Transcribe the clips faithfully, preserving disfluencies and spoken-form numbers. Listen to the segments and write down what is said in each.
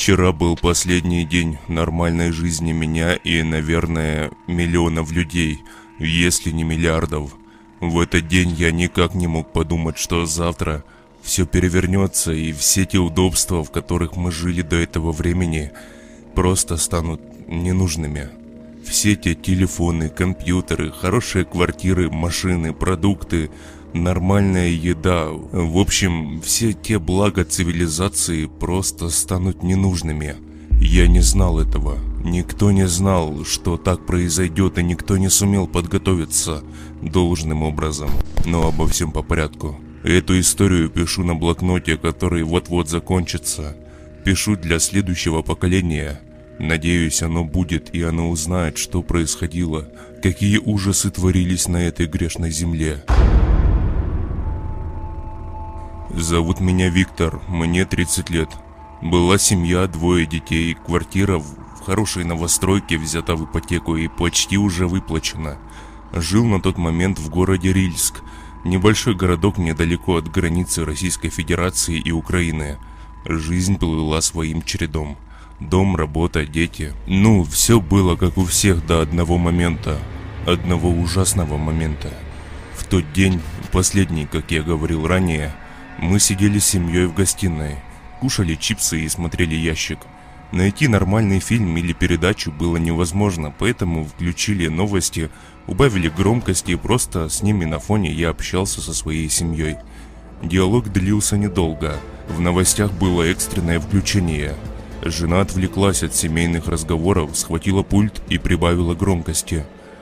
Вчера был последний день нормальной жизни меня и, наверное, миллионов людей, если не миллиардов. В этот день я никак не мог подумать, что завтра все перевернется и все те удобства, в которых мы жили до этого времени, просто станут ненужными. Все те телефоны, компьютеры, хорошие квартиры, машины, продукты, нормальная еда, в общем, все те блага цивилизации просто станут ненужными. Я не знал этого. Никто не знал, что так произойдет, и никто не сумел подготовиться должным образом. Но обо всем по порядку. Эту историю пишу на блокноте, который вот-вот закончится. Пишу для следующего поколения. Надеюсь, оно будет, и оно узнает, что происходило, какие ужасы творились на этой грешной земле. Зовут меня Виктор, мне тридцать лет. Была семья, двое детей, квартира в хорошей новостройке взята в ипотеку и почти уже выплачена. Жил на тот момент в городе Рильск, небольшой городок недалеко от границы Российской Федерации и Украины. Жизнь плыла своим чередом. Дом, работа, дети. Ну, все было как у всех до одного момента. Одного ужасного момента. В тот день, последний, как я говорил ранее, мы сидели с семьей в гостиной, кушали чипсы и смотрели ящик. Найти нормальный фильм или передачу было невозможно, поэтому включили новости, убавили громкости и просто с ними на фоне я общался со своей семьей. Диалог длился недолго. В новостях было экстренное включение. Жена отвлеклась от семейных разговоров, схватила пульт и прибавила громкости.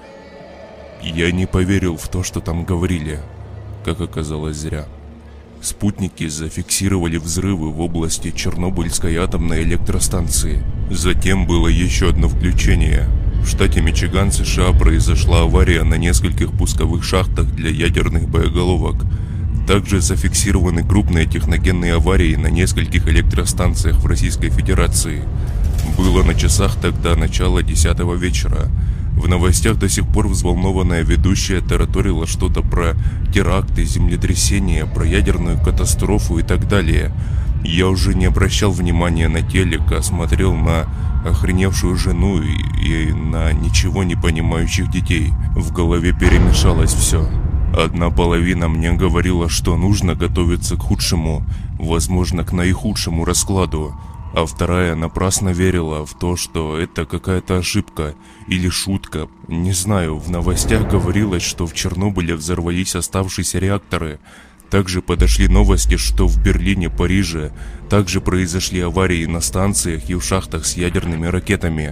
Я не поверил в то, что там говорили. Как оказалось, зря. Спутники зафиксировали взрывы в области Чернобыльской атомной электростанции. Затем было еще одно включение. В штате Мичиган, США, произошла авария на нескольких пусковых шахтах для ядерных боеголовок. Также зафиксированы крупные техногенные аварии на нескольких электростанциях в Российской Федерации. Было на часах тогда начало десятого вечера. В новостях до сих пор взволнованная ведущая тараторила что-то про теракты, землетрясения, про ядерную катастрофу и так далее. Я уже не обращал внимания на телек, а смотрел на охреневшую жену и, и на ничего не понимающих детей. В голове перемешалось все. Одна половина мне говорила, что нужно готовиться к худшему, возможно, к наихудшему раскладу, а вторая напрасно верила в то, что это какая-то ошибка или шутка. Не знаю, в новостях говорилось, что в Чернобыле взорвались оставшиеся реакторы. Также подошли новости, что в Берлине, Париже также произошли аварии на станциях и в шахтах с ядерными ракетами.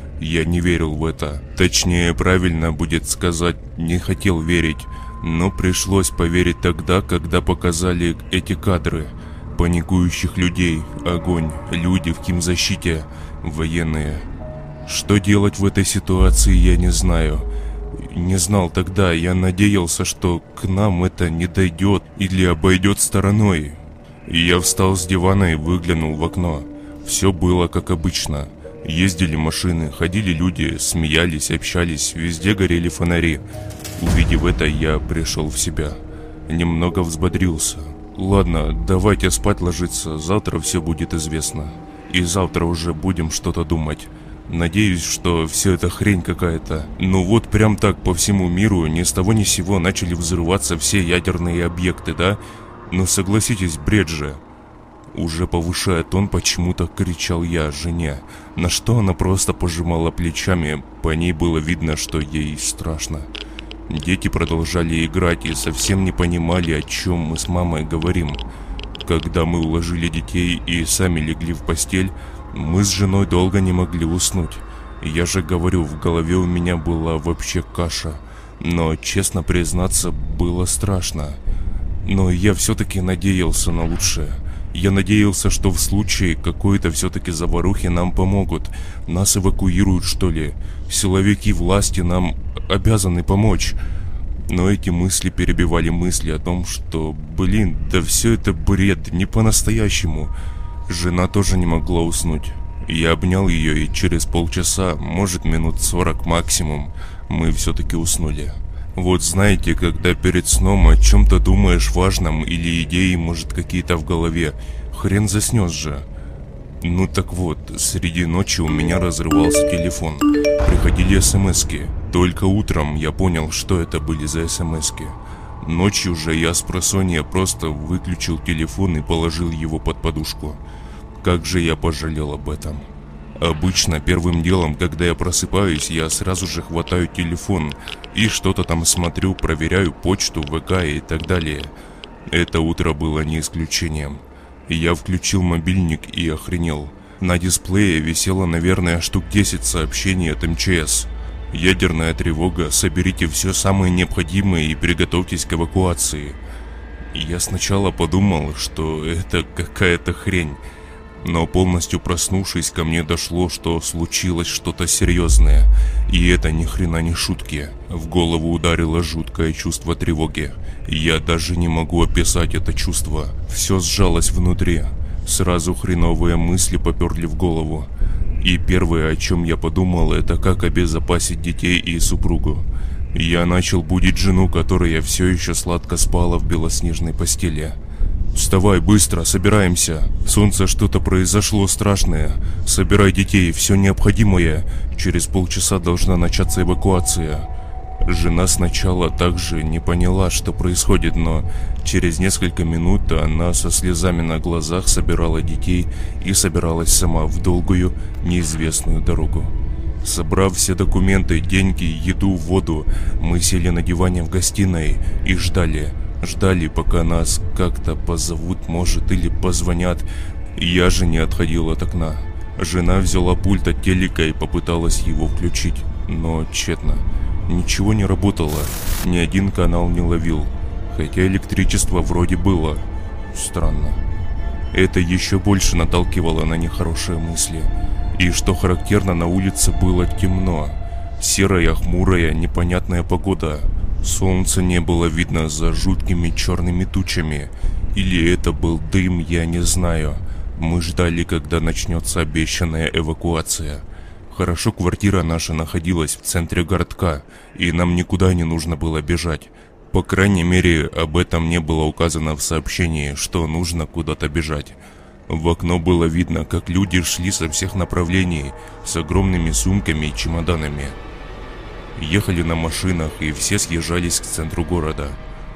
Я не верил в это. Точнее, правильно будет сказать, не хотел верить. Но пришлось поверить тогда, когда показали эти кадры. Паникующих людей, огонь, люди в химзащите, военные. Что делать в этой ситуации, я не знаю. Не знал тогда, я надеялся, что к нам это не дойдет или обойдет стороной. Я встал с дивана и выглянул в окно. Все было как обычно. Ездили машины, ходили люди, смеялись, общались, везде горели фонари. Увидев это, я пришел в себя. Немного взбодрился. Ладно, давайте спать ложиться, завтра все будет известно. И завтра уже будем что-то думать. Надеюсь, что все это хрень какая-то. Ну вот прям так по всему миру ни с того ни с сего начали взрываться все ядерные объекты, да? Ну согласитесь, бред же. Уже повышая тон, почему-то кричал я жене, на что она просто пожимала плечами, по ней было видно, что ей страшно. Дети продолжали играть и совсем не понимали, о чем мы с мамой говорим. Когда мы уложили детей и сами легли в постель, мы с женой долго не могли уснуть. Я же говорю, в голове у меня была вообще каша, но, честно признаться, было страшно. Но я все-таки надеялся на лучшее. Я надеялся, что в случае какой-то все-таки заварухи нам помогут. Нас эвакуируют, что ли. Силовики власти нам обязаны помочь. Но эти мысли перебивали мысли о том, что, блин, да все это бред, не по-настоящему. Жена тоже не могла уснуть. Я обнял ее, и через полчаса, может минут сорок максимум, мы все-таки уснули. Вот знаете, когда перед сном о чем-то думаешь важном или идеи, может, какие-то в голове, хрен заснешь же. Ну так вот, среди ночи у меня разрывался телефон. Приходили смски. Только утром я понял, что это были за смски. Ночью же я спросонья просто выключил телефон и положил его под подушку. Как же я пожалел об этом. Обычно первым делом, когда я просыпаюсь, я сразу же хватаю телефон и что-то там смотрю, проверяю почту, ВК и так далее. Это утро было не исключением. Я включил мобильник и охренел. На дисплее висело, наверное, штук десять сообщений от эм че эс. Ядерная тревога, соберите все самое необходимое и приготовьтесь к эвакуации. Я сначала подумал, что это какая-то хрень. Но полностью проснувшись, ко мне дошло, что случилось что-то серьезное. И это ни хрена не шутки. В голову ударило жуткое чувство тревоги. Я даже не могу описать это чувство. Все сжалось внутри. Сразу хреновые мысли поперли в голову. И первое, о чем я подумал, это как обезопасить детей и супругу. Я начал будить жену, которая все еще сладко спала в белоснежной постели. «Вставай быстро, собираемся. Солнце, что-то произошло страшное. Собирай детей, все необходимое. Через полчаса должна начаться эвакуация». Жена сначала также не поняла, что происходит, но через несколько минут она со слезами на глазах собирала детей и собиралась сама в долгую, неизвестную дорогу. Собрав все документы, деньги, еду, воду, мы сели на диване в гостиной и ждали. Ждали, пока нас как-то позовут, может, или позвонят. Я же не отходил от окна. Жена взяла пульт от телека и попыталась его включить, но тщетно. Ничего не работало, ни один канал не ловил, хотя электричество вроде было. Странно. Это еще больше наталкивало на нехорошие мысли. И что характерно, на улице было темно. Серая, хмурая, непонятная погода. Солнца не было видно за жуткими черными тучами. Или это был дым, я не знаю. Мы ждали, когда начнется обещанная эвакуация. Хорошо, квартира наша находилась в центре городка, и нам никуда не нужно было бежать. По крайней мере, об этом не было указано в сообщении, что нужно куда-то бежать. В окно было видно, как люди шли со всех направлений с огромными сумками и чемоданами. Ехали на машинах, и все съезжались к центру города.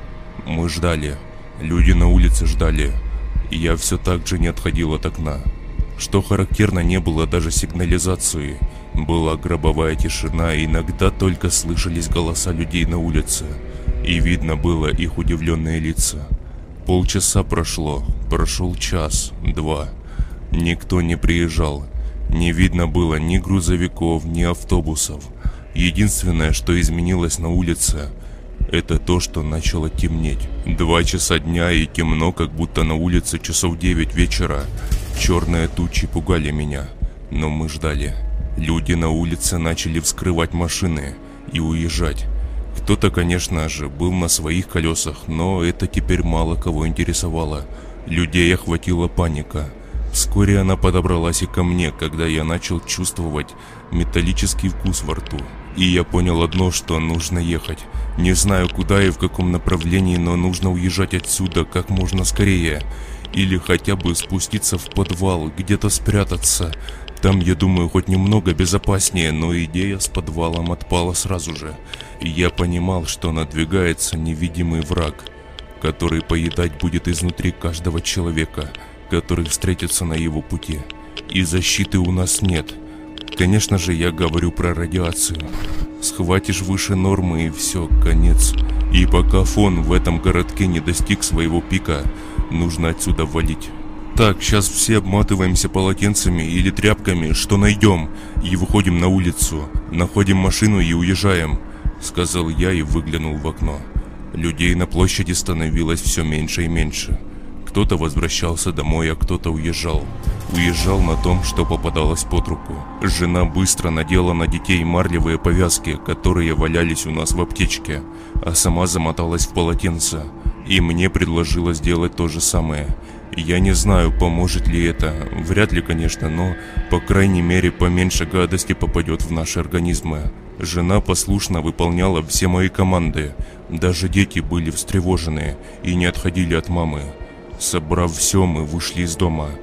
Мы ждали. Люди на улице ждали. И я все так же не отходил от окна. Что характерно, не было даже сигнализации. Была гробовая тишина, и иногда только слышались голоса людей на улице. И видно было их удивленные лица. Полчаса прошло, прошел час, два. Никто не приезжал. Не видно было ни грузовиков, ни автобусов. Единственное, что изменилось на улице, это то, что начало темнеть. Два часа дня и темно, как будто на улице часов девять вечера. Черные тучи пугали меня, но мы ждали. Люди на улице начали вскрывать машины и уезжать. Кто-то, конечно же, был на своих колесах, но это теперь мало кого интересовало. Людей охватила паника. Вскоре она подобралась и ко мне, когда я начал чувствовать металлический вкус во рту. И я понял одно, что нужно ехать. Не знаю куда и в каком направлении, но нужно уезжать отсюда как можно скорее. Или хотя бы спуститься в подвал, где-то спрятаться. Там, я думаю, хоть немного безопаснее, но идея с подвалом отпала сразу же. И я понимал, что надвигается невидимый враг, который поедать будет изнутри каждого человека, который встретится на его пути. И защиты у нас нет. Конечно же, я говорю про радиацию. Схватишь выше нормы и все, конец. И пока фон в этом городке не достиг своего пика, нужно отсюда валить. Так, сейчас все обматываемся полотенцами или тряпками, что найдем, и выходим на улицу. Находим машину и уезжаем, сказал я и выглянул в окно. Людей на площади становилось все меньше и меньше. Кто-то возвращался домой, а кто-то уезжал. Уезжал на том, что попадалось под руку. Жена быстро надела на детей марлевые повязки, которые валялись у нас в аптечке, а сама замоталась в полотенце. И мне предложила сделать то же самое. Я не знаю, поможет ли это, вряд ли, конечно, но, по крайней мере, поменьше гадости попадет в наши организмы. Жена послушно выполняла все мои команды, даже дети были встревожены и не отходили от мамы. Собрав все, мы вышли из дома.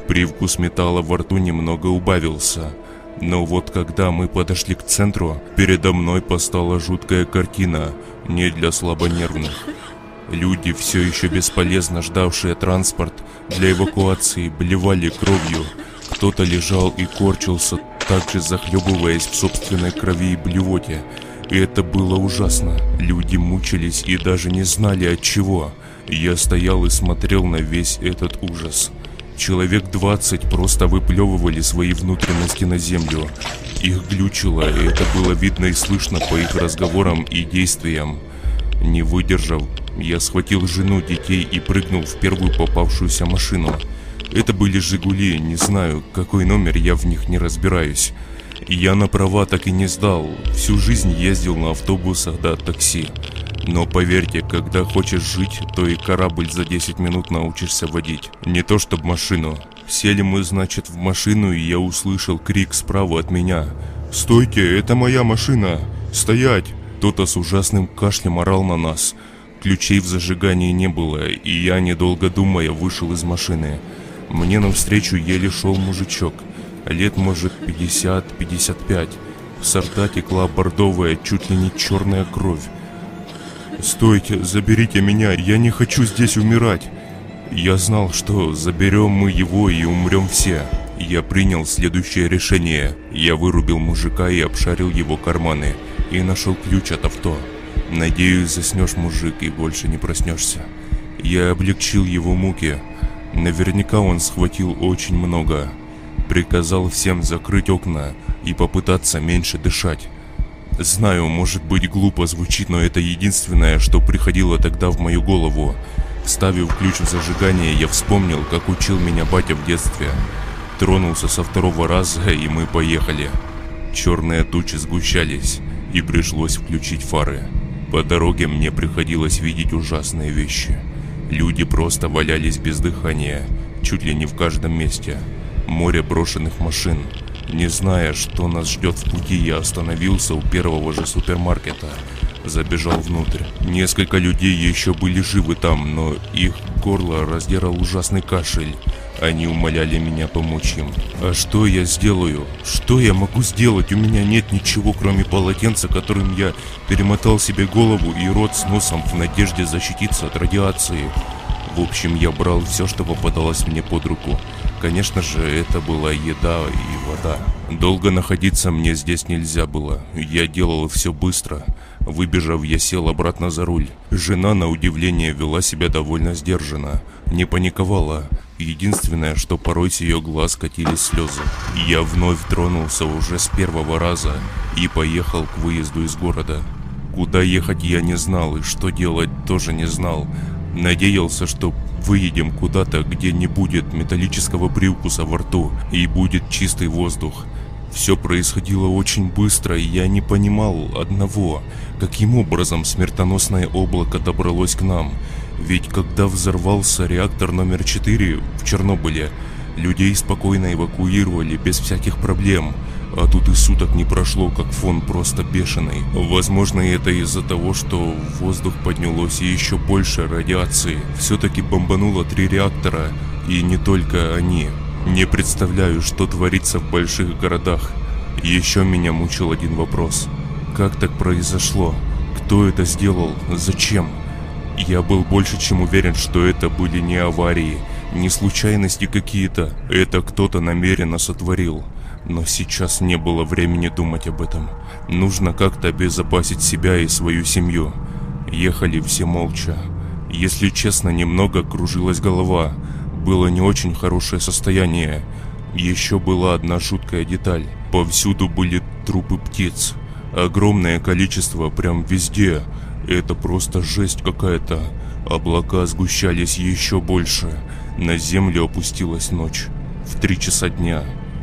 Привкус металла во рту немного убавился. Но вот когда мы подошли к центру, передо мной постала жуткая картина, не для слабонервных. Люди, все еще бесполезно ждавшие транспорт для эвакуации, блевали кровью. Кто-то лежал и корчился, также захлебываясь в собственной крови и блевоте. И это было ужасно. Люди мучились и даже не знали от чего. Я стоял и смотрел на весь этот ужас. Человек двадцать просто выплевывали свои внутренности на землю. Их глючило, и это было видно и слышно по их разговорам и действиям. Не выдержав, я схватил жену, детей и прыгнул в первую попавшуюся машину. Это были «Жигули», не знаю, какой номер, я в них не разбираюсь. Я на права так и не сдал, всю жизнь ездил на автобусах да такси. Но поверьте, когда хочешь жить, то и корабль за десять минут научишься водить. Не то чтоб машину. Сели мы, значит, в машину, и я услышал крик справа от меня. «Стойте, это моя машина! Стоять!» Кто-то с ужасным кашлем орал на нас. Ключей в зажигании не было, и я, недолго думая, вышел из машины. Мне навстречу еле шел мужичок. Лет, может, пятьдесят-пятьдесят пять. Со рта текла бордовая, чуть ли не черная кровь. «Стойте, заберите меня, я не хочу здесь умирать!» Я знал, что заберем мы его и умрем все. Я принял следующее решение. Я вырубил мужика и обшарил его карманы. И нашел ключ от авто. Надеюсь, заснешь, мужик, и больше не проснешься. Я облегчил его муки. Наверняка он схватил очень много. Приказал всем закрыть окна и попытаться меньше дышать. Знаю, может быть, глупо звучит, но это единственное, что приходило тогда в мою голову. Вставив ключ в зажигание, я вспомнил, как учил меня батя в детстве. Тронулся со второго раза, и мы поехали. Черные тучи сгущались, и пришлось включить фары. По дороге мне приходилось видеть ужасные вещи. Люди просто валялись без дыхания, чуть ли не в каждом месте. Море брошенных машин. Не зная, что нас ждет в пути, я остановился у первого же супермаркета. Забежал внутрь. Несколько людей еще были живы там, но их горло раздирал ужасный кашель. Они умоляли меня помочь им. А что я сделаю? Что я могу сделать? У меня нет ничего, кроме полотенца, которым я перемотал себе голову и рот с носом в надежде защититься от радиации. В общем, я брал все, что попадалось мне под руку. Конечно же, это была еда и вода. Долго находиться мне здесь нельзя было. Я делал все быстро. Выбежав, я сел обратно за руль. Жена, на удивление, вела себя довольно сдержанно. Не паниковала. Единственное, что порой с ее глаз катились слезы. Я вновь тронулся уже с первого раза и поехал к выезду из города. Куда ехать я не знал, и что делать тоже не знал. Надеялся, что выедем куда-то, где не будет металлического привкуса во рту и будет чистый воздух. Все происходило очень быстро, и я не понимал одного: каким образом смертоносное облако добралось к нам. Ведь когда взорвался реактор номер четыре в Чернобыле, людей спокойно эвакуировали без всяких проблем. А тут и суток не прошло, как фон просто бешеный. Возможно, это из-за того, что в воздух поднялось еще больше радиации. Все-таки бомбануло три реактора, и не только они. Не представляю, что творится в больших городах. Еще меня мучил один вопрос: как так произошло? Кто это сделал? Зачем? Я был больше чем уверен, что это были не аварии, не случайности какие-то. Это кто-то намеренно сотворил. Но сейчас не было времени думать об этом. Нужно как-то обезопасить себя и свою семью. Ехали все молча. Если честно, немного кружилась голова. Было не очень хорошее состояние. Еще была одна жуткая деталь. Повсюду были трупы птиц. Огромное количество, прям везде. Это просто жесть какая-то. Облака сгущались еще больше. На землю опустилась ночь. В три часа дня.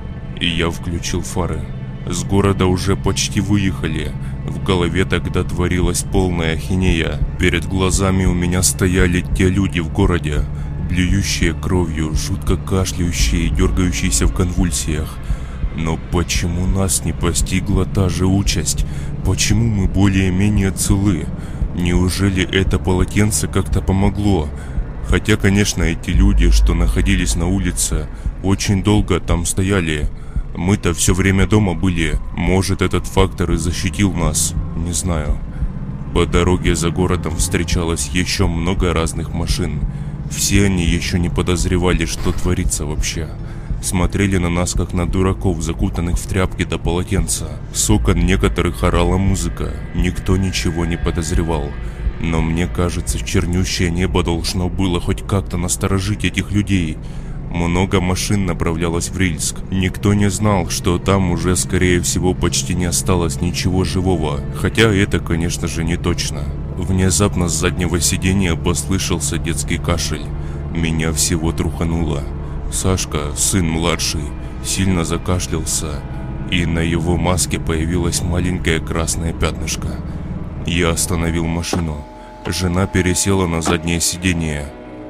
И я включил фары. С города уже почти выехали. В голове тогда творилась полная ахинея. Перед глазами у меня стояли те люди в городе, блюющие кровью, жутко кашляющие и дергающиеся в конвульсиях. Но почему нас не постигла та же участь? Почему мы более-менее целы? Неужели это полотенце как-то помогло? Хотя, конечно, эти люди, что находились на улице, очень долго там стояли. Мы-то все время дома были. Может, этот фактор и защитил нас. Не знаю. По дороге за городом встречалось еще много разных машин. Все они еще не подозревали, что творится вообще. Смотрели на нас, как на дураков, закутанных в тряпки до полотенца. С окон некоторых орала музыка. Никто ничего не подозревал. Но мне кажется, чернющее небо должно было хоть как-то насторожить этих людей. Много машин направлялось в Рильск. Никто не знал, что там уже, скорее всего, почти не осталось ничего живого. Хотя это, конечно же, не точно. Внезапно с заднего сиденья послышался детский кашель. Меня всего трухануло. Сашка, сын младший, сильно закашлялся, и на его маске появилось маленькое красное пятнышко. Я остановил машину. Жена пересела на заднее сиденье.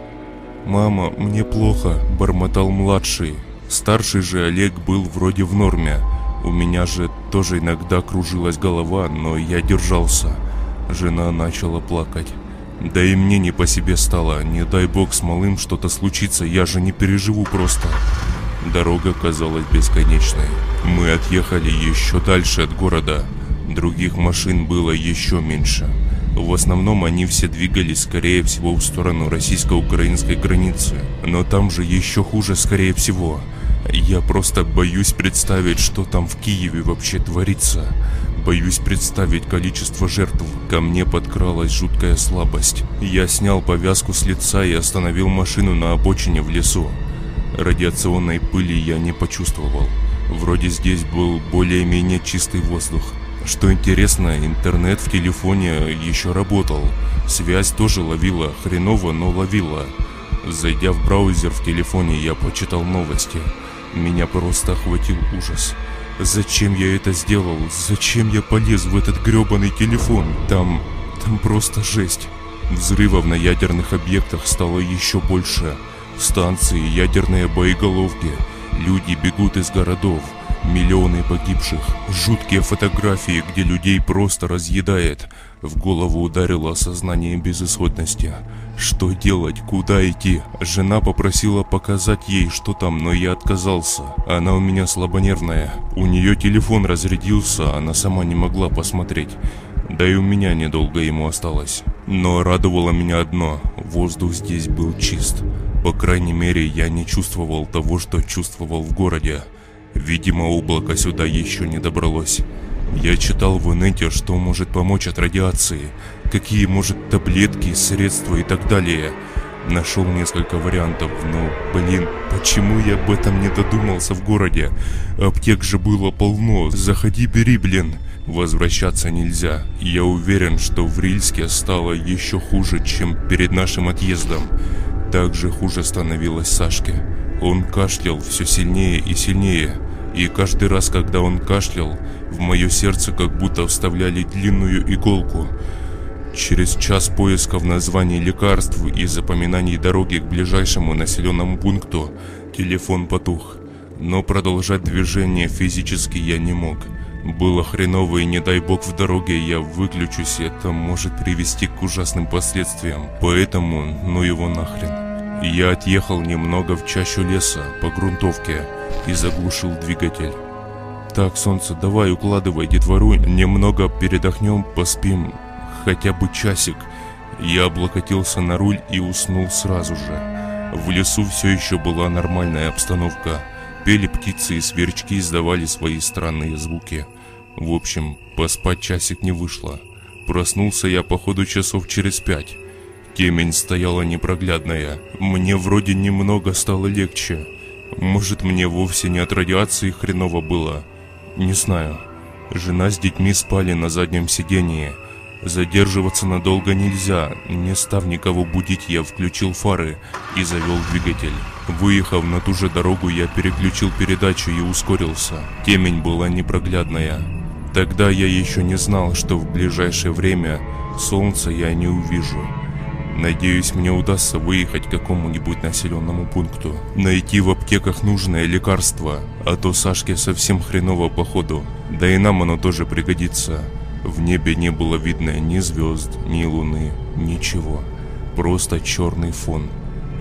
«Мама, мне плохо», – бормотал младший. Старший же Олег был вроде в норме. У меня же тоже иногда кружилась голова, но я держался. Жена начала плакать. Да и мне не по себе стало. Не дай бог с малым что-то случится, я же не переживу просто. Дорога казалась бесконечной. Мы отъехали еще дальше от города. Других машин было еще меньше. В основном они все двигались, скорее всего, в сторону российско-украинской границы. Но там же еще хуже, скорее всего. Я просто боюсь представить, что там в Киеве вообще творится. Боюсь представить количество жертв. Ко мне подкралась жуткая слабость. Я снял повязку с лица и остановил машину на обочине в лесу. Радиационной пыли я не почувствовал. Вроде здесь был более-менее чистый воздух. Что интересно, интернет в телефоне еще работал. Связь тоже ловила, хреново, но ловила. Зайдя в браузер в телефоне, я почитал новости. Меня просто охватил ужас. Зачем я это сделал? Зачем я полез в этот гребаный телефон? Там... там просто жесть. Взрывов на ядерных объектах стало еще больше. Станции, ядерные боеголовки. Люди бегут из городов. Миллионы погибших. Жуткие фотографии, где людей просто разъедает. В голову ударило осознание безысходности. Что делать? Куда идти? Жена попросила показать ей, что там, но я отказался. Она у меня слабонервная. У нее телефон разрядился, она сама не могла посмотреть. Да и у меня недолго ему осталось. Но радовало меня одно. Воздух здесь был чист. По крайней мере, я не чувствовал того, что чувствовал в городе. Видимо, облако сюда еще не добралось. Я читал в инете, что может помочь от радиации, какие, может, таблетки, средства и так далее. Нашел несколько вариантов, но, блин, почему я об этом не додумался в городе? Аптек же было полно, заходи, бери, блин. Возвращаться нельзя. Я уверен, что в Рильске стало еще хуже, чем перед нашим отъездом. Также хуже становилось Сашке. Он кашлял все сильнее и сильнее. И каждый раз, когда он кашлял, в мое сердце как будто вставляли длинную иголку. Через час поисков названий лекарств и запоминаний дороги к ближайшему населенному пункту телефон потух. Но продолжать движение физически я не мог. Было хреново, и не дай бог в дороге я выключусь, это может привести к ужасным последствиям. Поэтому, ну его нахрен. Я отъехал немного в чащу леса по грунтовке и заглушил двигатель. Так, солнце, давай укладывай детвору, немного передохнем, поспим, хотя бы часик. Я облокотился на руль и уснул сразу же. В лесу все еще была нормальная обстановка. Пели птицы и сверчки издавали свои странные звуки. В общем, поспать часик не вышло. Проснулся я походу часов через пять. Темень стояла непроглядная. Мне вроде немного стало легче. Может, мне вовсе не от радиации хреново было. Не знаю. Жена с детьми спали на заднем сидении. Задерживаться надолго нельзя. Не став никого будить, я включил фары и завел двигатель. Выехав на ту же дорогу, я переключил передачу и ускорился. Темень была непроглядная. Тогда я еще не знал, что в ближайшее время солнца я не увижу. Надеюсь, мне удастся выехать к какому-нибудь населенному пункту. Найти в аптеках нужное лекарство, а то Сашке совсем хреново походу. Да и нам оно тоже пригодится. В небе не было видно ни звезд, ни луны, ничего. Просто черный фон.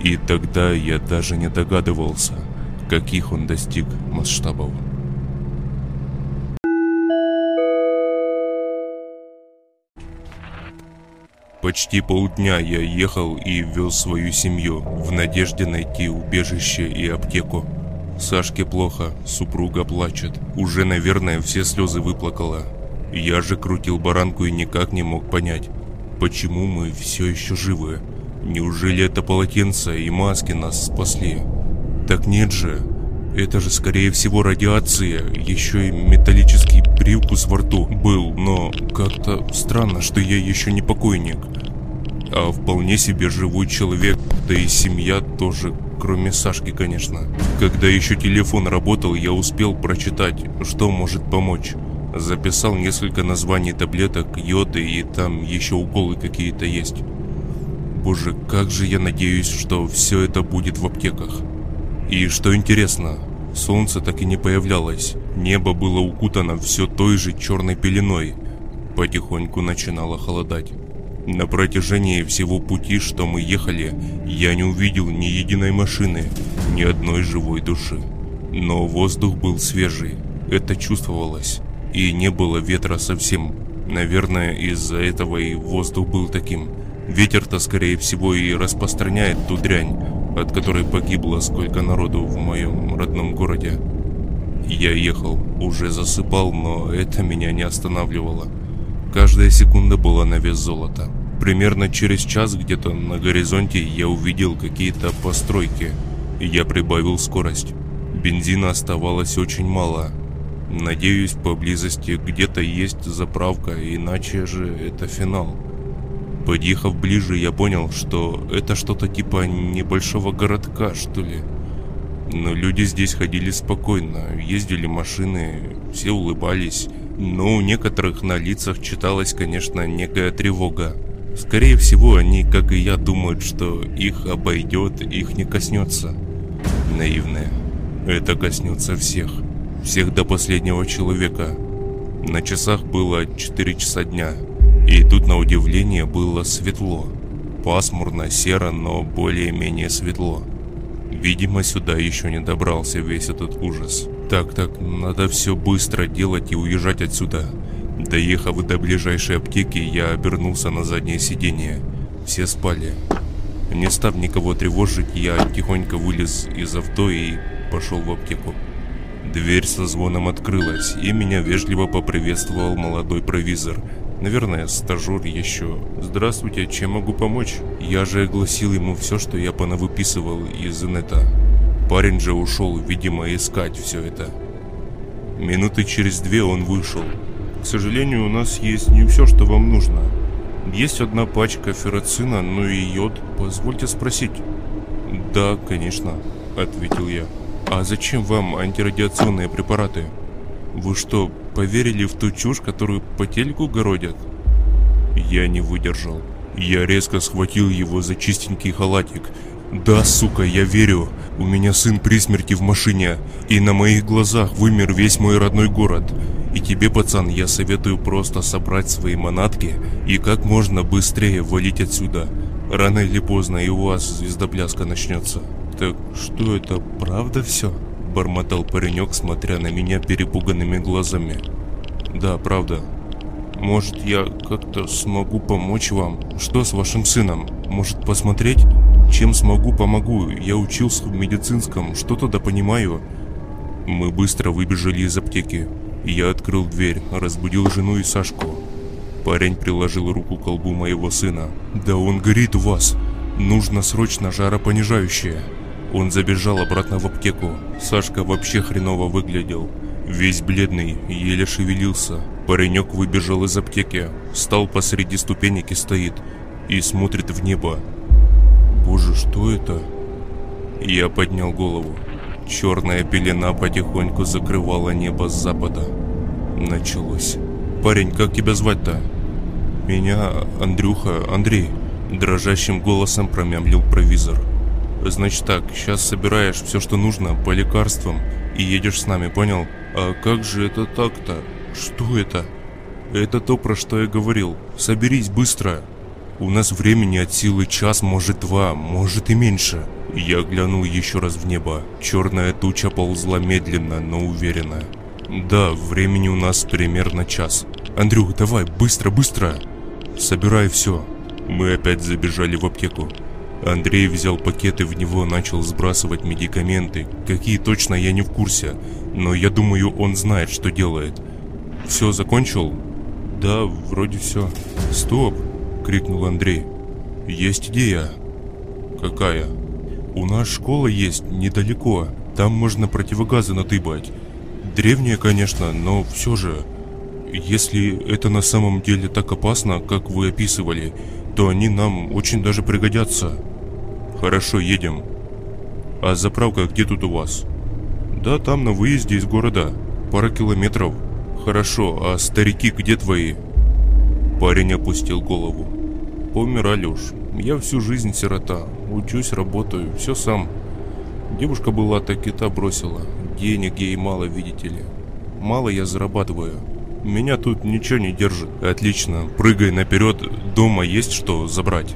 И тогда я даже не догадывался, каких он достиг масштабов. Почти полдня я ехал и вез свою семью в надежде найти убежище и аптеку. Сашке плохо, супруга плачет. Уже, наверное, все слезы выплакала. Я же крутил баранку и никак не мог понять, почему мы все еще живы. Неужели это полотенце и маски нас спасли? Так нет же. Это же, скорее всего, радиация. Еще и металлический привкус во рту был. Но как-то странно, что я еще не покойник, а вполне себе живой человек. Да и семья тоже, кроме Сашки, конечно. Когда еще телефон работал, я успел прочитать, что может помочь. Записал несколько названий таблеток, йода, и там еще уколы какие-то есть. Боже, как же я надеюсь, что все это будет в аптеках. И что интересно, солнце так и не появлялось. Небо было укутано все той же черной пеленой. Потихоньку начинало холодать. На протяжении всего пути, что мы ехали, я не увидел ни единой машины, ни одной живой души. Но воздух был свежий, это чувствовалось. И не было ветра совсем. Наверное, из-за этого и воздух был таким. Ветер-то, скорее всего, и распространяет ту дрянь, от которой погибло сколько народу в моем родном городе. Я ехал, уже засыпал, но это меня не останавливало. Каждая секунда была на вес золота. Примерно через час где-то на горизонте я увидел какие-то постройки. Я прибавил скорость. Бензина оставалось очень мало. Надеюсь, поблизости где-то есть заправка, иначе же это финал. Подъехав ближе, я понял, что это что-то типа небольшого городка, что ли. Но люди здесь ходили спокойно, ездили машины, все улыбались. Но у некоторых на лицах читалась, конечно, некая тревога. Скорее всего, они, как и я, думают, что их обойдет, их не коснется. Наивные. Это коснется всех. Всех до последнего человека. На часах было четыре часа дня. И тут, на удивление, было светло. Пасмурно, серо, но более-менее светло. Видимо, сюда еще не добрался весь этот ужас. Так-так, надо все быстро делать и уезжать отсюда. Доехав до ближайшей аптеки, я обернулся на заднее сиденье. Все спали. Не став никого тревожить, я тихонько вылез из авто и пошел в аптеку. Дверь со звоном открылась, и меня вежливо поприветствовал молодой провизор. Наверное, стажер еще. «Здравствуйте, чем могу помочь?» Я же огласил ему все, что я понавыписывал из инета. Парень же ушел, видимо, искать все это. Минуты через две он вышел. «К сожалению, у нас есть не все, что вам нужно. Есть одна пачка ферроцина, ну и йод. Позвольте спросить». «Да, конечно», — ответил я. «А зачем вам антирадиационные препараты? Вы что, поверили в ту чушь, которую по телеку городят?» Я не выдержал. Я резко схватил его за чистенький халатик. «Да, сука, я верю. У меня сын при смерти в машине, и на моих глазах вымер весь мой родной город. И тебе, пацан, я советую просто собрать свои манатки и как можно быстрее валить отсюда. Рано или поздно и у вас звездопляска начнется». «Так что это, правда все?» — бормотал паренек, смотря на меня перепуганными глазами. «Да, правда. Может, я как-то смогу помочь вам? Что с вашим сыном? Может, посмотреть? Чем смогу, помогу. Я учился в медицинском, что-то да понимаю». Мы быстро выбежали из аптеки. Я открыл дверь, разбудил жену и Сашку. Парень приложил руку к колбу моего сына. «Да он горит у вас. Нужно срочно жаропонижающее». Он забежал обратно в аптеку. Сашка вообще хреново выглядел. Весь бледный, еле шевелился. Паренек выбежал из аптеки, встал посреди ступенек и стоит. И смотрит в небо. «Боже, что это?» Я поднял голову. Черная пелена потихоньку закрывала небо с запада. Началось. «Парень, как тебя звать-то?» «Меня Андрюха, Андрей», — дрожащим голосом промямлил провизор. «Значит так, сейчас собираешь все, что нужно, по лекарствам, и едешь с нами, понял? А как же это так-то? Что это?» «Это то, про что я говорил. Соберись быстро. У нас времени от силы час, может два, может и меньше». Я глянул еще раз в небо. Черная туча ползла медленно, но уверенно. Да, времени у нас примерно час. Андрюх, давай, быстро, быстро. Собирай все. Мы опять забежали в аптеку. Андрей взял пакет и в него начал сбрасывать медикаменты. Какие точно, я не в курсе, но я думаю, он знает, что делает. Все, закончил? Да, вроде все. Стоп, крикнул Андрей. Есть идея. Какая? У нас школа есть недалеко. Там можно противогазы надыбать. Древние, конечно, но все же. Если это на самом деле так опасно, как вы описывали, то они нам очень даже пригодятся. Хорошо, едем. А заправка где тут у вас? Да, там на выезде из города. Пара километров. Хорошо, а старики где твои? Парень опустил голову. Поумирали уж. Я всю жизнь сирота. Учусь, работаю, все сам. Девушка была, так и та бросила. Денег ей мало, видите ли. Мало я зарабатываю. Меня тут ничего не держит. Отлично, прыгай наперед. Дома есть что забрать?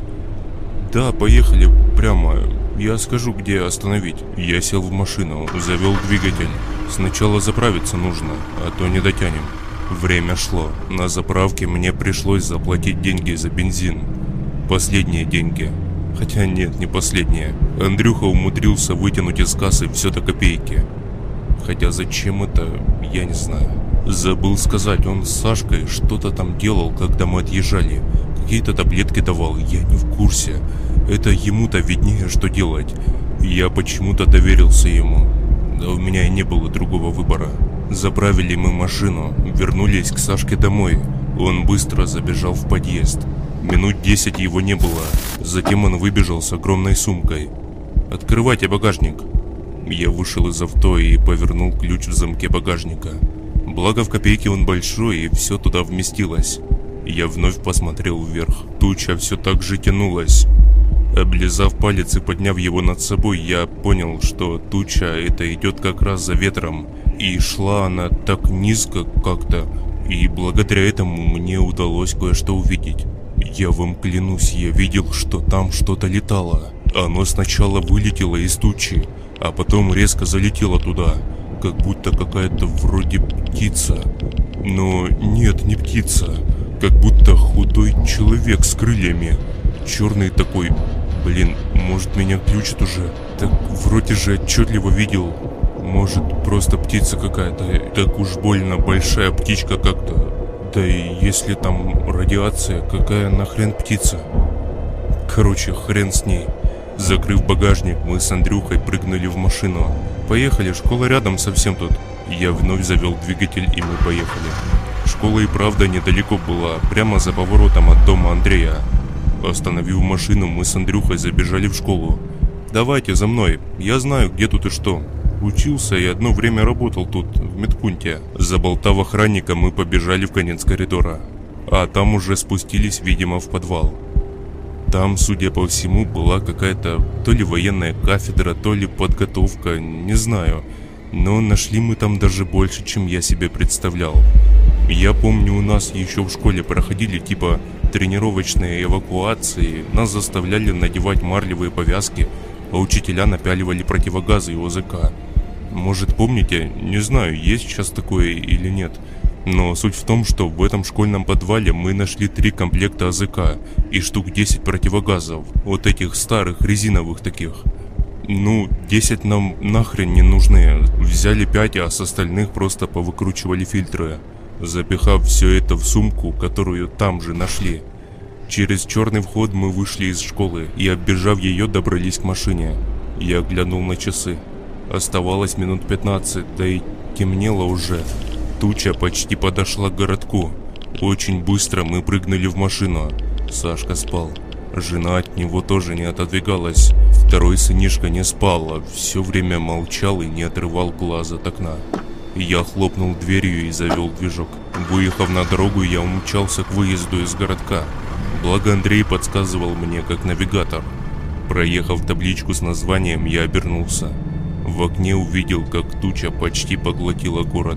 Да, поехали прямо. Я скажу, где остановить. Я сел в машину, завел двигатель. Сначала заправиться нужно, а то не дотянем. Время шло. На заправке мне пришлось заплатить деньги за бензин. Последние деньги. Хотя нет, не последние. Андрюха умудрился вытянуть из кассы все до копейки. Хотя зачем это, я не знаю. Забыл сказать, он с Сашкой что-то там делал, когда мы отъезжали. Какие-то таблетки давал, я не в курсе. Это ему-то виднее, что делать. Я почему-то доверился ему. Да у меня и не было другого выбора. Заправили мы машину, вернулись к Сашке домой. Он быстро забежал в подъезд. Минут десять его не было. Затем он выбежал с огромной сумкой. «Открывайте багажник». Я вышел из авто и повернул ключ в замке багажника. Благо в копейке он большой, и все туда вместилось. Я вновь посмотрел вверх. Туча все так же тянулась. Облизав палец и подняв его над собой, я понял, что туча эта идет как раз за ветром. И шла она так низко как-то, и благодаря этому мне удалось кое-что увидеть. Я вам клянусь, я видел, что там что-то летало. Оно сначала вылетело из тучи, а потом резко залетело туда, как будто какая-то вроде птица. Но нет, не птица, как будто худой человек с крыльями. Черный такой. Блин, может меня ключит уже? Так вроде же отчетливо видел. Может просто птица какая-то. Так уж больно большая птичка как-то. Да и если там радиация, какая нахрен птица? Короче, хрен с ней. Закрыв багажник, мы с Андрюхой прыгнули в машину. Поехали, школа рядом совсем тут. Я вновь завел двигатель, и мы поехали. Школа и правда недалеко была, прямо за поворотом от дома Андрея. Остановив машину, мы с Андрюхой забежали в школу. «Давайте за мной, я знаю, где тут и что». Учился и одно время работал тут, в медпункте. Заболтав охранника, мы побежали в конец коридора. А там уже спустились, видимо, в подвал. Там, судя по всему, была какая-то то ли военная кафедра, то ли подготовка, не знаю. Но нашли мы там даже больше, чем я себе представлял. Я помню, у нас еще в школе проходили типа тренировочные эвакуации. Нас заставляли надевать марлевые повязки, а учителя напяливали противогазы и ОЗК. Может, помните, не знаю, есть сейчас такое или нет. Но суть в том, что в этом школьном подвале мы нашли три комплекта АЗК и штук десять противогазов, вот этих старых, резиновых таких. Ну, десять нам нахрен не нужны, взяли пять, а с остальных просто повыкручивали фильтры, запихав все это в сумку, которую там же нашли. Через черный вход мы вышли из школы и, оббежав ее, добрались к машине. Я глянул на часы. Оставалось минут пятнадцать, да и темнело уже. Туча почти подошла к городку. Очень быстро мы прыгнули в машину. Сашка спал. Жена от него тоже не отодвигалась. Второй сынишка не спал, а все время молчал и не отрывал глаз от окна. Я хлопнул дверью и завел движок. Выехав на дорогу, я умчался к выезду из городка. Благо Андрей подсказывал мне как навигатор. Проехав табличку с названием, я обернулся. В окне увидел, как туча почти поглотила город.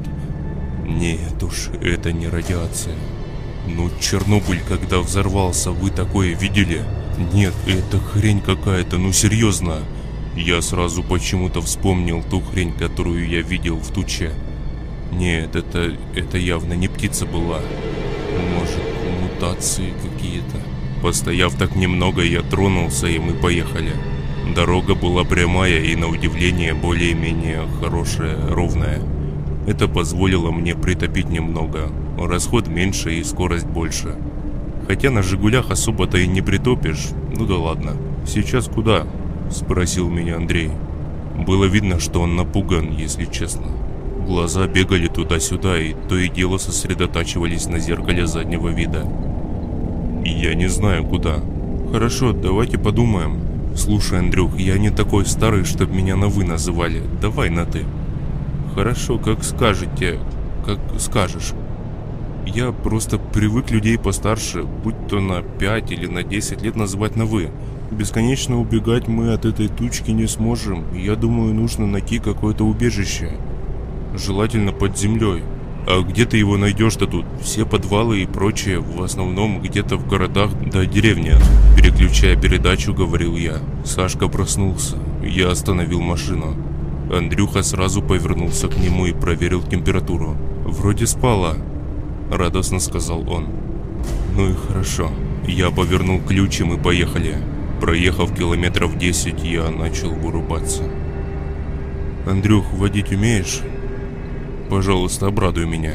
Нет уж, это не радиация. Ну, Чернобыль, когда взорвался, вы такое видели? Нет, это хрень какая-то, ну серьезно. Я сразу почему-то вспомнил ту хрень, которую я видел в туче. Нет, это, это явно не птица была. Может, мутации какие-то. Постояв так немного, я тронулся, и мы поехали. Дорога была прямая и, на удивление, более-менее хорошая, ровная. Это позволило мне притопить немного. Расход меньше и скорость больше. Хотя на «Жигулях» особо-то и не притопишь. Ну да ладно. Сейчас куда? Спросил меня Андрей. Было видно, что он напуган, если честно. Глаза бегали туда-сюда и то и дело сосредотачивались на зеркале заднего вида. И я не знаю куда. Хорошо, давайте подумаем. Слушай, Андрюх, я не такой старый, чтобы меня на «вы» называли. Давай на «ты». Хорошо, как скажете, как скажешь. Я просто привык людей постарше, будь то на пять или на десять лет, называть на «вы». Бесконечно убегать мы от этой тучки не сможем. Я думаю, нужно найти какое-то убежище. Желательно под землей. А где ты его найдешь-то тут? Все подвалы и прочее, в основном где-то в городах да деревнях. Переключая передачу, говорил я. Сашка проснулся. Я остановил машину. Андрюха сразу повернулся к нему и проверил температуру. Вроде спала, радостно сказал он. Ну и хорошо. Я повернул ключ, и мы поехали. Проехав километров десять, я начал вырубаться. Андрюх, водить умеешь? Пожалуйста, обрадуй меня.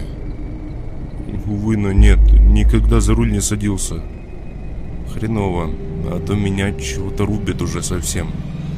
Увы, но нет, никогда за руль не садился. Хреново, а то меня чего-то рубит уже совсем.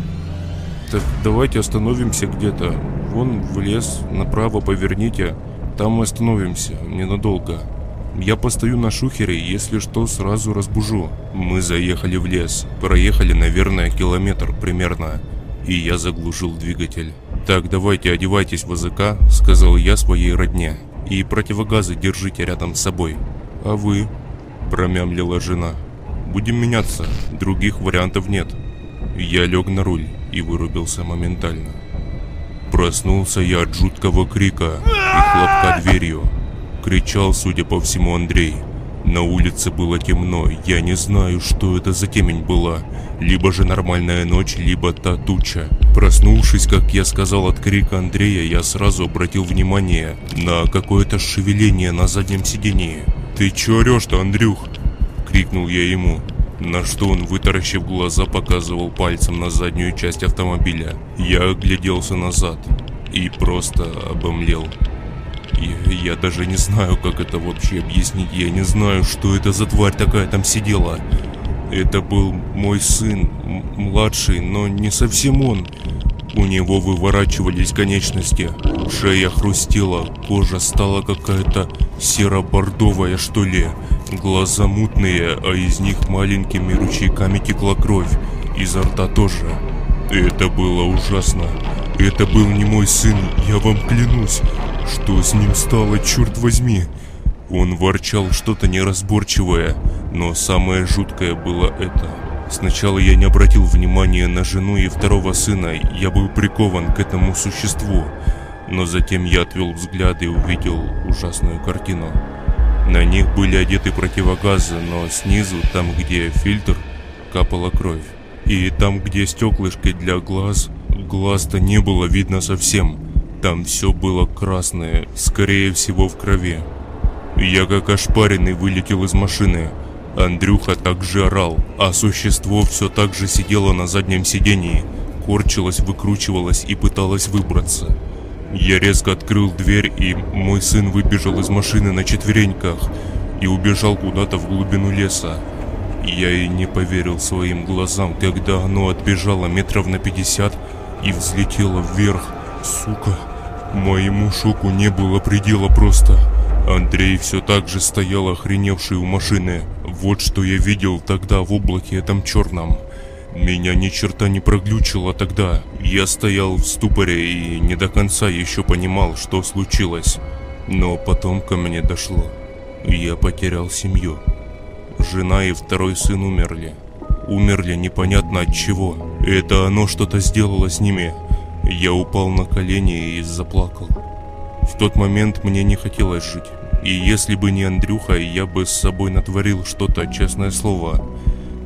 Так давайте остановимся где-то. Вон в лес, направо поверните. Там мы остановимся, ненадолго. Я постою на шухере, если что, сразу разбужу. Мы заехали в лес. Проехали, наверное, километр примерно. И я заглушил двигатель. Так, давайте одевайтесь в АЗК, сказал я своей родне. И противогазы держите рядом с собой. А вы? Промямлила жена. Будем меняться, других вариантов нет. Я лег на руль и вырубился моментально. Проснулся я от жуткого крика и хлопка дверью. Кричал, судя по всему, Андрей. На улице было темно, я не знаю, что это за темень была. Либо же нормальная ночь, либо та туча. Проснувшись, как я сказал, от крика Андрея, я сразу обратил внимание на какое-то шевеление на заднем сидении. «Ты чё орёшь-то, Андрюх?» — крикнул я ему. На что он, вытаращив глаза, показывал пальцем на заднюю часть автомобиля. Я огляделся назад и просто обомлел. Я, я даже не знаю, как это вообще объяснить. Я не знаю, что это за тварь такая там сидела. Это был мой сын, младший, но не совсем он. У него выворачивались конечности, шея хрустела, кожа стала какая-то серо-бордовая, что ли. Глаза мутные, а из них маленькими ручейками текла кровь. Изо рта тоже. Это было ужасно. Это был не мой сын, я вам клянусь. Что с ним стало, черт возьми? Он ворчал что-то неразборчивое, но самое жуткое было это. Сначала я не обратил внимания на жену и второго сына, я был прикован к этому существу. Но затем я отвел взгляд и увидел ужасную картину. На них были одеты противогазы, но снизу, там где фильтр, капала кровь. И там где стеклышки для глаз, глаз-то не было видно совсем. Там все было красное, скорее всего в крови. Я как ошпаренный вылетел из машины. Андрюха также орал, а существо все так же сидело на заднем сидении, корчилось, выкручивалось и пыталось выбраться. Я резко открыл дверь, и мой сын выбежал из машины на четвереньках и убежал куда-то в глубину леса. Я и не поверил своим глазам, когда оно отбежало метров на пятьдесят и взлетело вверх. Сука, моему шоку не было предела просто. Андрей все так же стоял охреневший у машины. Вот что я видел тогда в облаке этом черном. Меня ни черта не проглючило тогда. Я стоял в ступоре и не до конца еще понимал, что случилось. Но потом ко мне дошло. Я потерял семью. Жена и второй сын умерли. Умерли непонятно от чего. Это оно что-то сделало с ними. Я упал на колени и заплакал. В тот момент мне не хотелось жить. И если бы не Андрюха, я бы с собой натворил что-то, честное слово.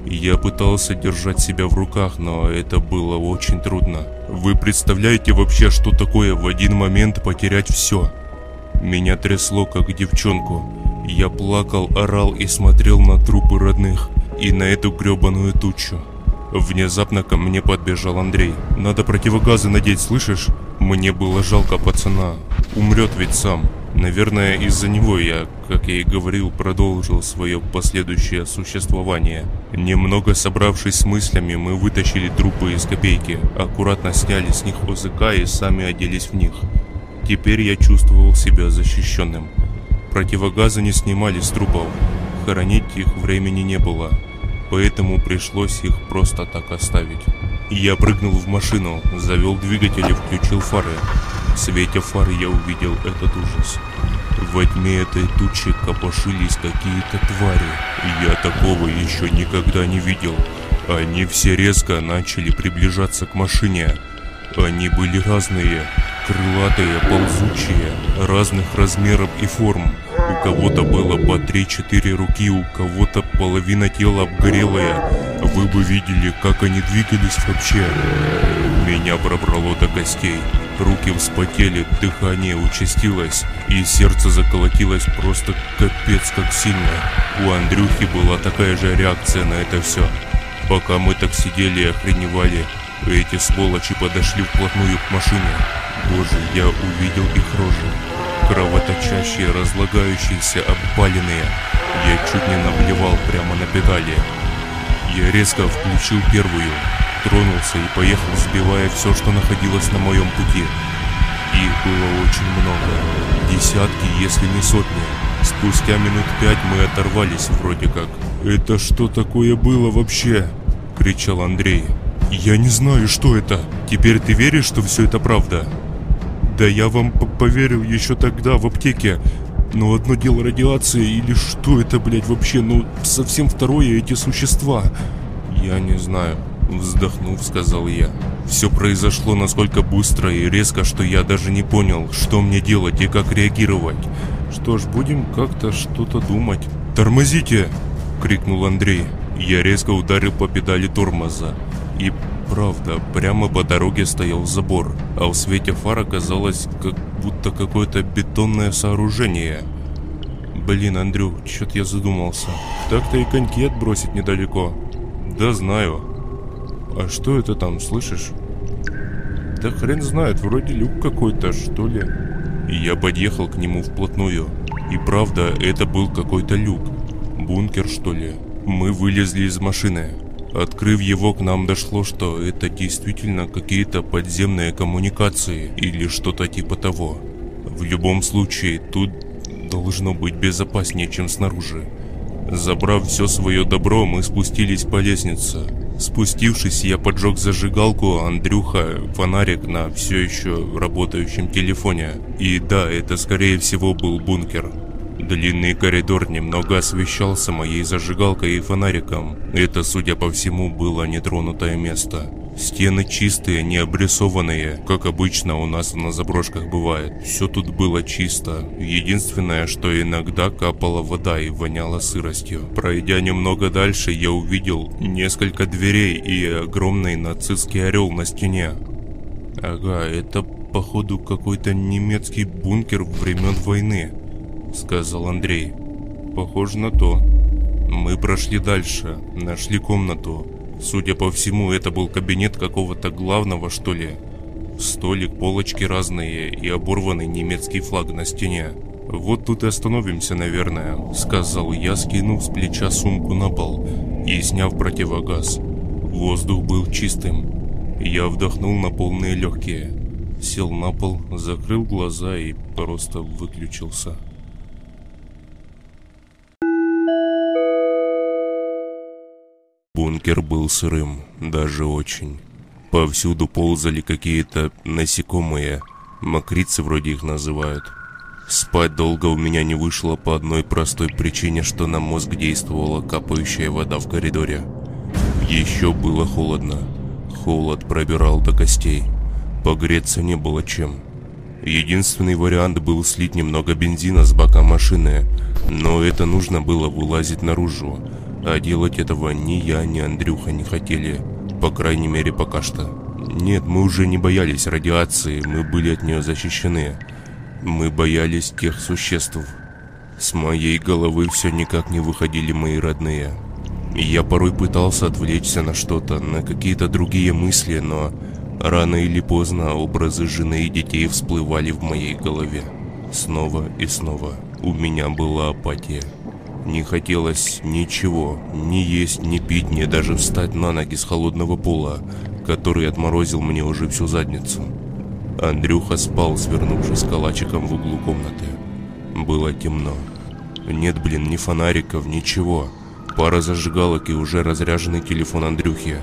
Я пытался держать себя в руках, но это было очень трудно. Вы представляете вообще, что такое в один момент потерять все? Меня трясло, как девчонку. Я плакал, орал и смотрел на трупы родных и на эту гребаную тучу. Внезапно ко мне подбежал Андрей. «Надо противогазы надеть, слышишь? Мне было жалко пацана. Умрет ведь сам». Наверное, из-за него я, как я и говорил, продолжил свое последующее существование. Немного собравшись с мыслями, мы вытащили трупы из копейки, аккуратно сняли с них ОЗК и сами оделись в них. Теперь я чувствовал себя защищенным. Противогазы не снимали с трупов, хоронить их времени не было, поэтому пришлось их просто так оставить. Я прыгнул в машину, завел двигатель и включил фары. В свете фар я увидел этот ужас. Во тьме этой тучи копошились какие-то твари. Я такого еще никогда не видел. Они все резко начали приближаться к машине. Они были разные, крылатые, ползучие, разных размеров и форм. У кого-то было по три-четыре руки, у кого-то половина тела обгорелая. Вы бы видели, как они двигались вообще. Меня пробрало до костей. Руки вспотели, дыхание участилось, и сердце заколотилось просто капец как сильно. У Андрюхи была такая же реакция на это все. Пока мы так сидели и охреневали, эти сволочи подошли вплотную к машине. Боже, я увидел их рожи. Кровоточащие, разлагающиеся, обпаленные. Я чуть не наблевал прямо на педали. Я резко включил первую, тронулся и поехал, сбивая все, что находилось на моем пути. Их было очень много. Десятки, если не сотни. Спустя минут пять мы оторвались вроде как. «Это что такое было вообще?» — кричал Андрей. «Я не знаю, что это. Теперь ты веришь, что все это правда?» «Да я вам поверил еще тогда в аптеке. Но одно дело радиация или что это, блядь, вообще? Ну, совсем второе эти существа». «Я не знаю», — вздохнув, сказал я. Все произошло настолько быстро и резко, что я даже не понял, что мне делать и как реагировать. «Что ж, будем как-то что-то думать». «Тормозите!» — крикнул Андрей. Я резко ударил по педали тормоза. И правда, прямо по дороге стоял забор, а в свете фар оказалось как будто какое-то бетонное сооружение. «Блин, Андрюх, чё-то я задумался. Так-то и коньки отбросить недалеко». «Да знаю». «А что это там, слышишь?» «Да хрен знает, вроде люк какой-то, что ли». Я подъехал к нему вплотную. И правда, это был какой-то люк. Бункер, что ли. Мы вылезли из машины. Открыв его, к нам дошло, что это действительно какие-то подземные коммуникации или что-то типа того. В любом случае, тут должно быть безопаснее, чем снаружи. Забрав все свое добро, мы спустились по лестнице. Спустившись, я поджег зажигалку, Андрюха фонарик на все еще работающем телефоне. И да, это скорее всего был бункер. Длинный коридор немного освещался моей зажигалкой и фонариком. Это, судя по всему, было нетронутое место. Стены чистые, не обрисованные, как обычно у нас на заброшках бывает. Все тут было чисто. Единственное, что иногда капала вода и воняло сыростью. Пройдя немного дальше, я увидел несколько дверей и огромный нацистский орел на стене. Ага, это походу какой-то немецкий бункер времен войны, сказал Андрей. Похоже на то. Мы прошли дальше, нашли комнату. Судя по всему, это был кабинет какого-то главного, что ли. Столик, полочки разные и оборванный немецкий флаг на стене. «Вот тут и остановимся, наверное», — сказал я, скинув с плеча сумку на пол и сняв противогаз. Воздух был чистым. Я вдохнул на полные легкие, сел на пол, закрыл глаза и просто выключился. Бункер был сырым, даже очень. Повсюду ползали какие-то насекомые, мокрицы вроде их называют. Спать долго у меня не вышло по одной простой причине, что на мозг действовала капающая вода в коридоре. Еще было холодно. Холод пробирал до костей. Погреться не было чем. Единственный вариант был слить немного бензина с бака машины, но это нужно было вылазить наружу. А делать этого ни я, ни Андрюха не хотели. По крайней мере, пока что. Нет, мы уже не боялись радиации, мы были от нее защищены. Мы боялись тех существ. С моей головы все никак не выходили мои родные. Я порой пытался отвлечься на что-то, на какие-то другие мысли, но рано или поздно образы жены и детей всплывали в моей голове. Снова и снова. У меня была апатия. Не хотелось ничего, ни есть, ни пить, ни даже встать на ноги с холодного пола, который отморозил мне уже всю задницу. Андрюха спал, свернувшись калачиком в углу комнаты. Было темно. Нет, блин, ни фонариков, ничего. Пара зажигалок и уже разряженный телефон Андрюхи.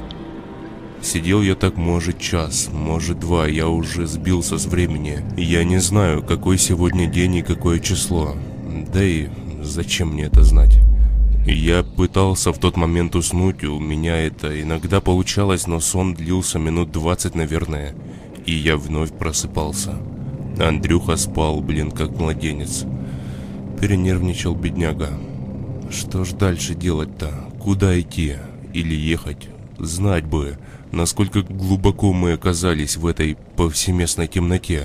Сидел я так, может, час, может, два, я уже сбился с времени. Я не знаю, какой сегодня день и какое число. Да и зачем мне это знать? Я пытался в тот момент уснуть, у меня это иногда получалось, но сон длился минут двадцать, наверное, и я вновь просыпался. Андрюха спал, блин, как младенец. Перенервничал бедняга. Что ж дальше делать-то? Куда идти? Или ехать? Знать бы, насколько глубоко мы оказались в этой повсеместной темноте.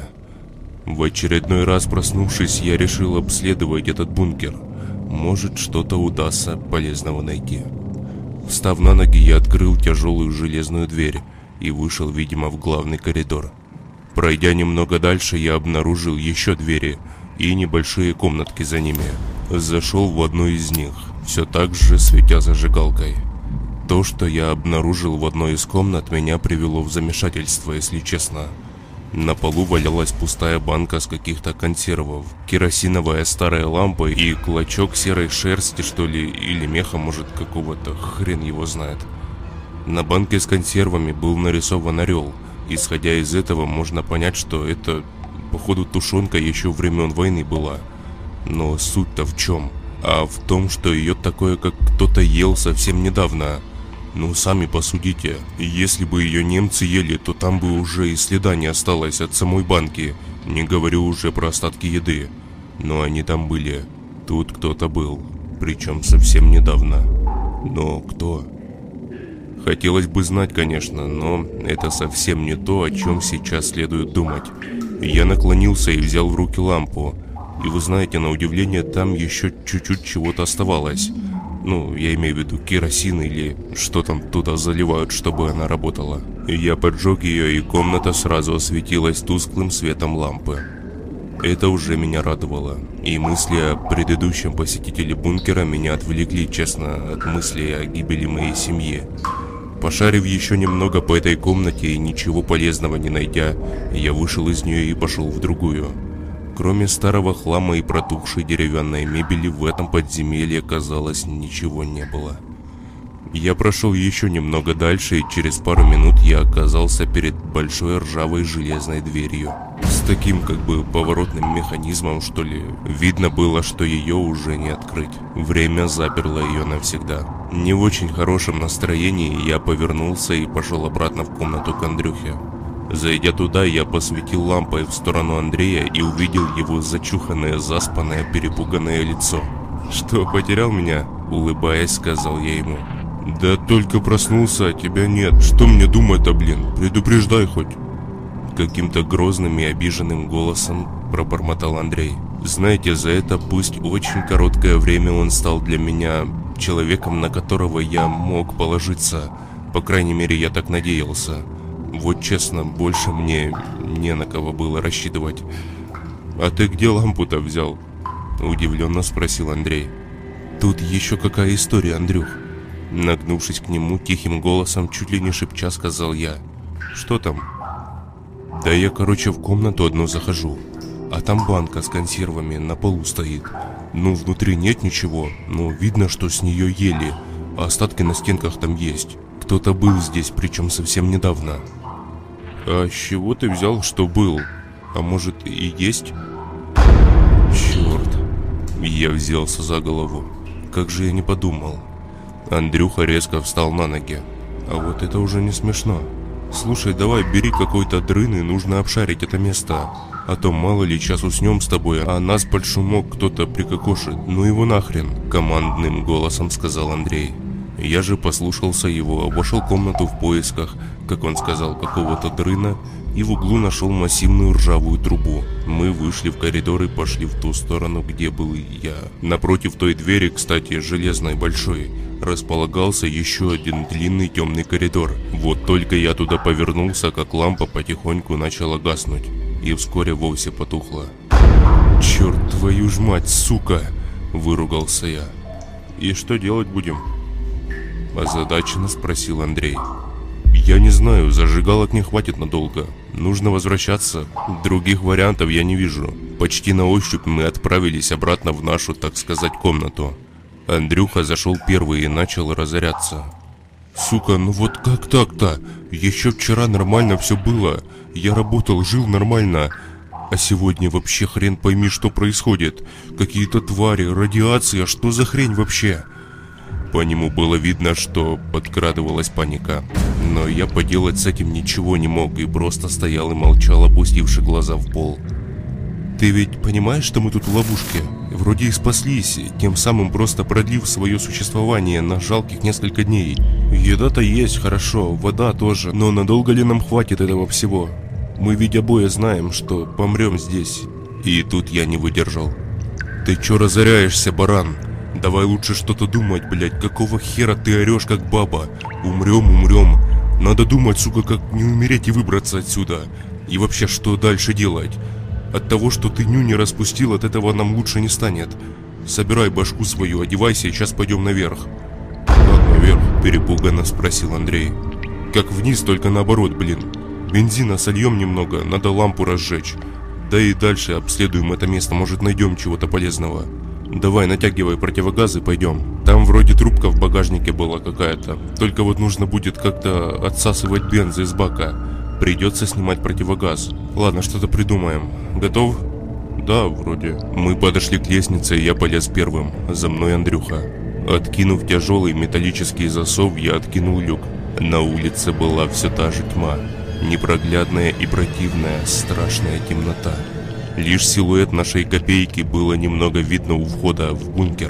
В очередной раз проснувшись, я решил обследовать этот бункер. Может, что-то удастся полезного найти. Встав на ноги, я открыл тяжелую железную дверь и вышел, видимо, в главный коридор. Пройдя немного дальше, я обнаружил еще двери и небольшие комнатки за ними. Зашел в одну из них, все так же светя зажигалкой. То, что я обнаружил в одной из комнат, меня привело в замешательство, если честно. На полу валялась пустая банка с каких-то консервов, керосиновая старая лампа и клочок серой шерсти, что ли, или меха, может, какого-то, хрен его знает. На банке с консервами был нарисован орел. Исходя из этого, можно понять, что это, походу, тушенка еще времен войны была. Но суть-то в чем? А в том, что ее такое, как кто-то ел совсем недавно. Ну, сами посудите, если бы ее немцы ели, то там бы уже и следа не осталось от самой банки, не говорю уже про остатки еды. Но они там были, тут кто-то был, причем совсем недавно. Но кто? Хотелось бы знать, конечно, но это совсем не то, о чем сейчас следует думать. Я наклонился и взял в руки лампу, и вы знаете, на удивление, там еще чуть-чуть чего-то оставалось. Ну, я имею в виду керосин или что там туда заливают, чтобы она работала. Я поджег ее, и комната сразу осветилась тусклым светом лампы. Это уже меня радовало. И мысли о предыдущем посетителе бункера меня отвлекли, честно, от мыслей о гибели моей семьи. Пошарив еще немного по этой комнате и ничего полезного не найдя, я вышел из нее и пошел в другую. Кроме старого хлама и протухшей деревянной мебели, в этом подземелье, казалось, ничего не было. Я прошел еще немного дальше, и через пару минут я оказался перед большой ржавой железной дверью. С таким, как бы, поворотным механизмом, что ли. Видно было, что ее уже не открыть. Время заперло ее навсегда. Не в очень хорошем настроении я повернулся и пошел обратно в комнату к Андрюхе. Зайдя туда, я посветил лампой в сторону Андрея и увидел его зачуханное, заспанное, перепуганное лицо. «Что, потерял меня?» – улыбаясь, сказал я ему. «Да только проснулся, а тебя нет. Что мне думать-то, блин? Предупреждай хоть!» Каким-то грозным и обиженным голосом пробормотал Андрей. Знаете, за это пусть очень короткое время он стал для меня человеком, на которого я мог положиться. По крайней мере, я так надеялся. Вот честно, больше мне не на кого было рассчитывать. «А ты где лампу-то взял?» – удивленно спросил Андрей. «Тут еще какая история, Андрюх?» Нагнувшись к нему, тихим голосом, чуть ли не шепча, сказал я. «Что там?» «Да я, короче, в комнату одну захожу, а там банка с консервами на полу стоит. Ну, внутри нет ничего, но видно, что с нее ели, а остатки на стенках там есть. Кто-то был здесь, причем совсем недавно». «А с чего ты взял, что был? А может, и есть?» «Черт!» Я взялся за голову. Как же я не подумал. Андрюха резко встал на ноги. А вот это уже не смешно. «Слушай, давай бери какой-то дрын, и нужно обшарить это место. А то мало ли, сейчас уснем с тобой, а нас под шумок кто-то прикокошит. Ну его нахрен!» Командным голосом сказал Андрей. Я же послушался его, обошел комнату в поисках, как он сказал, какого-то дрына, и в углу нашел массивную ржавую трубу. Мы вышли в коридор и пошли в ту сторону, где был я. Напротив той двери, кстати, железной большой, располагался еще один длинный темный коридор. Вот только я туда повернулся, как лампа потихоньку начала гаснуть, и вскоре вовсе потухла. «Черт твою ж мать, сука!» – выругался я. «И что делать будем?» – озадаченно спросил Андрей. «Я не знаю, зажигалок не хватит надолго. Нужно возвращаться. Других вариантов я не вижу». Почти на ощупь мы отправились обратно в нашу, так сказать, комнату. Андрюха зашел первый и начал разоряться. «Сука, ну вот как так-то? Еще вчера нормально все было. Я работал, жил нормально. А сегодня вообще хрен пойми, что происходит. Какие-то твари, радиация, что за хрень вообще?» По нему было видно, что подкрадывалась паника. Но я поделать с этим ничего не мог и просто стоял и молчал, опустивши глаза в пол. «Ты ведь понимаешь, что мы тут в ловушке? Вроде и спаслись, тем самым просто продлив свое существование на жалких несколько дней. Еда-то есть, хорошо, вода тоже, но надолго ли нам хватит этого всего? Мы ведь обои знаем, что помрем здесь». И тут я не выдержал. «Ты чё разоряешься, баран? Давай лучше что-то думать, блядь, какого хера ты орешь как баба? Умрем, умрем. Надо думать, сука, как не умереть и выбраться отсюда. И вообще, что дальше делать? От того, что ты ню не распустил, от этого нам лучше не станет. Собирай башку свою, одевайся и сейчас пойдем наверх». «Как наверх?» – перепуганно спросил Андрей. «Как вниз, только наоборот, блин. Бензина сольем немного, надо лампу разжечь. Да и дальше обследуем это место, может найдем чего-то полезного. Давай, натягивай противогаз и пойдем. Там вроде трубка в багажнике была какая-то. Только вот нужно будет как-то отсасывать бенз из бака. Придется снимать противогаз. Ладно, что-то придумаем. Готов?» «Да, вроде». Мы подошли к лестнице, и я полез первым. За мной Андрюха. Откинув тяжелый металлический засов, я откинул люк. На улице была все та же тьма. Непроглядная и противная, страшная темнота. Лишь силуэт нашей копейки было немного видно у входа в бункер.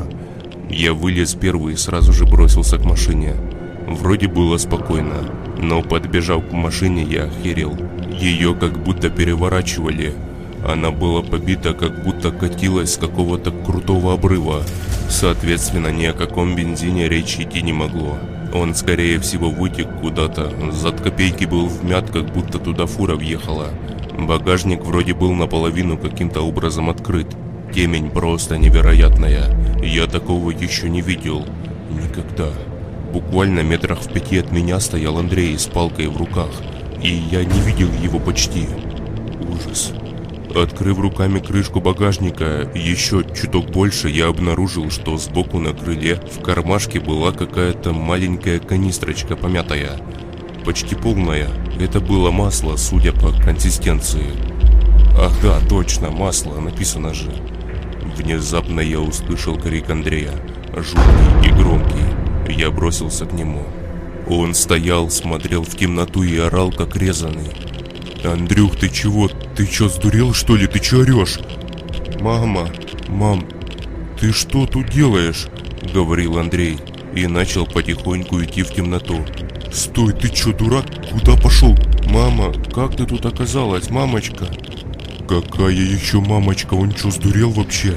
Я вылез первый и сразу же бросился к машине. Вроде было спокойно, но подбежав к машине, я охерел. Ее как будто переворачивали. Она была побита, как будто катилась с какого-то крутого обрыва. Соответственно, ни о каком бензине речи идти не могло. Он, скорее всего, вытек куда-то. Зад копейки был вмят, как будто туда фура въехала. Багажник вроде был наполовину каким-то образом открыт. Темень просто невероятная. Я такого еще не видел. Никогда. Буквально метрах в пяти от меня стоял Андрей с палкой в руках. И я не видел его почти. Ужас. Открыв руками крышку багажника еще чуток больше, я обнаружил, что сбоку на крыле в кармашке была какая-то маленькая канистрочка помятая. Почти полная. Это было масло, судя по консистенции. Ах да, точно, масло, написано же. Внезапно я услышал крик Андрея. Жуткий и громкий. Я бросился к нему. Он стоял, смотрел в темноту и орал, как резаный. «Андрюх, ты чего? Ты чё, сдурел, что ли? Ты чё орёшь?» «Мама, мам, ты что тут делаешь?» — говорил Андрей и начал потихоньку идти в темноту. «Стой, ты чё, дурак? Куда пошел? Мама, как ты тут оказалась, мамочка?» «Какая еще мамочка? Он чё, сдурел вообще?»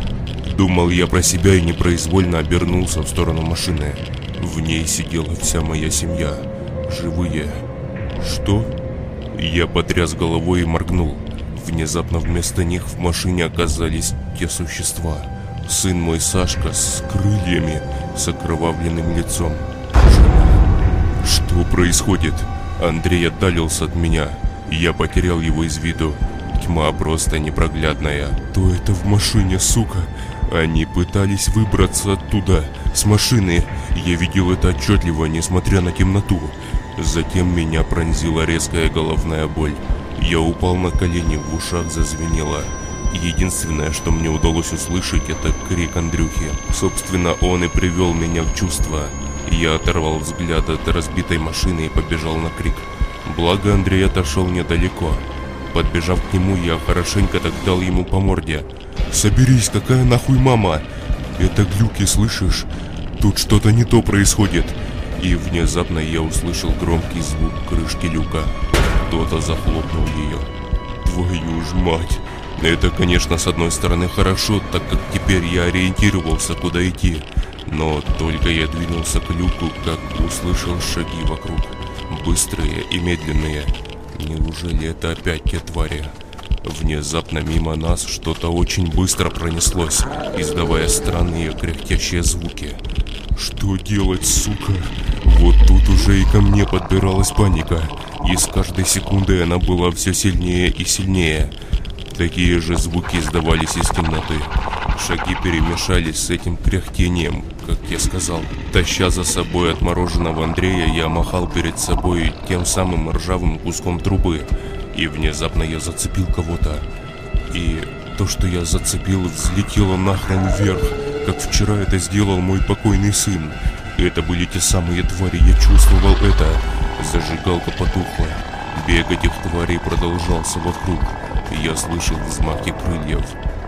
Думал я про себя и непроизвольно обернулся в сторону машины. В ней сидела вся моя семья. Живые. «Что?» Я потряс головой и моргнул. Внезапно вместо них в машине оказались те существа. Сын мой Сашка с крыльями, с окровавленным лицом. Жена. Что происходит? Андрей отдалился от меня. Я потерял его из виду. Тьма просто непроглядная. Кто это в машине, сука? Они пытались выбраться оттуда, с машины. Я видел это отчетливо, несмотря на темноту. Затем меня пронзила резкая головная боль. Я упал на колени, в ушах зазвенело. Единственное, что мне удалось услышать, это крик Андрюхи. Собственно, он и привел меня в чувство. Я оторвал взгляд от разбитой машины и побежал на крик. Благо Андрей отошел недалеко. Подбежав к нему, я хорошенько так дал ему по морде. «Соберись, какая нахуй мама? Это глюки, слышишь? тут что-то не то происходит. И внезапно я услышал громкий звук крышки люка. Кто-то захлопнул ее. Твою ж мать! Это, конечно, с одной стороны хорошо, так как теперь я ориентировался, куда идти. Но только я двинулся к люку, как услышал шаги вокруг. Быстрые и медленные. Неужели это опять те твари? Внезапно мимо нас что-то очень быстро пронеслось, издавая странные кряхтящие звуки. Что делать, сука? Вот тут уже и ко мне подбиралась паника. И с каждой секундой она была все сильнее и сильнее. Такие же звуки издавались из темноты. Шаги перемешались с этим кряхтением, как я сказал. Таща за собой отмороженного Андрея, я махал перед собой тем самым ржавым куском трубы. И внезапно я зацепил кого-то. И то, что я зацепил, взлетело нахрен вверх, как вчера это сделал мой покойный сын. Это были те самые твари, я чувствовал это. Зажигалка потухла. Бег этих тварей продолжался вокруг. Я слышал взмахи крыльев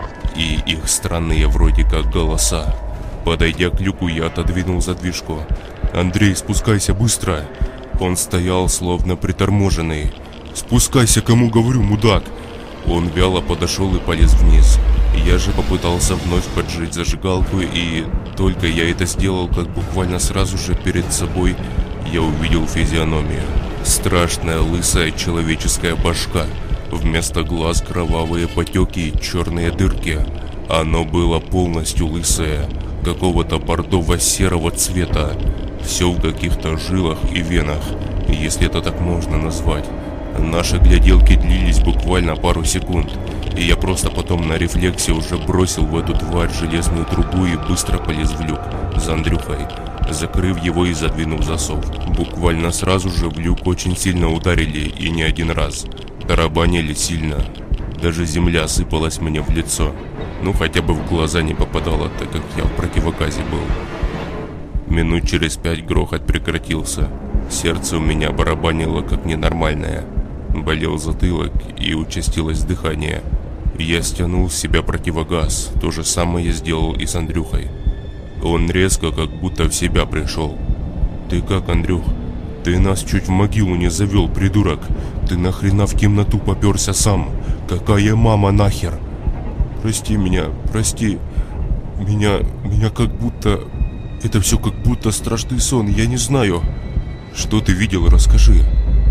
и их странные вроде как голоса. Подойдя к люку, я отодвинул задвижку. «Андрей, спускайся быстро!» Он стоял словно приторможенный. «Спускайся, кому говорю, мудак!» Он вяло подошел и полез вниз. Я же попытался вновь поджечь зажигалку, и только я это сделал, как буквально сразу же перед собой я увидел физиономию. Страшная лысая человеческая башка. Вместо глаз кровавые потеки и черные дырки. Оно было полностью лысое, какого-то бордово-серого цвета. Все в каких-то жилах и венах, если это так можно назвать. Наши гляделки длились буквально пару секунд, и я просто потом на рефлексе уже бросил в эту тварь железную трубу и быстро полез в люк за Андрюхой, закрыв его и задвинув засов. Буквально сразу же в люк очень сильно ударили, и не один раз. Тарабанили сильно. Даже земля сыпалась мне в лицо. Ну хотя бы в глаза не попадало, так как я в противогазе был. Минут через пять грохот прекратился. Сердце у меня барабанило как ненормальное. Болел затылок и участилось дыхание. Я стянул с себя противогаз. То же самое я сделал и с Андрюхой. Он резко как будто в себя пришел. «Ты как, Андрюх? Ты нас чуть в могилу не завел, придурок. Ты нахрена в темноту поперся сам? Какая мама нахер?» «Прости меня, прости. Меня, меня как будто... Это все как будто страшный сон, я не знаю». «Что ты видел, расскажи».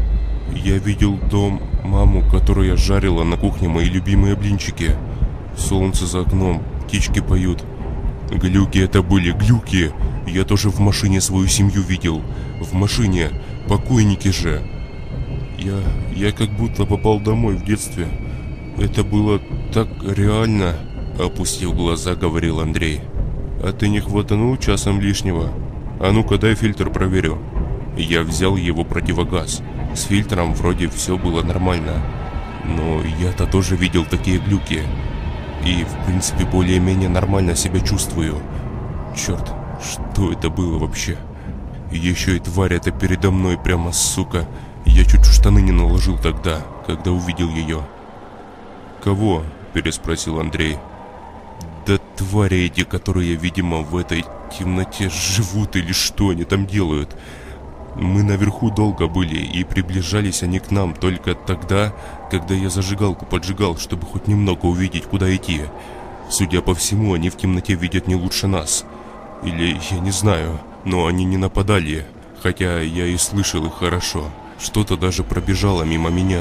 «Я видел дом, маму, которая жарила на кухне мои любимые блинчики. Солнце за окном, птички поют. Глюки это были, глюки. Я тоже в машине свою семью видел. В машине, покойники же. Я, я как будто попал домой в детстве. Это было так реально», — опустив глаза, говорил Андрей. «А ты не хватанул часом лишнего? А ну-ка дай фильтр проверю». Я взял его противогаз. С фильтром вроде все было нормально. Но я-то тоже видел такие глюки. И в принципе более-менее нормально себя чувствую. Черт, что это было вообще? Еще и тварь эта передо мной прямо, сука. Я чуть в штаны не наложил тогда, когда увидел ее. «Кого?» – переспросил Андрей. «Да твари эти, которые, видимо, в этой темноте живут или что они там делают. Мы наверху долго были, и приближались они к нам только тогда, когда я зажигалку поджигал, чтобы хоть немного увидеть, куда идти. Судя по всему, они в темноте видят не лучше нас. Или я не знаю, но они не нападали, хотя я и слышал их хорошо. Что-то даже пробежало мимо меня.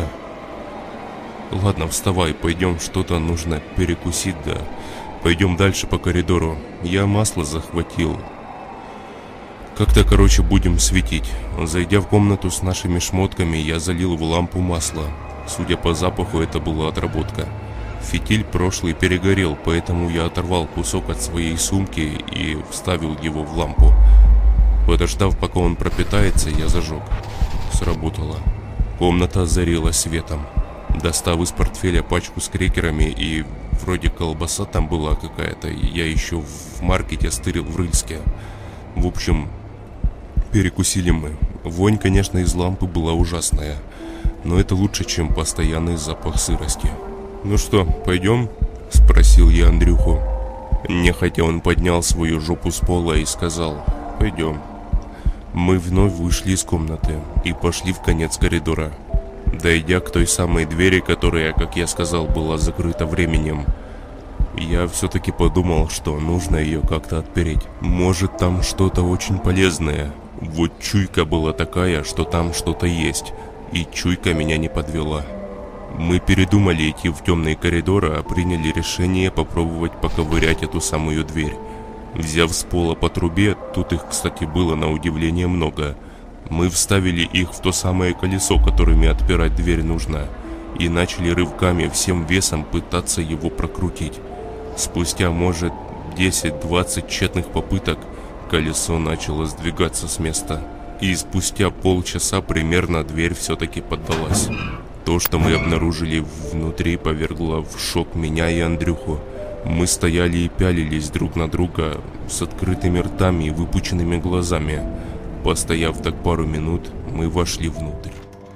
Ладно, вставай, пойдем, что-то нужно перекусить, да. Пойдем дальше по коридору. Я масло захватил. Как-то, короче, будем светить». Зайдя в комнату с нашими шмотками, я залил в лампу масло. Судя по запаху, это была отработка. Фитиль прошлый перегорел, поэтому я оторвал кусок от своей сумки и вставил его в лампу. Подождав, пока он пропитается, я зажег. Сработало. Комната озарилась светом. Достав из портфеля пачку с крекерами, и вроде колбаса там была какая-то, я еще в маркете стырил в Рыльске. В общем, перекусили мы. Вонь, конечно, из лампы была ужасная, но это лучше, чем постоянный запах сырости. «Ну что, пойдем?» – спросил я Андрюху. Нехотя он поднял свою жопу с пола и сказал: «Пойдем». Мы вновь вышли из комнаты и пошли в конец коридора. Дойдя к той самой двери, которая, как я сказал, была закрыта временем, я все-таки подумал, что нужно ее как-то отпереть. Может, там что-то очень полезное. Вот чуйка была такая, что там что-то есть, и чуйка меня не подвела. Мы передумали идти в темные коридоры, а приняли решение попробовать поковырять эту самую дверь. Взяв с пола по трубе, тут их, кстати, было на удивление много, мы вставили их в то самое колесо, которыми отпирать дверь нужно, и начали рывками всем весом пытаться его прокрутить. Спустя, может, десять-двадцать тщетных попыток, колесо начало сдвигаться с места, и спустя полчаса примерно дверь все-таки поддалась. То, что мы обнаружили внутри, повергло в шок меня и Андрюху. Мы стояли и пялились друг на друга с открытыми ртами и выпученными глазами. Постояв так пару минут, мы вошли внутрь.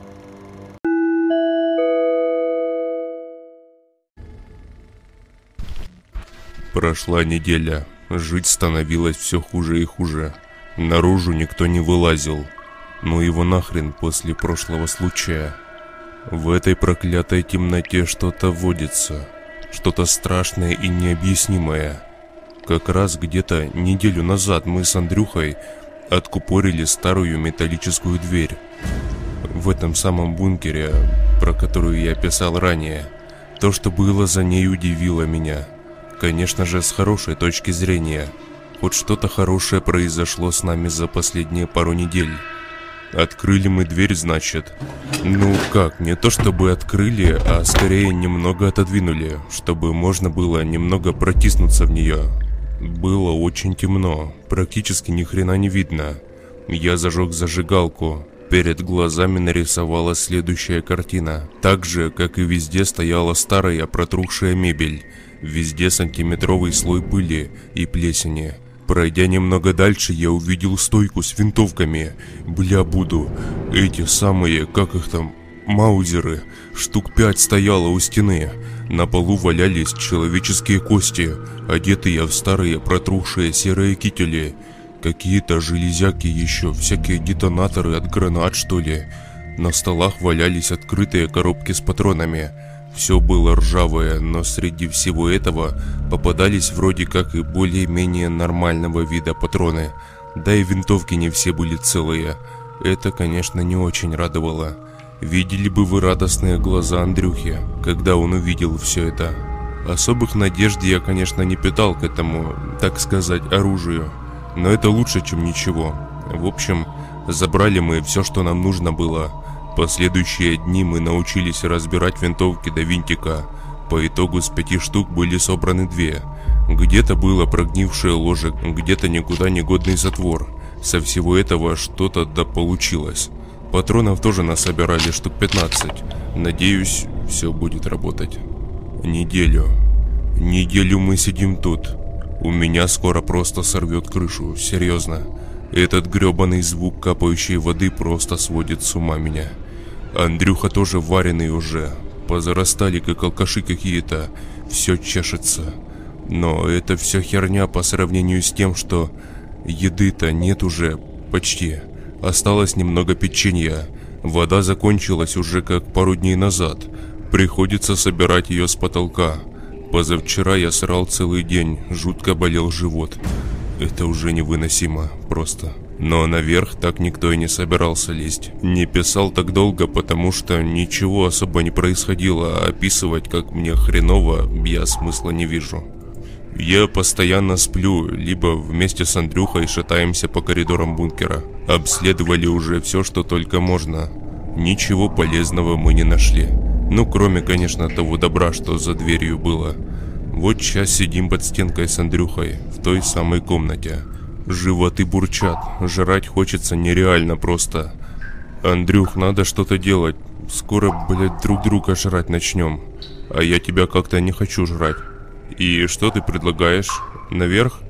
Прошла неделя. Жить становилось все хуже и хуже. Наружу никто не вылазил. Ну его нахрен после прошлого случая. В этой проклятой темноте что-то водится. Что-то страшное и необъяснимое. Как раз где-то неделю назад мы с Андрюхой откупорили старую металлическую дверь. В этом самом бункере, про которую я писал ранее. То, что было за ней, удивило меня. Конечно же, с хорошей точки зрения. Хоть что-то хорошее произошло с нами за последние пару недель. Открыли мы дверь, значит. Ну как, не то чтобы открыли, а скорее немного отодвинули, чтобы можно было немного протиснуться в нее. Было очень темно, практически ни хрена не видно. Я зажег зажигалку. Перед глазами нарисовалась следующая картина. Так же, как и везде, стояла старая протрухшая мебель. Везде сантиметровый слой пыли и плесени. Пройдя немного дальше, я увидел стойку с винтовками. Бля, буду. Эти самые, как их там, маузеры. Штук пять стояло у стены. На полу валялись человеческие кости, одетые в старые протрухшие серые кители. Какие-то железяки еще, всякие детонаторы от гранат, что ли. На столах валялись открытые коробки с патронами. Все было ржавое, но среди всего этого попадались вроде как и более-менее нормального вида патроны. Да и винтовки не все были целые. Это, конечно, не очень радовало. Видели бы вы радостные глаза Андрюхи, когда он увидел все это. Особых надежд я, конечно, не питал к этому, так сказать, оружию. Но это лучше, чем ничего. В общем, забрали мы все, что нам нужно было. Последующие дни мы научились разбирать винтовки до винтика. По итогу с пяти штук были собраны две. Где-то было прогнившее ложе, где-то никуда не годный затвор. Со всего этого что-то да получилось. Патронов тоже насобирали штук пятнадцать. Надеюсь, все будет работать. Неделю. Неделю мы сидим тут. У меня скоро просто сорвет крышу, серьезно. Этот гребаный звук капающей воды просто сводит с ума меня. Андрюха тоже вареный уже. Позарастали как алкаши какие-то. Все чешется. Но это все херня по сравнению с тем, что еды-то нет уже почти. Осталось немного печенья. Вода закончилась уже как пару дней назад. Приходится собирать ее с потолка. Позавчера я срал целый день. Жутко болел живот. Это уже невыносимо, просто. Но наверх так никто и не собирался лезть. Не писал так долго, потому что ничего особо не происходило, а описывать, как мне хреново, я смысла не вижу. Я постоянно сплю, либо вместе с Андрюхой шатаемся по коридорам бункера. Обследовали уже все, что только можно. Ничего полезного мы не нашли. Ну, кроме, конечно, того добра, что за дверью было. Вот сейчас сидим под стенкой с Андрюхой, в той самой комнате. Животы бурчат, жрать хочется нереально просто. Андрюх, надо что-то делать. Скоро, блядь, друг друга жрать начнем. А я тебя как-то не хочу жрать. И что ты предлагаешь? Наверх?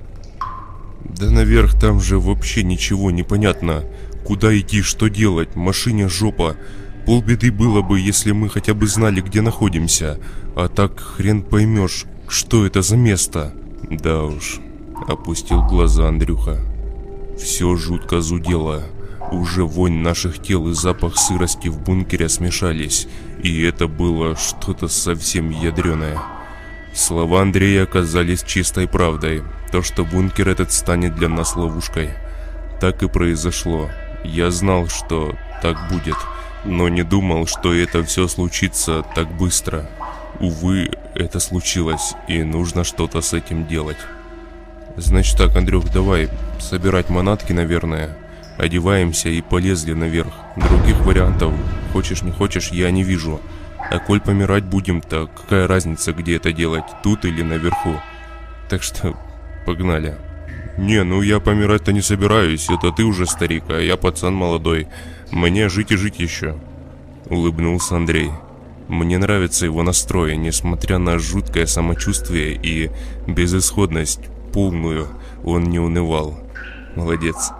Да наверх там же вообще ничего не понятно. Куда идти, что делать? Машине жопа. Полбеды было бы, если мы хотя бы знали, где находимся. А так хрен поймешь, что это за место. Да уж, опустил глаза Андрюха. Все жутко зудело. Уже вонь наших тел и запах сырости в бункере смешались, и это было что-то совсем ядреное. Слова Андрея оказались чистой правдой. То, что бункер этот станет для нас ловушкой. Так и произошло. Я знал, что так будет, но не думал, что это все случится так быстро. Увы, это случилось, и нужно что-то с этим делать. Значит так, Андрюх, давай собирать манатки, наверное. Одеваемся и полезли наверх. Других вариантов, хочешь не хочешь, я не вижу. А коль помирать будем, то какая разница, где это делать, тут или наверху? Так что погнали. Не, ну я помирать-то не собираюсь, это ты уже старик, а я пацан молодой. Мне жить и жить еще. Улыбнулся Андрей. Мне нравится его настрой, несмотря на жуткое самочувствие и безысходность полную, он не унывал. Молодец.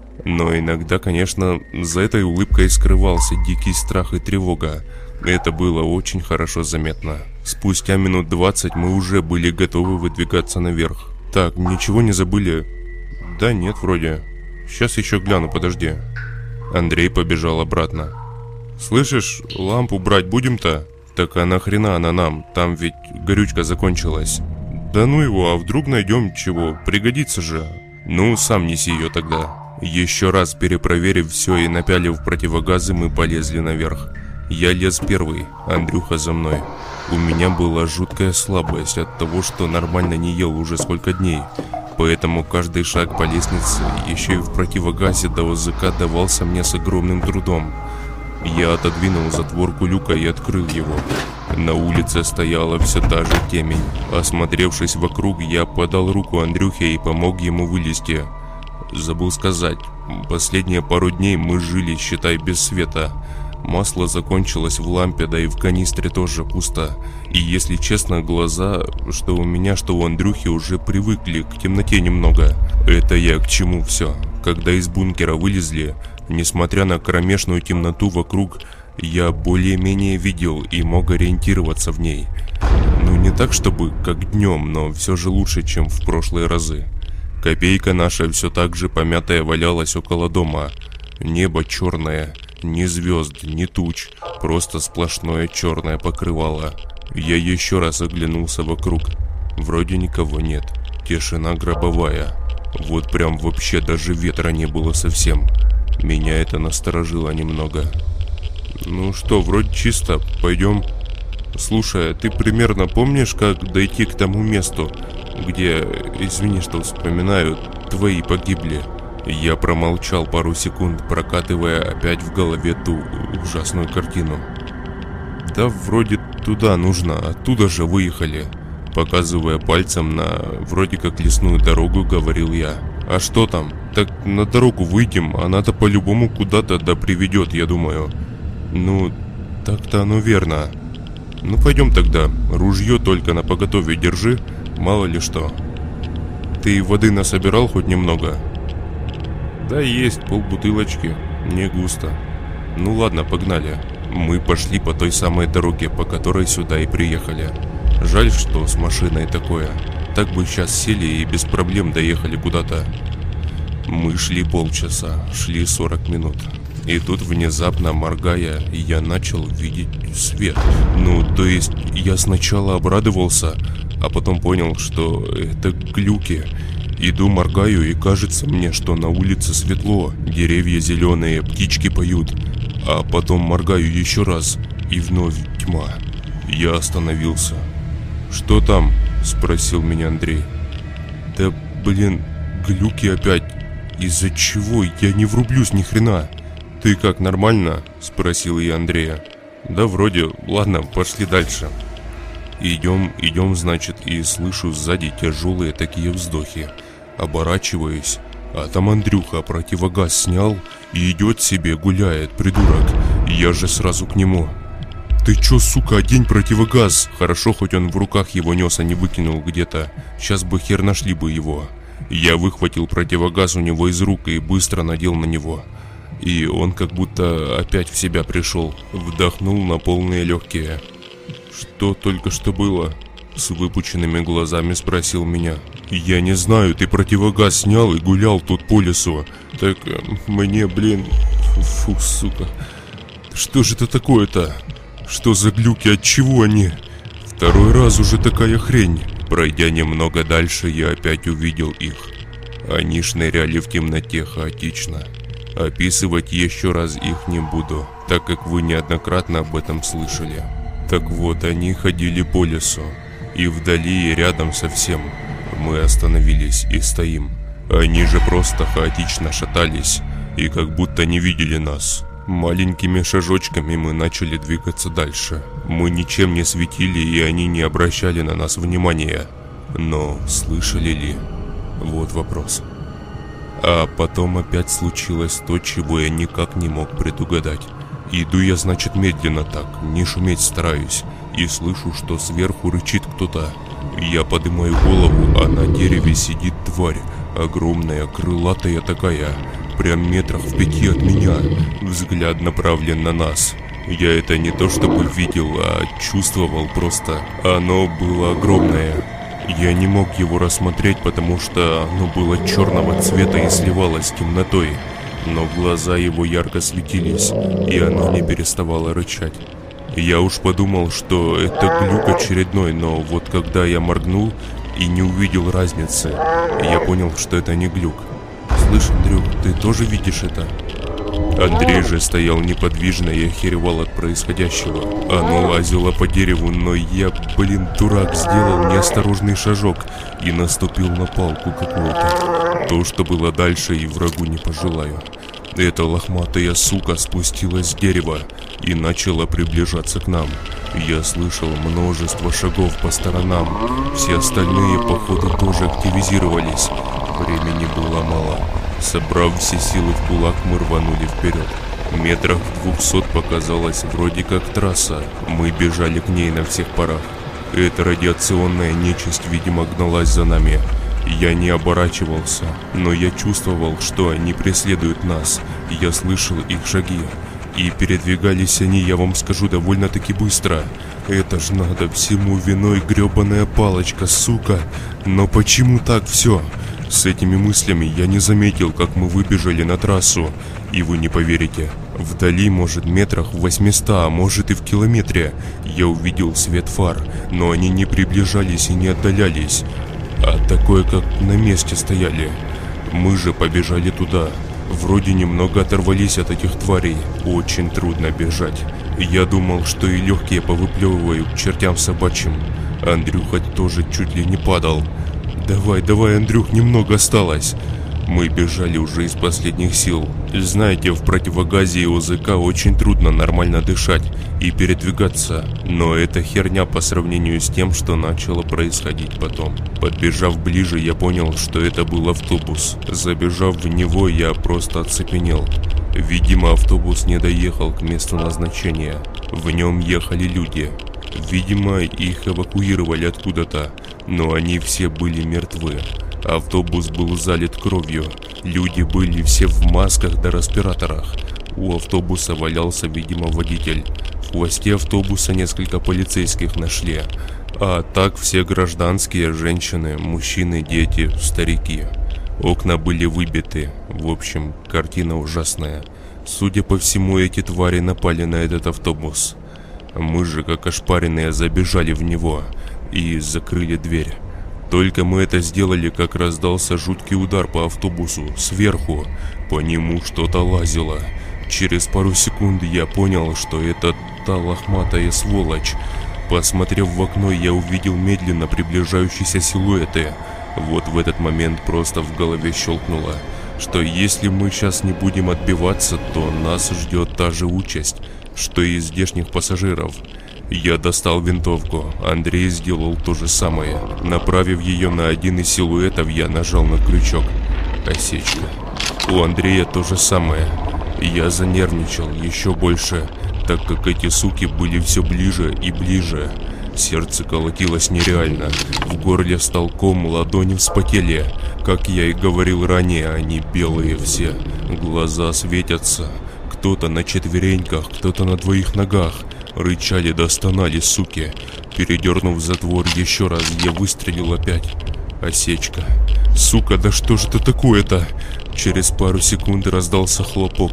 Но иногда, конечно, за этой улыбкой скрывался дикий страх и тревога. Это было очень хорошо заметно. Спустя минут двадцать мы уже были готовы выдвигаться наверх. Так, ничего не забыли? Да нет, вроде. Сейчас еще гляну, подожди. Андрей побежал обратно. Слышишь, лампу брать будем-то? Так а нахрена она нам? Там ведь горючка закончилась. Да ну его, а вдруг найдем чего? Пригодится же. Ну, сам неси ее тогда. Еще раз перепроверив все и напялив противогазы, мы полезли наверх. Я лез первый, Андрюха за мной. У меня была жуткая слабость от того, что нормально не ел уже сколько дней. Поэтому каждый шаг по лестнице, еще и в противогазе до ОЗК, давался мне с огромным трудом. Я отодвинул затворку люка и открыл его. На улице стояла все та же темень. Осмотревшись вокруг, я подал руку Андрюхе и помог ему вылезти. Забыл сказать, последние пару дней мы жили, считай, без света. Масло закончилось в лампе, да и в канистре тоже пусто. И если честно, глаза, что у меня, что у Андрюхи, уже привыкли к темноте немного. Это я к чему все. Когда из бункера вылезли, несмотря на кромешную темноту вокруг, я более-менее видел и мог ориентироваться в ней. Ну не так, чтобы как днем, но все же лучше, чем в прошлые разы. Копейка наша все так же помятая валялась около дома. Небо черное, ни звезд, ни туч, просто сплошное черное покрывало. Я еще раз оглянулся вокруг. Вроде никого нет. Тишина гробовая. Вот прям вообще даже ветра не было совсем. Меня это насторожило немного. Ну что, вроде чисто, пойдем. Слушай, ты примерно помнишь, как дойти к тому месту, где, извини, что вспоминаю, твои погибли? Я промолчал пару секунд, прокатывая опять в голове ту ужасную картину. Да вроде туда нужно, оттуда же выехали. Показывая пальцем на вроде как лесную дорогу, говорил я. А что там? Так на дорогу выйдем, она-то по-любому куда-то да приведет, я думаю. Ну, так-то оно верно. Ну пойдем тогда, ружье только напоготове держи, мало ли что. Ты воды насобирал хоть немного? Да есть, полбутылочки, не густо. Ну ладно, погнали. Мы пошли по той самой дороге, по которой сюда и приехали. Жаль, что с машиной такое. Так бы сейчас сели и без проблем доехали куда-то. Мы шли полчаса, шли сорок минут. И тут внезапно, моргая, я начал видеть свет. Ну, то есть, я сначала обрадовался, а потом понял, что это глюки. Иду, моргаю, и кажется мне, что на улице светло, деревья зеленые, птички поют. А потом моргаю еще раз, и вновь тьма. Я остановился. «Что там?» – спросил меня Андрей. «Да, блин, глюки опять. Из-за чего? Я не врублюсь ни хрена». «Ты как, нормально?» – спросил я Андрея. «Да вроде, ладно, пошли дальше». Идем, идем, значит, и слышу сзади тяжелые такие вздохи. Оборачиваюсь, а там Андрюха противогаз снял и идет себе, гуляет, придурок. Я же сразу к нему. «Ты чё, сука, одень противогаз!» Хорошо, хоть он в руках его нес, а не выкинул где-то. Сейчас бы хер нашли бы его. Я выхватил противогаз у него из рук и быстро надел на него. И он как будто опять в себя пришел. Вдохнул на полные легкие. «Что только что было?» С выпученными глазами спросил меня. Я не знаю, ты противогаз снял и гулял тут по лесу. Так э, мне, блин, фу, сука. Что же это такое-то? Что за глюки, от чего они? Второй раз уже такая хрень. Пройдя немного дальше, я опять увидел их. Они шныряли в темноте хаотично. Описывать еще раз их не буду, так как вы неоднократно об этом слышали. Так вот, они ходили по лесу. И вдали, и рядом совсем. Мы остановились и стоим. Они же просто хаотично шатались и как будто не видели нас. Маленькими шажочками мы начали двигаться дальше. Мы ничем не светили, и они не обращали на нас внимания. Но слышали ли? Вот вопрос. А потом опять случилось то, чего я никак не мог предугадать. Иду я, значит, медленно так, не шуметь стараюсь, и слышу, что сверху рычит кто-то. Я поднимаю голову, а на дереве сидит тварь, огромная, крылатая такая, прям метрах в пяти от меня. Взгляд направлен на нас. Я это не то чтобы видел, а чувствовал просто. Оно было огромное. Я не мог его рассмотреть, потому что оно было черного цвета и сливалось с темнотой. Но глаза его ярко светились, и оно не переставало рычать. Я уж подумал, что это глюк очередной, но вот когда я моргнул и не увидел разницы, я понял, что это не глюк. Слышь, Андрюх, ты тоже видишь это? Андрей же стоял неподвижно и охеревал от происходящего. Оно лазило по дереву, но я, блин, дурак, сделал неосторожный шажок и наступил на палку какую-то. То, что было дальше, и врагу не пожелаю. Эта лохматая сука спустилась с дерева и начала приближаться к нам. Я слышал множество шагов по сторонам. Все остальные, походу, тоже активизировались. Времени было мало. Собрав все силы в кулак, мы рванули вперед. Метрах в двухсот показалась вроде как трасса. Мы бежали к ней на всех парах. Эта радиационная нечисть, видимо, гналась за нами. Я не оборачивался, но я чувствовал, что они преследуют нас. Я слышал их шаги. И передвигались они, я вам скажу, довольно-таки быстро. Это ж надо, всему виной гребаная палочка, сука. Но почему так все? С этими мыслями я не заметил, как мы выбежали на трассу. И вы не поверите, вдали, может, метрах в восьмиста, а может и в километре, я увидел свет фар, но они не приближались и не отдалялись, а такое, как на месте стояли. Мы же побежали туда. Вроде немного оторвались от этих тварей. Очень трудно бежать. Я думал, что и легкие повыплевываю к чертям собачьим. Андрюха тоже чуть ли не падал. Давай, давай, Андрюх, немного осталось. Мы бежали уже из последних сил. Знаете, в противогазе и ОЗК очень трудно нормально дышать и передвигаться. Но это херня по сравнению с тем, что начало происходить потом. Подбежав ближе, я понял, что это был автобус. Забежав в него, я просто оцепенел. Видимо, автобус не доехал к месту назначения. В нем ехали люди. Видимо, их эвакуировали откуда-то, но они все были мертвы. Автобус был залит кровью. Люди были все в масках да респираторах. У автобуса валялся, видимо, водитель. В хвосте автобуса несколько полицейских нашли. А так все гражданские, женщины, мужчины, дети, старики. Окна были выбиты. В общем, картина ужасная. Судя по всему, эти твари напали на этот автобус. Мы же, как ошпаренные, забежали в него и закрыли дверь. Только мы это сделали, как раздался жуткий удар по автобусу сверху. По нему что-то лазило. Через пару секунд я понял, что это та лохматая сволочь. Посмотрев в окно, я увидел медленно приближающиеся силуэты. Вот в этот момент просто в голове щелкнуло, что если мы сейчас не будем отбиваться, то нас ждет та же участь, что и здешних пассажиров. Я достал винтовку, Андрей сделал то же самое. Направив ее на один из силуэтов, я нажал на крючок. Осечка. У Андрея то же самое. Я занервничал еще больше, так как эти суки были все ближе и ближе. Сердце колотилось нереально, в горле стал ком, ладони вспотели. Как я и говорил ранее, они белые все, глаза светятся. Кто-то на четвереньках, кто-то на двоих ногах. Рычали да стонали, суки. Передернув затвор еще раз, я выстрелил опять. Осечка. Сука, да что же это такое-то? Через пару секунд раздался хлопок.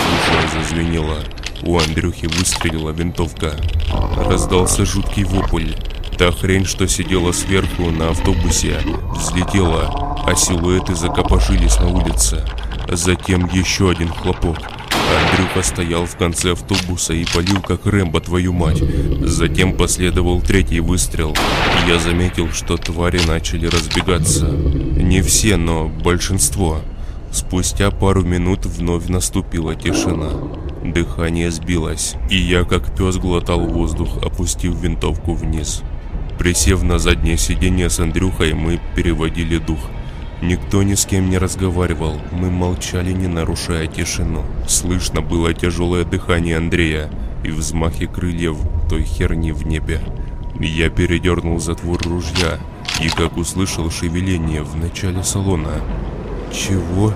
Уже зазвенело. У Андрюхи выстрелила винтовка. Раздался жуткий вопль. Та хрень, что сидела сверху на автобусе, взлетела, а силуэты закопошились на улице. Затем еще один хлопок. Андрюха стоял в конце автобуса и палил как Рэмбо, твою мать. Затем последовал третий выстрел, и я заметил, что твари начали разбегаться. Не все, но большинство. Спустя пару минут вновь наступила тишина. Дыхание сбилось, и я как пес глотал воздух, опустив винтовку вниз. Присев на заднее сиденье с Андрюхой, мы переводили дух. Никто ни с кем не разговаривал, мы молчали, не нарушая тишину. Слышно было тяжелое дыхание Андрея и взмахи крыльев той херни в небе. Я передернул затвор ружья и как услышал шевеление в начале салона. Чего?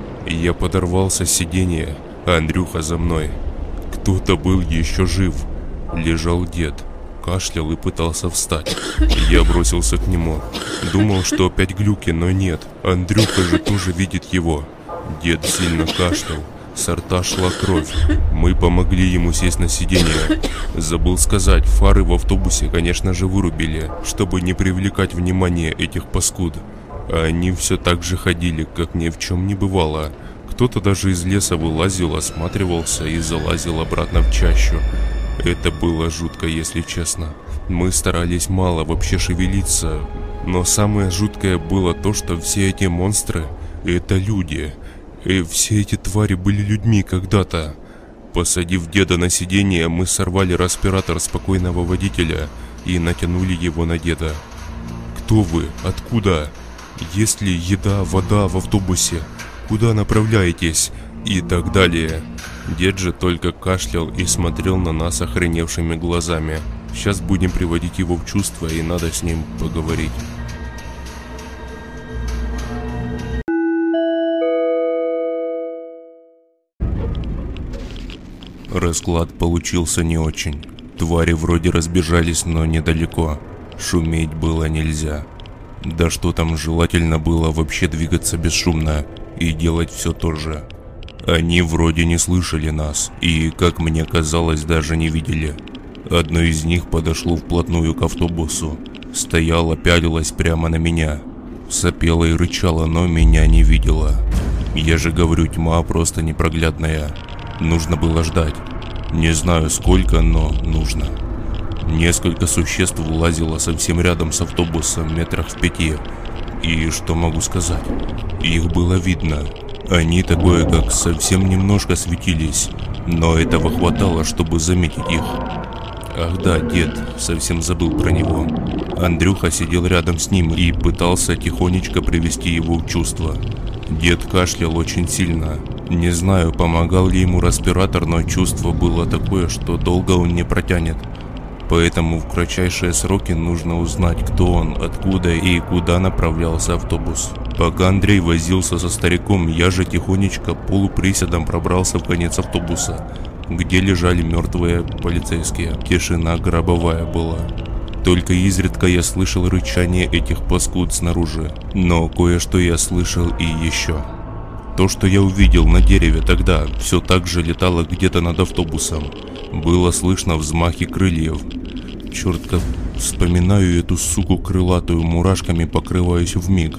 Я подорвался с сиденья, а Андрюха за мной. Кто-то был еще жив. Лежал дед. Кашлял и пытался встать. Я бросился к нему. Думал, что опять глюки, но нет. Андрюха же тоже видит его. Дед сильно кашлял. С рта шла кровь. Мы помогли ему сесть на сиденье. Забыл сказать, фары в автобусе, конечно же, вырубили, чтобы не привлекать внимание этих паскуд. А они все так же ходили, как ни в чем не бывало. Кто-то даже из леса вылазил, осматривался и залазил обратно в чащу. Это было жутко, если честно. Мы старались мало вообще шевелиться, но самое жуткое было то, что все эти монстры — это люди. И все эти твари были людьми когда-то. Посадив деда на сиденье, мы сорвали респиратор спокойного водителя и натянули его на деда. «Кто вы? Откуда? Есть ли еда, вода в автобусе? Куда направляетесь?» И так далее. Дед же только кашлял и смотрел на нас охреневшими глазами. Сейчас будем приводить его в чувство, и надо с ним поговорить. Расклад получился не очень. Твари вроде разбежались, но недалеко. Шуметь было нельзя. Да что там, желательно было вообще двигаться бесшумно и делать все то же. Они вроде не слышали нас и, как мне казалось, даже не видели. Одно из них подошло вплотную к автобусу. Стояла, пялилась прямо на меня. Сопела и рычала, но меня не видела. Я же говорю, тьма просто непроглядная. Нужно было ждать. Не знаю сколько, но нужно. Несколько существ лазило совсем рядом с автобусом, метрах в пяти. И что могу сказать? Их было видно. Они такое как совсем немножко светились, но этого хватало, чтобы заметить их. Ах да, дед, совсем забыл про него. Андрюха сидел рядом с ним и пытался тихонечко привести его в чувство. Дед кашлял очень сильно. Не знаю, помогал ли ему респиратор, но чувство было такое, что долго он не протянет. Поэтому в кратчайшие сроки нужно узнать, кто он, откуда и куда направлялся автобус. Пока Андрей возился со стариком, я же тихонечко полуприседом пробрался в конец автобуса, где лежали мертвые полицейские. Тишина гробовая была. Только изредка я слышал рычание этих паскуд снаружи. Но кое-что я слышал и еще. То, что я увидел на дереве тогда, все так же летало где-то над автобусом. Было слышно взмахи крыльев. Черт, как вспоминаю эту суку крылатую, мурашками покрываюсь вмиг.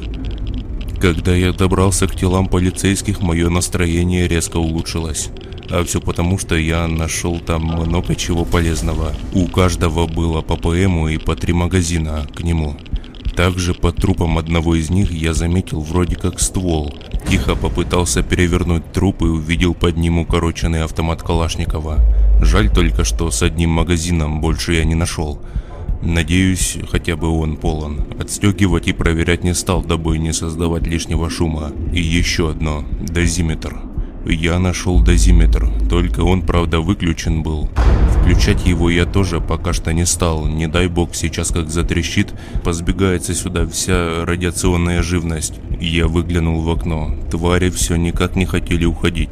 Когда я добрался к телам полицейских, мое настроение резко улучшилось. А все потому, что я нашел там много чего полезного. У каждого было по ПМу и по три магазина к нему. Также под трупом одного из них я заметил вроде как ствол. Тихо попытался перевернуть труп и увидел под ним укороченный автомат Калашникова. Жаль только, что с одним магазином больше я не нашел. Надеюсь, хотя бы он полон. Отстегивать и проверять не стал, дабы не создавать лишнего шума. И еще одно. Дозиметр. Я нашел дозиметр, только он, правда, выключен был. Включать его я тоже пока что не стал. Не дай бог, сейчас как затрещит, позбегается сюда вся радиационная живность. Я выглянул в окно. Твари все никак не хотели уходить.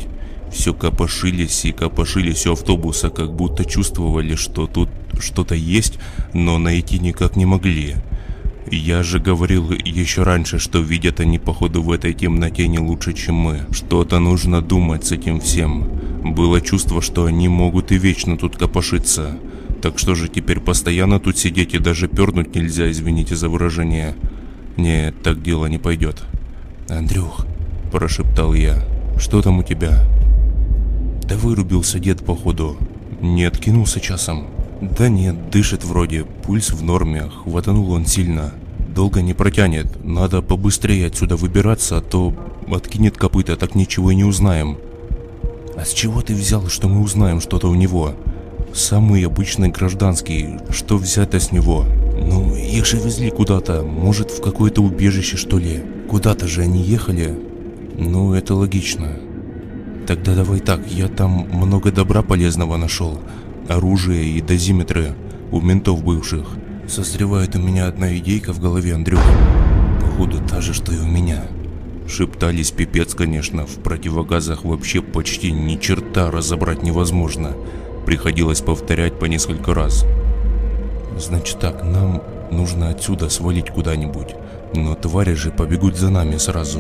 Все копошились и копошились у автобуса, как будто чувствовали, что тут что-то есть, но найти никак не могли. Я же говорил еще раньше, что видят они походу в этой темноте не лучше, чем мы. Что-то нужно думать с этим всем. Было чувство, что они могут и вечно тут копошиться. Так что же теперь постоянно тут сидеть и даже пернуть нельзя, извините за выражение. Нет, так дело не пойдет. Андрюх, прошептал я, что там у тебя? Да вырубился дед походу. Не откинулся часом? Да нет, дышит вроде, пульс в норме, хватанул он сильно. Долго не протянет, надо побыстрее отсюда выбираться, а то откинет копыта, так ничего и не узнаем. А с чего ты взял, что мы узнаем что-то у него? Самый обычный гражданский, что взято с него? Ну, их же везли куда-то, может в какое-то убежище что ли? Куда-то же они ехали? Ну, это логично. Тогда давай так, я там много добра полезного нашел. Оружие и дозиметры у ментов бывших. Созревает у меня одна идейка в голове, Андрюх. Походу та же, что и у меня. Шептались пипец, конечно, в противогазах вообще почти ни черта разобрать невозможно. Приходилось повторять по несколько раз. Значит так, нам нужно отсюда свалить куда-нибудь, но твари же побегут за нами сразу.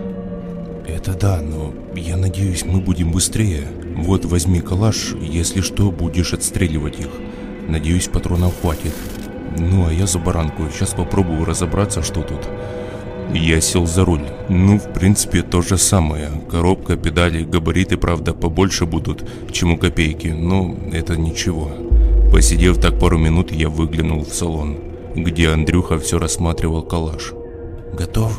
Это да, но я надеюсь, мы будем быстрее. Вот возьми калаш, если что, будешь отстреливать их. Надеюсь, патронов хватит. Ну а я за баранку, сейчас попробую разобраться, что тут. Я сел за руль. Ну, в принципе, то же самое. Коробка, педали, габариты, правда, побольше будут, чем у копейки, но это ничего. Посидев так пару минут, я выглянул в салон, где Андрюха все рассматривал калаш. «Готов?»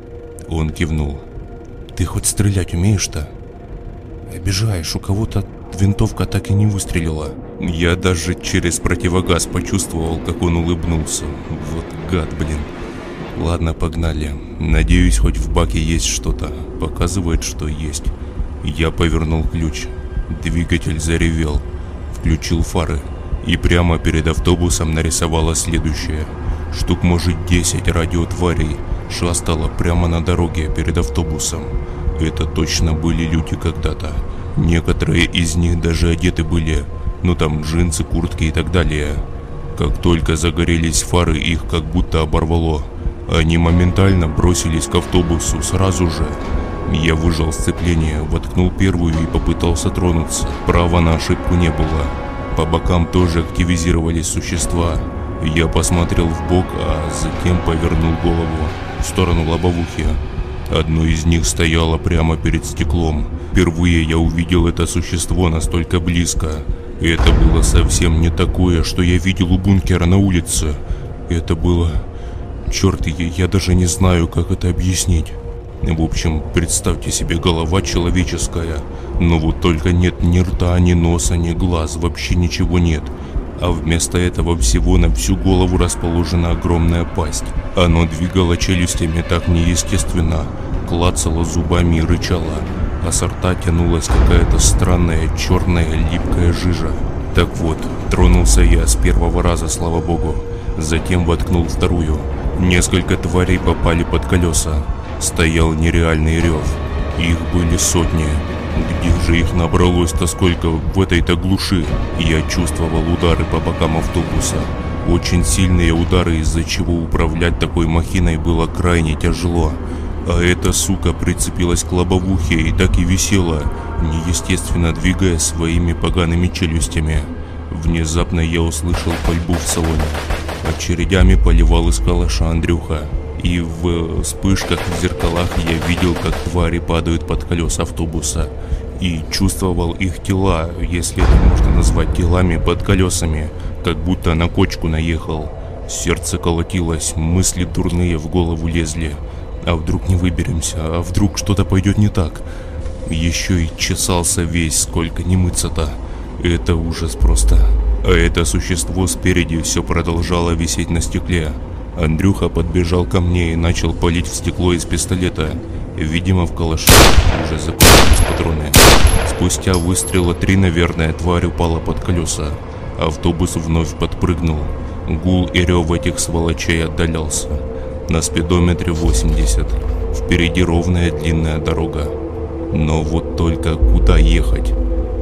Он кивнул. «Ты хоть стрелять умеешь-то?» «Обижаешь, у кого-то винтовка так и не выстрелила». Я даже через противогаз почувствовал, как он улыбнулся. Вот гад, блин. Ладно, погнали. Надеюсь, хоть в баке есть что-то. Показывает, что есть. Я повернул ключ. Двигатель заревел. Включил фары. И прямо перед автобусом нарисовало следующее. Штук может десять радиотварей шастало прямо на дороге перед автобусом. Это точно были люди когда-то. Некоторые из них даже одеты были, ну там джинсы, куртки и так далее. Как только загорелись фары, их как будто оборвало. Они моментально бросились к автобусу сразу же. Я выжал сцепление, воткнул первую и попытался тронуться. Права на ошибку не было. По бокам тоже активизировались существа. Я посмотрел в бок, а затем повернул голову в сторону лобовухи. Одно из них стояло прямо перед стеклом. Впервые я увидел это существо настолько близко. Это было совсем не такое, что я видел у бункера на улице. Это было... Черт, я даже не знаю, как это объяснить. В общем, представьте себе, голова человеческая, но вот только нет ни рта, ни носа, ни глаз, вообще ничего нет. А вместо этого всего на всю голову расположена огромная пасть. Оно двигало челюстями так неестественно, клацало зубами и рычало, а с рта тянулась какая-то странная черная липкая жижа. Так вот, тронулся я с первого раза, слава богу, затем воткнул вторую. Несколько тварей попали под колеса. Стоял нереальный рев. Их были сотни. Где же их набралось-то сколько в этой-то глуши? Я чувствовал удары по бокам автобуса. Очень сильные удары, из-за чего управлять такой махиной было крайне тяжело. А эта сука прицепилась к лобовухе и так и висела, неестественно двигая своими погаными челюстями. Внезапно я услышал пальбу в салоне. Очередями поливал из калаша Андрюха. И в вспышках в зеркалах я видел, как твари падают под колеса автобуса. И чувствовал их тела, если это можно назвать телами, под колесами, как будто на кочку наехал. Сердце колотилось, мысли дурные в голову лезли. А вдруг не выберемся, а вдруг что-то пойдет не так? Еще и чесался весь, сколько не мыться-то. Это ужас просто. А это существо спереди все продолжало висеть на стекле. Андрюха подбежал ко мне и начал палить в стекло из пистолета. Видимо, в калаше уже закончились патроны. Спустя выстрела три, наверное, тварь упала под колеса. Автобус вновь подпрыгнул. Гул и рев этих сволочей отдалялся. На спидометре восемьдесят. Впереди ровная длинная дорога. Но вот только куда ехать?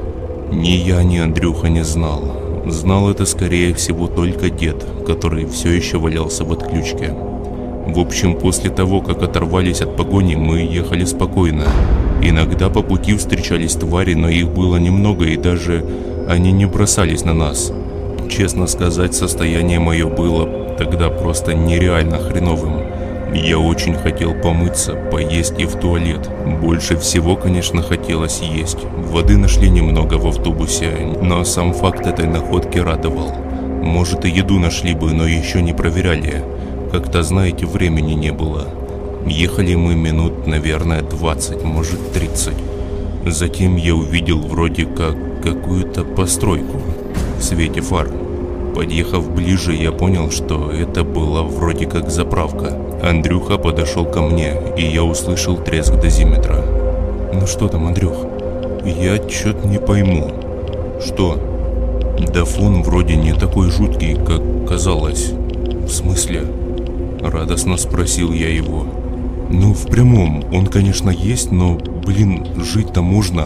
Ни я, ни Андрюха не знал. Знал это, скорее всего, только дед, который все еще валялся в отключке. В общем, после того, как оторвались от погони, мы ехали спокойно. Иногда по пути встречались твари, но их было немного, и даже они не бросались на нас. Честно сказать, состояние мое было тогда просто нереально хреновым. Я очень хотел помыться, поесть и в туалет. Больше всего, конечно, хотелось есть. Воды нашли немного в автобусе, но сам факт этой находки радовал. Может, и еду нашли бы, но еще не проверяли. Как-то, знаете, времени не было. Ехали мы минут, наверное, двадцать, может, тридцать. Затем я увидел вроде как какую-то постройку в свете фар. Подъехав ближе, я понял, что это была вроде как заправка. Андрюха подошел ко мне, и я услышал треск дозиметра. «Ну что там, Андрюх?» «Я чё-то не пойму». «Что?» «Да фон вроде не такой жуткий, как казалось». «В смысле?» Радостно спросил я его. «Ну, в прямом, он, конечно, есть, но, блин, жить-то можно.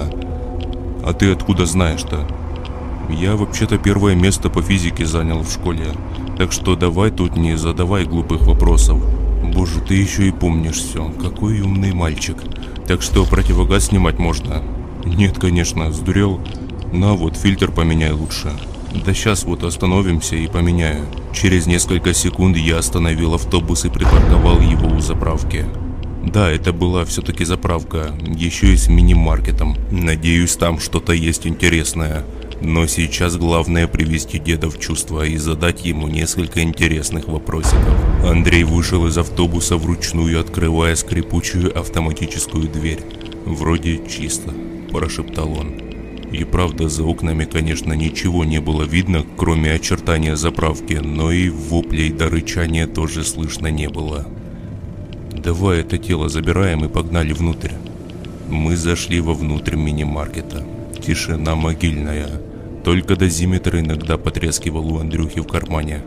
А ты откуда знаешь-то?» «Я вообще-то первое место по физике занял в школе, так что давай тут не задавай глупых вопросов. Боже, ты еще и помнишь все, какой умный мальчик. Так что противогаз снимать можно?» «Нет, конечно, сдурел. На вот, фильтр поменяй лучше». «Да сейчас вот остановимся и поменяю». Через несколько секунд я остановил автобус и припарковал его у заправки. Да, это была все-таки заправка, еще и с мини-маркетом. Надеюсь, там что-то есть интересное. Но сейчас главное привести деда в чувство и задать ему несколько интересных вопросиков. Андрей вышел из автобуса вручную, открывая скрипучую автоматическую дверь. «Вроде чисто», – прошептал он. И правда, за окнами, конечно, ничего не было видно, кроме очертания заправки, но и воплей до рычания тоже слышно не было. «Давай это тело забираем и погнали внутрь». Мы зашли вовнутрь мини-маркета. Тишина могильная. Только дозиметр иногда потрескивал у Андрюхи в кармане.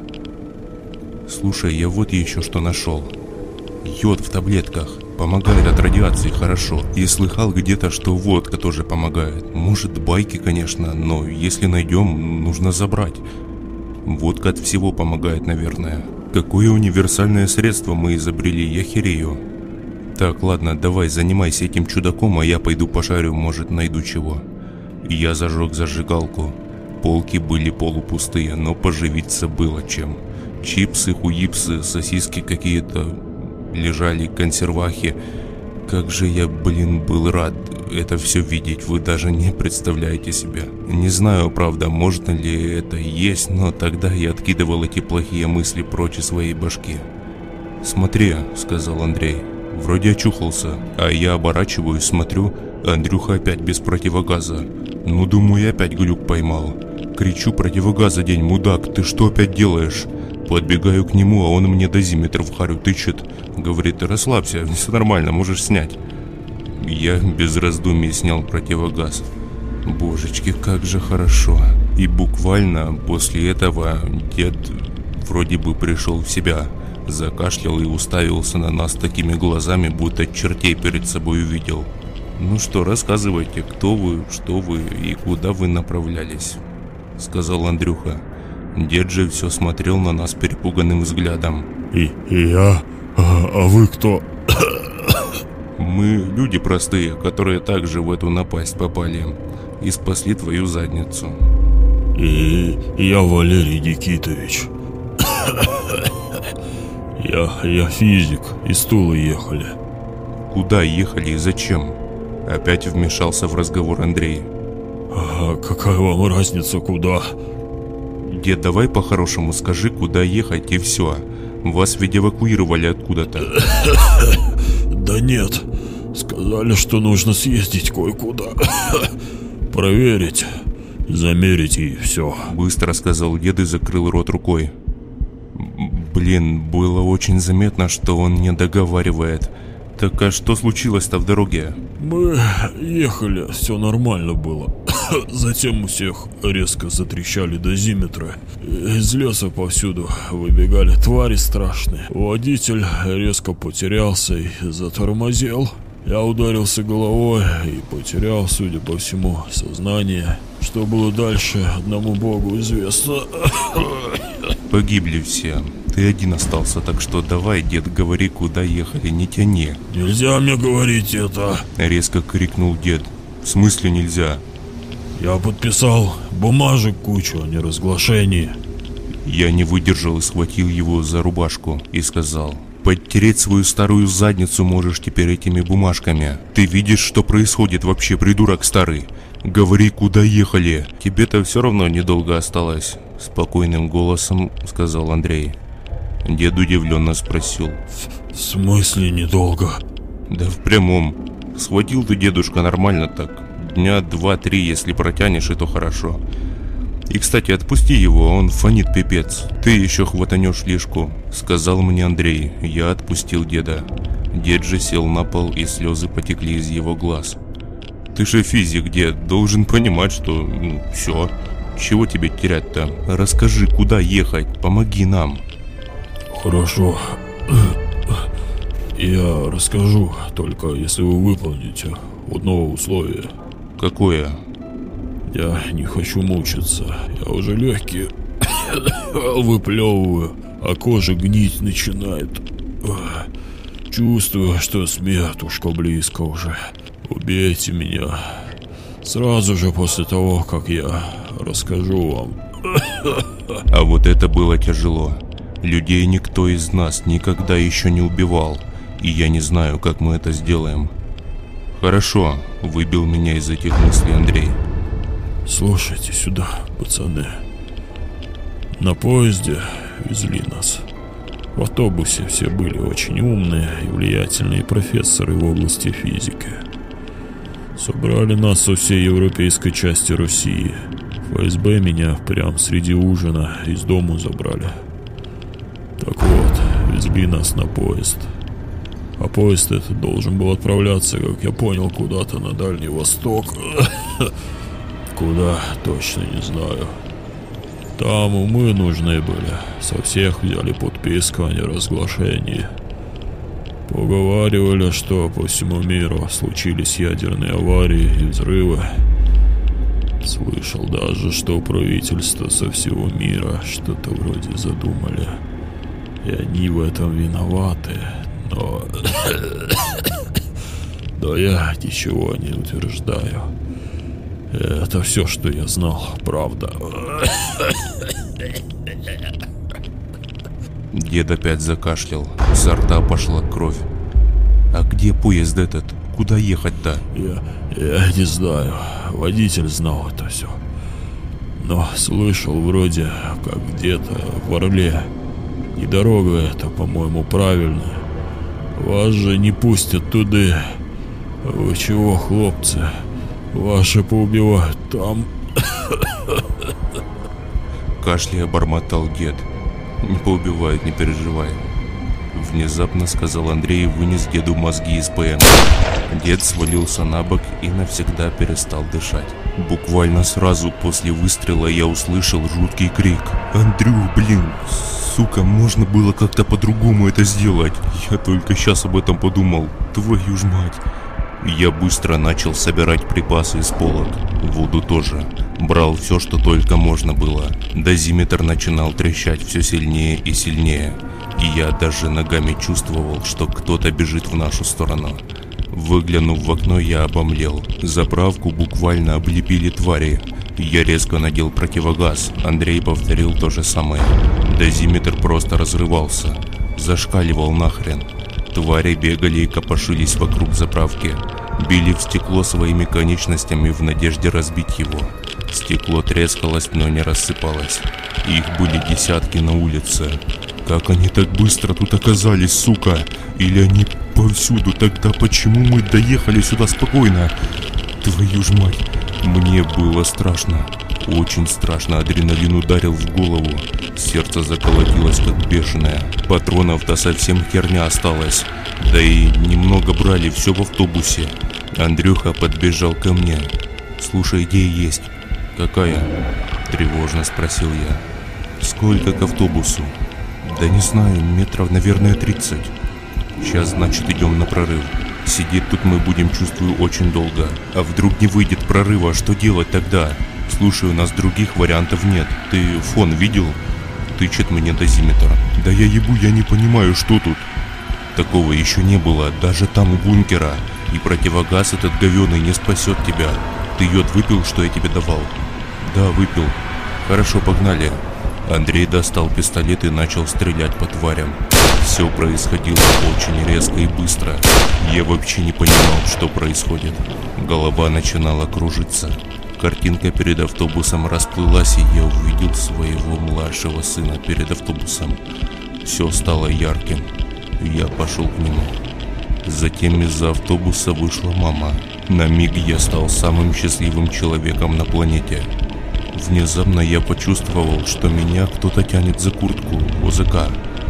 «Слушай, я вот еще что нашел. Йод в таблетках. Помогает от радиации хорошо. И слыхал где-то, что водка тоже помогает. Может, байки, конечно, но если найдем, нужно забрать. Водка от всего помогает, наверное. Какое универсальное средство мы изобрели, я херею. Так, ладно, давай занимайся этим чудаком, а я пойду пошарю, может, найду чего». Я зажег зажигалку. Полки были полупустые, но поживиться было чем. Чипсы, хуипсы, сосиски какие-то лежали, консервахи. Как же я, блин, был рад это все видеть, вы даже не представляете себе. Не знаю, правда, можно ли это есть, но тогда я откидывал эти плохие мысли прочь из своей башки. «Смотри», — сказал Андрей, — «вроде очухался». А я оборачиваюсь, смотрю, Андрюха опять без противогаза. Ну, думаю, опять глюк поймал. Кричу: «Противогаз одень, мудак, ты что опять делаешь?» Подбегаю к нему, а он мне дозиметр в харю тычет. Говорит: «Расслабься, все нормально, можешь снять». Я без раздумий снял противогаз. Божечки, как же хорошо. И буквально после этого дед вроде бы пришел в себя. Закашлял и уставился на нас такими глазами, будто чертей перед собой увидел. «Ну что, рассказывайте, кто вы, что вы и куда вы направлялись», — сказал Андрюха. Дед же все смотрел на нас перепуганным взглядом. И, и я? А, а вы кто? «Мы люди простые, которые также в эту напасть попали и спасли твою задницу». И я Валерий Никитович. Я, я физик, из Тулы ехали. «Куда ехали и зачем?» Опять вмешался в разговор Андрей. А какая вам разница, куда? «Дед, давай по-хорошему скажи, куда ехать, и все. Вас ведь эвакуировали откуда-то». Да нет, сказали, что нужно съездить кое-куда. Проверить, замерить и все. Быстро сказал дед и закрыл рот рукой. Блин, было очень заметно, что он не договаривает. Так а что случилось-то в дороге? Мы ехали, все нормально было. Затем у всех резко затрещали дозиметры. Из леса повсюду выбегали твари страшные. Водитель резко потерялся и затормозил. Я ударился головой и потерял, судя по всему, сознание. Что было дальше, одному богу известно. Погибли все. Ты один остался, так что давай, дед, говори, куда ехали, не тяни. Нельзя мне говорить это. Резко крикнул дед. В смысле нельзя? Я подписал бумажек кучу о неразглашении. Я не выдержал и схватил его за рубашку и сказал: подтереть свою старую задницу можешь теперь этими бумажками. Ты видишь, что происходит вообще, придурок старый? Говори, куда ехали. Тебе-то все равно недолго осталось. Спокойным голосом сказал Андрей. Дед удивленно спросил: в смысле недолго? Да в прямом. Схватил ты, дедушка, нормально так. Дня два-три, если протянешь, и то хорошо. И, кстати, отпусти его, он фонит пипец. Ты еще хватанешь лишку, сказал мне Андрей. Я отпустил деда. Дед же сел на пол, и слезы потекли из его глаз. Ты же физик, дед, должен понимать, что ну, все. Чего тебе терять-то? Расскажи, куда ехать, помоги нам. Хорошо. Я расскажу, только если вы выполните одно условие. Какое? Я не хочу мучиться. Я уже легкие выплевываю, а кожа гнить начинает. Чувствую, что смертушка близко уже. Убейте меня. Сразу же после того, как я расскажу вам. А вот это было тяжело. Людей никто из нас никогда еще не убивал. И я не знаю, как мы это сделаем. Хорошо, выбил меня из этих мыслей Андрей. Слушайте сюда, пацаны. На поезде везли нас. В автобусе все были очень умные и влиятельные профессоры в области физики. Собрали нас со всей европейской части России. эф эс бэ меня прямо среди ужина из дому забрали. Так вот, везли нас на поезд. А поезд этот должен был отправляться, как я понял, куда-то на Дальний Восток. Куда, точно не знаю. Там умы нужны были. Со всех взяли подписку о неразглашении. Поговаривали, что по всему миру случились ядерные аварии и взрывы. Слышал даже, что правительства со всего мира что-то вроде задумали. И они в этом виноваты. Но... Но я ничего не утверждаю. Это все, что я знал, правда. Дед опять закашлял, изо рта пошла кровь. А где поезд этот? Куда ехать-то? Я, я не знаю. Водитель знал это все. Но слышал вроде, как где-то в Орле. И дорога эта, по-моему, правильная. Вас же не пустят туда. Вы чего, хлопцы? Ваши поубивают там. Кашляя бормотал дед. Не поубивают, не переживай. Внезапно сказал Андрей и вынес деду мозги из ПМ. Дед свалился на бок и навсегда перестал дышать. Буквально сразу после выстрела я услышал жуткий крик. Андрюх, блин, сука, можно было как-то по-другому это сделать. Я только сейчас об этом подумал. Твою ж мать. Я быстро начал собирать припасы из полок. Воду тоже. Брал все, что только можно было. Дозиметр начинал трещать все сильнее и сильнее. И я даже ногами чувствовал, что кто-то бежит в нашу сторону. Выглянув в окно, я обомлел. Заправку буквально облепили твари. Я резко надел противогаз. Андрей повторил то же самое. Дозиметр просто разрывался. Зашкаливал нахрен. Твари бегали и копошились вокруг заправки. Били в стекло своими конечностями в надежде разбить его. Стекло трескалось, но не рассыпалось. Их были десятки на улице. Как они так быстро тут оказались, сука? Или они повсюду? Тогда почему мы доехали сюда спокойно? Твою ж мать. Мне было страшно. Очень страшно. Адреналин ударил в голову. Сердце заколотилось как бешеное. Патронов-то совсем херня осталась. Да и немного брали, все в автобусе. Андрюха подбежал ко мне. Слушай, идея есть. Какая? Тревожно спросил я. Сколько к автобусу? Да не знаю, метров, наверное, тридцать. Сейчас, значит, идем на прорыв. Сидеть тут мы будем, чувствую, очень долго. А вдруг не выйдет прорыва, что делать тогда? Слушай, у нас других вариантов нет. Ты фон видел? Тычет мне дозиметр. Да я ебу, я не понимаю, что тут. Такого еще не было, даже там у бункера. И противогаз этот говёный не спасет тебя. Ты йод выпил, что я тебе давал? Да, выпил. Хорошо, погнали. Андрей достал пистолет и начал стрелять по тварям. Все происходило очень резко и быстро. Я вообще не понимал, что происходит. Голова начинала кружиться. Картинка перед автобусом расплылась, и я увидел своего младшего сына перед автобусом. Все стало ярким. Я пошел к нему. Затем из-за автобуса вышла мама. На миг я стал самым счастливым человеком на планете. Внезапно я почувствовал, что меня кто-то тянет за куртку ОЗК.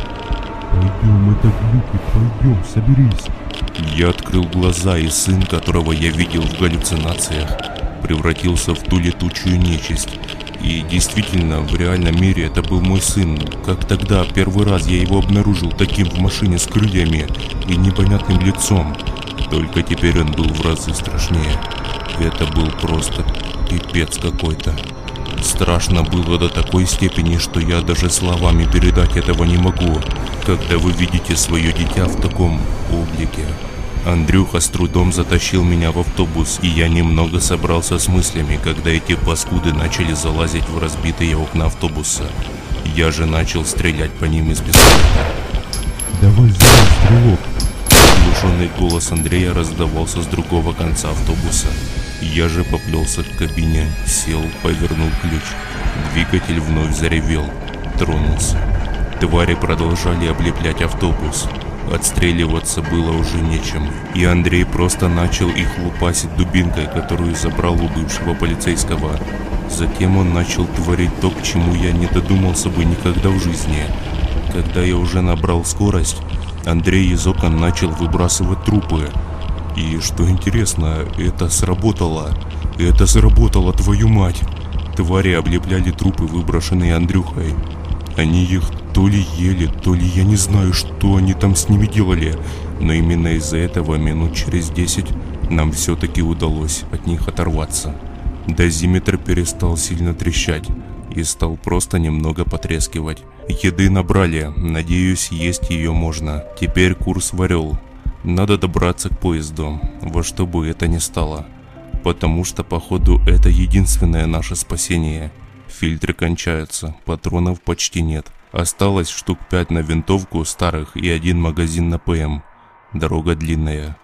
Пойдем, это глюки, пойдем, соберись. Я открыл глаза, и сын, которого я видел в галлюцинациях, превратился в ту летучую нечисть. И действительно, в реальном мире это был мой сын. Как тогда, первый раз я его обнаружил таким в машине с крыльями и непонятным лицом. Только теперь он был в разы страшнее. Это был просто пипец какой-то. Страшно было до такой степени, что я даже словами передать этого не могу, когда вы видите свое дитя в таком облике. Андрюха с трудом затащил меня в автобус, и я немного собрался с мыслями, когда эти паскуды начали залазить в разбитые окна автобуса. Я же начал стрелять по ним из пистолета. Давай сделаем стрелок. Приглушенный голос Андрея раздавался с другого конца автобуса. Я же поплелся к кабине, сел, повернул ключ. Двигатель вновь заревел, тронулся. Твари продолжали облеплять автобус. Отстреливаться было уже нечем, и Андрей просто начал их лупасить дубинкой, которую забрал у бывшего полицейского. Затем он начал творить то, к чему я не додумался бы никогда в жизни. Когда я уже набрал скорость, Андрей из окон начал выбрасывать трупы. И что интересно, это сработало. Это сработало, твою мать. Твари облепляли трупы, выброшенные Андрюхой. Они их то ли ели, то ли я не знаю, что они там с ними делали. Но именно из-за этого минут через десять нам все-таки удалось от них оторваться. Дозиметр перестал сильно трещать и стал просто немного потрескивать. Еды набрали, надеюсь, есть ее можно. Теперь курс в Орел. Надо добраться к поезду, во что бы это ни стало. Потому что, походу, это единственное наше спасение. Фильтры кончаются, патронов почти нет. Осталось штук пять на винтовку старых и один магазин на ПМ. Дорога длинная.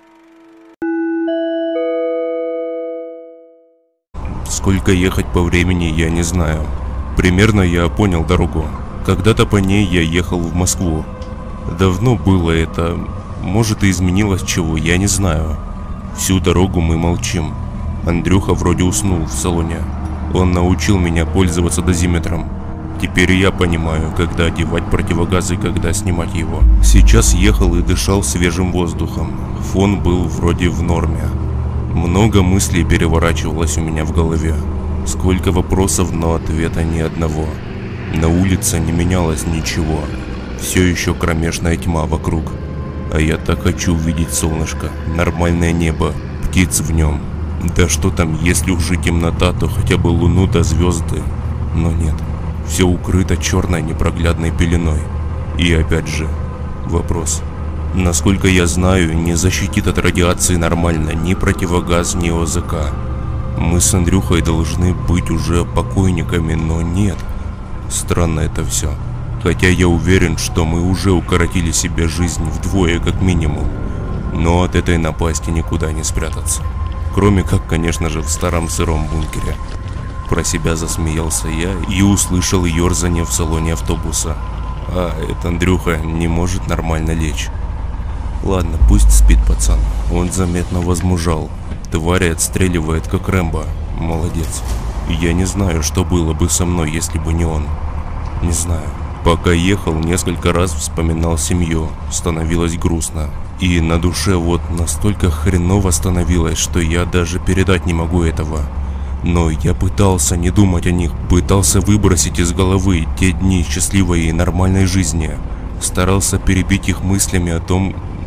Сколько ехать по времени, я не знаю. Примерно я понял дорогу. Когда-то по ней я ехал в Москву. Давно было это... Может, и изменилось чего, я не знаю. Всю дорогу мы молчим. Андрюха вроде уснул в салоне. Он научил меня пользоваться дозиметром. Теперь я понимаю, когда одевать противогаз и когда снимать его. Сейчас ехал и дышал свежим воздухом. Фон был вроде в норме. Много мыслей переворачивалось у меня в голове. Сколько вопросов, но ответа ни одного. На улице не менялось ничего. Все еще кромешная тьма вокруг. А я так хочу увидеть солнышко, нормальное небо, птиц в нем. Да что там, если уже темнота, то хотя бы луну да звезды. Но нет, все укрыто черной непроглядной пеленой. И опять же, вопрос. Насколько я знаю, не защитит от радиации нормально ни противогаз, ни ОЗК. Мы с Андрюхой должны быть уже покойниками, но нет. Странно это все. Хотя я уверен, что мы уже укоротили себе жизнь вдвое как минимум. Но от этой напасти никуда не спрятаться. Кроме как, конечно же, в старом сыром бункере. Про себя засмеялся я и услышал ерзание в салоне автобуса. А этот Андрюха не может нормально лечь. Ладно, пусть спит пацан. Он заметно возмужал. Тварь отстреливает как Рэмбо. Молодец. Я не знаю, что было бы со мной, если бы не он. Не знаю. Пока ехал, несколько раз вспоминал семью, становилось грустно. И на душе вот настолько хреново становилось, что я даже передать не могу этого. Но я пытался не думать о них, пытался выбросить из головы те дни счастливой и нормальной жизни. Старался перебить их мыслями о том,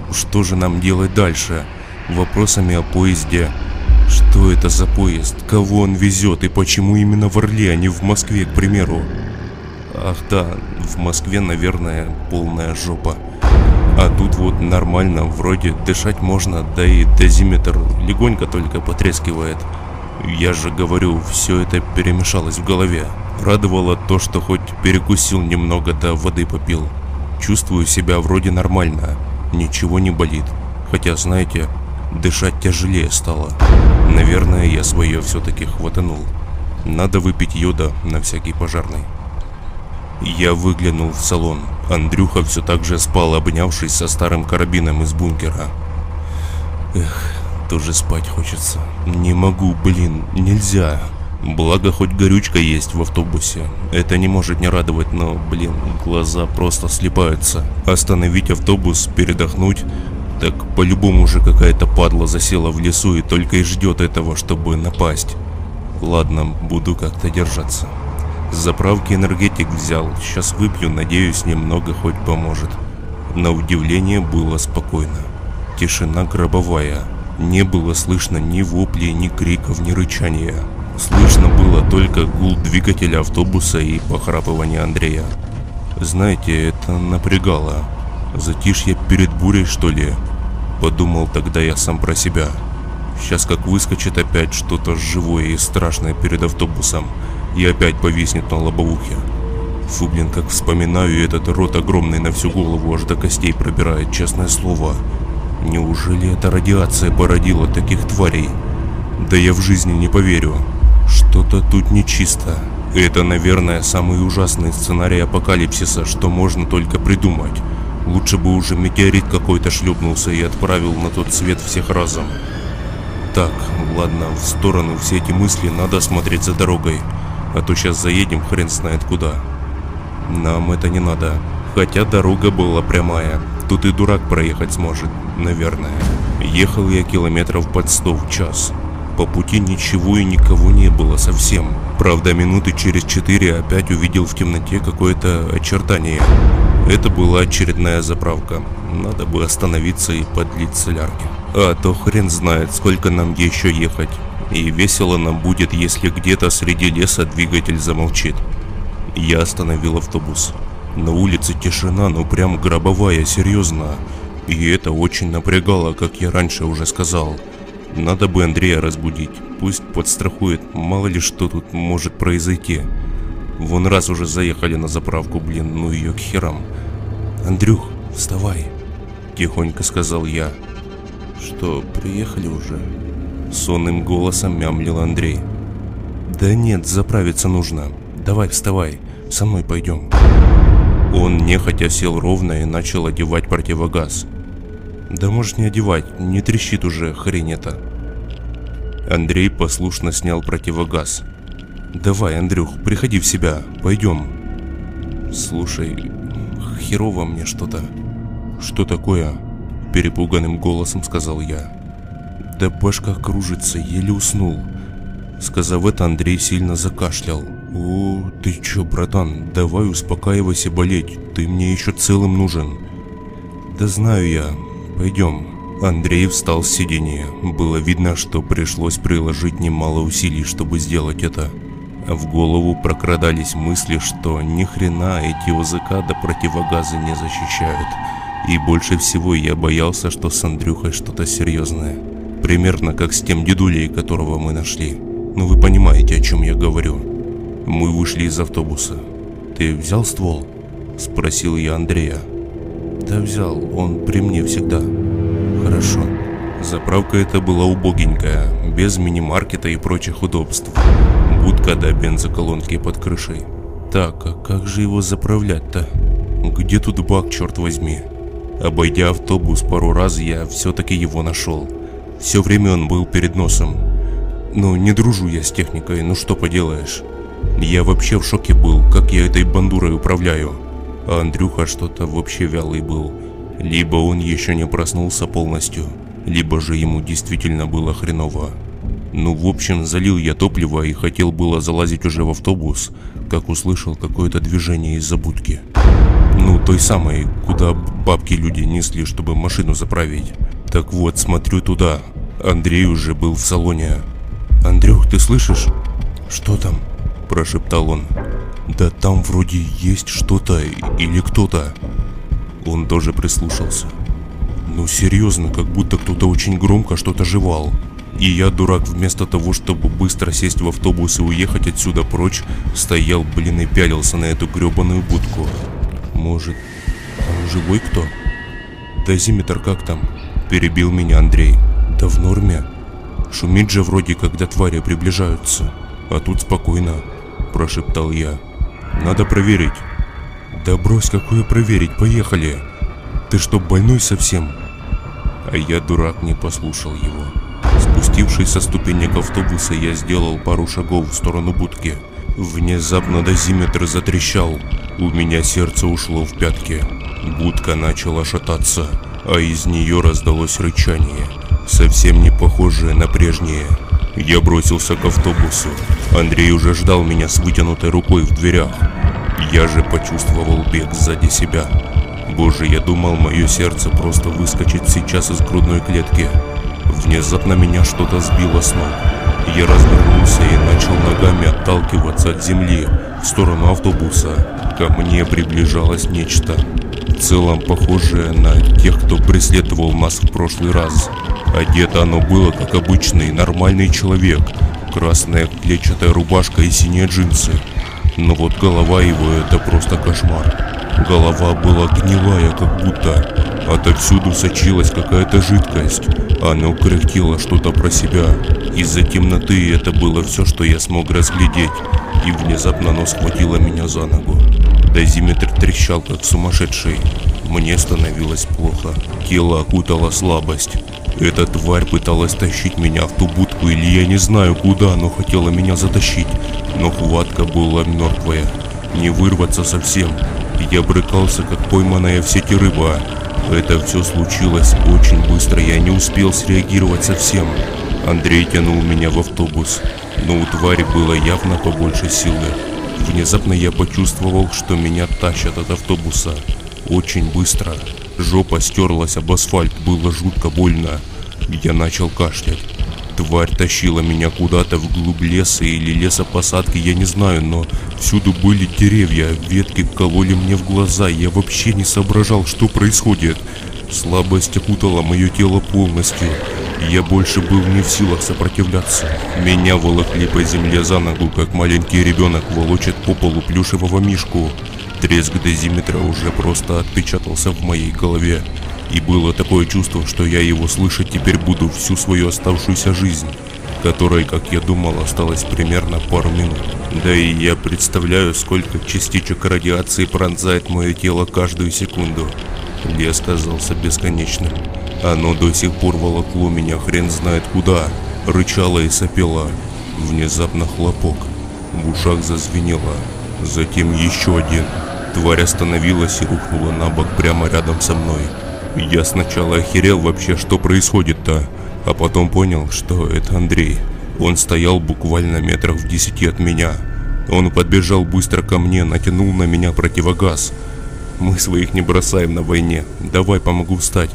что же нам делать дальше? Вопросами о поезде. Что это за поезд? Кого он везет? И почему именно в Орле, а не в Москве, к примеру? Ах да, в Москве, наверное, полная жопа. А тут вот нормально, вроде дышать можно, да и дозиметр легонько только потрескивает. Я же говорю, все это перемешалось в голове. Радовало то, что хоть перекусил немного, да воды попил. Чувствую себя вроде нормально, ничего не болит. Хотя, знаете, дышать тяжелее стало. Наверное, я свое все-таки хватанул. Надо выпить йода на всякий пожарный. Я выглянул в салон. Андрюха все так же спал, обнявшись со старым карабином из бункера. Эх, тоже спать хочется. Не могу, блин, нельзя. Благо, хоть горючка есть в автобусе. Это не может не радовать, но, блин, глаза просто слипаются. Остановить автобус, передохнуть. Так по-любому же какая-то падла засела в лесу и только и ждет этого, чтобы напасть. Ладно, буду как-то держаться. С заправки энергетик взял, сейчас выпью, надеюсь, немного хоть поможет. На удивление было спокойно. Тишина гробовая. Не было слышно ни воплей, ни криков, ни рычания. Слышно было только гул двигателя автобуса и похрапывание Андрея. Знаете, это напрягало. Затишье перед бурей, что ли? Подумал тогда я сам про себя. Сейчас как выскочит опять что-то живое и страшное перед автобусом и опять повиснет на лобовухе. Фу, блин, как вспоминаю, этот рот огромный на всю голову аж до костей пробирает, честное слово. Неужели эта радиация породила таких тварей? Да я в жизни не поверю. Что-то тут нечисто. Это, наверное, самый ужасный сценарий апокалипсиса, что можно только придумать. Лучше бы уже метеорит какой-то шлепнулся и отправил на тот свет всех разом. Так, ладно, в сторону все эти мысли, надо смотреть за дорогой. А то сейчас заедем хрен знает куда. Нам это не надо. Хотя дорога была прямая. Тут и дурак проехать сможет, наверное. Ехал я километров под сто в час. По пути ничего и никого не было совсем. Правда, минуты через четыре опять увидел в темноте какое-то очертание. Это была очередная заправка. Надо бы остановиться и подлить солярки. А то хрен знает, сколько нам еще ехать. И весело нам будет, если где-то среди леса двигатель замолчит. Я остановил автобус. На улице тишина, ну прям гробовая, серьезно. И это очень напрягало, как я раньше уже сказал. Надо бы Андрея разбудить, пусть подстрахует, мало ли что тут может произойти. Вон раз уже заехали на заправку, блин, ну ее к херам. Андрюх, вставай, тихонько сказал я. Что, приехали уже? Сонным голосом мямлил Андрей. Да нет, заправиться нужно. Давай вставай, со мной пойдем. Он нехотя сел ровно и начал одевать противогаз. Да можешь не одевать, не трещит уже хрень эта. Андрей послушно снял противогаз. Давай, Андрюх, приходи в себя, пойдем. Слушай, херово мне что-то. Что такое? Перепуганным голосом сказал я. Да башка кружится, еле уснул. Сказав это, Андрей сильно закашлял. О, ты чё, братан, давай успокаивайся болеть, ты мне еще целым нужен. Да знаю я, пойдем. Андрей встал с сиденья. Было видно, что пришлось приложить немало усилий, чтобы сделать это. В голову прокрадались мысли, что ни хрена эти ОЗК до противогаза не защищают. И больше всего я боялся, что с Андрюхой что-то серьезное. Примерно как с тем дедулей, которого мы нашли. Ну вы понимаете, о чем я говорю. Мы вышли из автобуса. Ты взял ствол? Спросил я Андрея. Да взял, он при мне всегда. Хорошо. Заправка эта была убогенькая, без мини-маркета и прочих удобств. Будка до бензоколонки под крышей. Так, а как же его заправлять-то? Где тут бак, черт возьми? Обойдя автобус пару раз, я все-таки его нашел. Все время он был перед носом. Ну, не дружу я с техникой, ну что поделаешь. Я вообще в шоке был, как я этой бандурой управляю. А Андрюха что-то вообще вялый был. Либо он еще не проснулся полностью, либо же ему действительно было хреново. Ну, в общем, залил я топливо и хотел было залазить уже в автобус, как услышал какое-то движение из-за будки. Ну, той самой, куда бабки люди несли, чтобы машину заправить. Так вот, смотрю туда. Андрей уже был в салоне. «Андрюх, ты слышишь?» «Что там?» – прошептал он. «Да там вроде есть что-то или кто-то». Он тоже прислушался. Ну серьезно, как будто кто-то очень громко что-то жевал. И я, дурак, вместо того, чтобы быстро сесть в автобус и уехать отсюда прочь, стоял, блин, и пялился на эту гребаную будку. Может, там живой кто? «Дозиметр как там?» – перебил меня Андрей. «Да в норме. Шумит же вроде, когда твари приближаются. А тут спокойно», – прошептал я. «Надо проверить». «Да брось, какое проверить, поехали. Ты что, больной совсем?» А я, дурак, не послушал его. Спустившись со ступенек автобуса, я сделал пару шагов в сторону будки. Внезапно дозиметр затрещал. У меня сердце ушло в пятки. Будка начала шататься, а из нее раздалось рычание, совсем не похожее на прежнее. Я бросился к автобусу. Андрей уже ждал меня с вытянутой рукой в дверях. Я же почувствовал бег сзади себя. Боже, я думал, мое сердце просто выскочит сейчас из грудной клетки. Внезапно меня что-то сбило с ног. Я развернулся и начал ногами отталкиваться от земли в сторону автобуса. Ко мне приближалось нечто, в целом похожее на тех, кто преследовал нас в прошлый раз. Одето оно было как обычный нормальный человек. Красная клетчатая рубашка и синие джинсы. Но вот голова его — это просто кошмар. Голова была гнилая, как будто. Отовсюду сочилась какая-то жидкость. Оно кряхтело что-то про себя. Из-за темноты это было все, что я смог разглядеть. И внезапно оно схватило меня за ногу. Дозиметр трещал, как сумасшедший. Мне становилось плохо. Тело окутала слабость. Эта тварь пыталась тащить меня в ту будку, или я не знаю куда, но хотела меня затащить. Но хватка была мертвая. Не вырваться совсем. Я брыкался, как пойманная в сети рыба. Это все случилось очень быстро, я не успел среагировать совсем. Андрей тянул меня в автобус, но у твари было явно побольше силы. Внезапно я почувствовал, что меня тащат от автобуса. Очень быстро. Жопа стерлась об асфальт, было жутко больно. Я начал кашлять. Тварь тащила меня куда-то вглубь леса или лесопосадки, я не знаю, но всюду были деревья, ветки кололи мне в глаза, я вообще не соображал, что происходит. Слабость окутала мое тело полностью, и я больше был не в силах сопротивляться. Меня волокли по земле за ногу, как маленький ребенок волочит по полу плюшевого мишку. Треск дозиметра уже просто отпечатался в моей голове. И было такое чувство, что я его слышать теперь буду всю свою оставшуюся жизнь, которой, как я думал, осталось примерно пару минут. Да и я представляю, сколько частичек радиации пронзает мое тело каждую секунду. Лес казался бесконечным. Оно до сих пор волокло меня хрен знает куда, рычало и сопело. Внезапно хлопок. В ушах зазвенело. Затем еще один. Тварь остановилась и рухнула на бок прямо рядом со мной. Я сначала охерел вообще, что происходит-то, а потом понял, что это Андрей. Он стоял буквально метрах в десяти от меня. Он подбежал быстро ко мне, натянул на меня противогаз. Мы своих не бросаем на войне, давай помогу встать.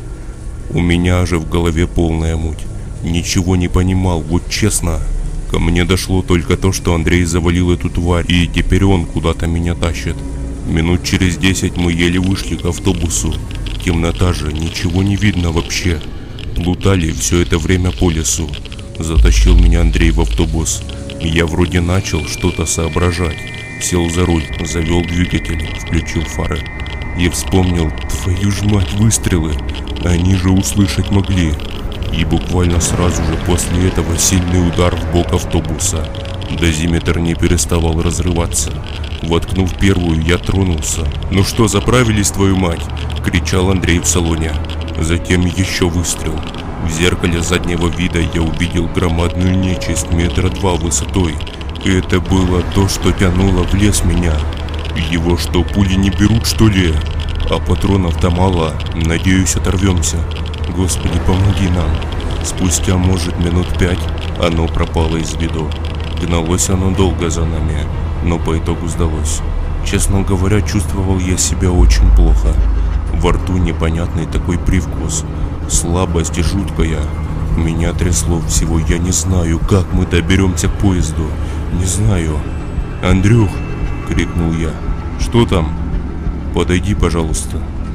У меня же в голове полная муть. Ничего не понимал, вот честно. Ко мне дошло только то, что Андрей завалил эту тварь, и теперь он куда-то меня тащит. Минут через десять мы еле вышли к автобусу. Темнота же, ничего не видно вообще. Плутали все это время по лесу. Затащил меня Андрей в автобус. Я вроде начал что-то соображать. Сел за руль, завел двигатель, включил фары. И вспомнил, твою ж мать, выстрелы. Они же услышать могли. И буквально сразу же после этого сильный удар в бок автобуса. Дозиметр не переставал разрываться. Воткнув первую, я тронулся. «Ну что, заправились, твою мать?» — кричал Андрей в салоне. Затем еще выстрел. В зеркале заднего вида я увидел громадную нечисть метра два высотой. И это было то, что тянуло в лес меня. Его что, пули не берут, что ли? А патронов-то мало. Надеюсь, оторвемся. Господи, помоги нам. Спустя, может, минут пять оно пропало из виду. Гналось оно долго за нами, но по итогу сдалось. Честно говоря, чувствовал я себя очень плохо. Во рту непонятный такой привкус, слабость и жуткая. Меня трясло всего, я не знаю, как мы доберемся к поезду. Не знаю. «Андрюх!» — крикнул я. «Что там?» «Подойди, пожалуйста».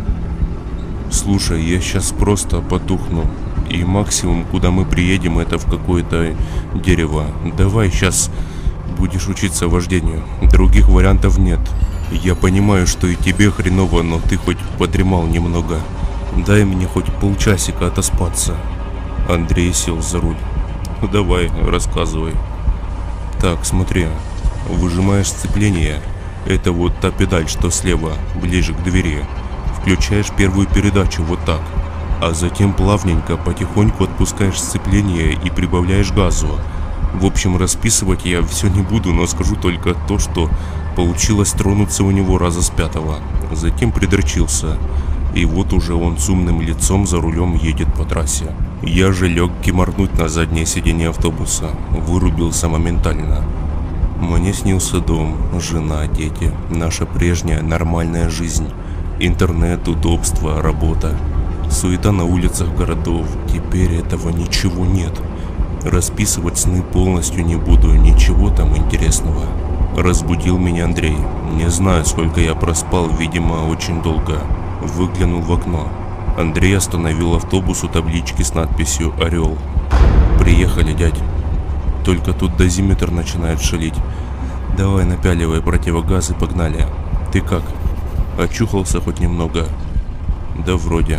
«Слушай, я сейчас просто потухну. И максимум, куда мы приедем, это в какое-то дерево. Давай сейчас будешь учиться вождению. Других вариантов нет. Я понимаю, что и тебе хреново, но ты хоть подремал немного. Дай мне хоть полчасика отоспаться». Андрей сел за руль. «Ну давай, рассказывай». «Так, смотри. Выжимаешь сцепление. Это вот та педаль, что слева, ближе к двери. Включаешь первую передачу вот так. А затем плавненько, потихоньку отпускаешь сцепление и прибавляешь газу. В общем, расписывать я все не буду, но скажу только то, что получилось тронуться у него раза с пятого. Затем придрочился. И вот уже он с умным лицом за рулем едет по трассе. Я же лег киморнуть на заднее сиденье автобуса. Вырубился моментально. Мне снился дом, жена, дети, наша прежняя нормальная жизнь. Интернет, удобства, работа. Суета на улицах городов. Теперь этого ничего нет. Расписывать сны полностью не буду, ничего там интересного. Разбудил меня Андрей. Не знаю, сколько я проспал, видимо, очень долго. Выглянул в окно. Андрей остановил автобус у таблички с надписью «Орел». «Приехали, дядь». Только тут дозиметр начинает шалить. «Давай напяливай противогаз и погнали. Ты как? Очухался хоть немного?» «Да вроде».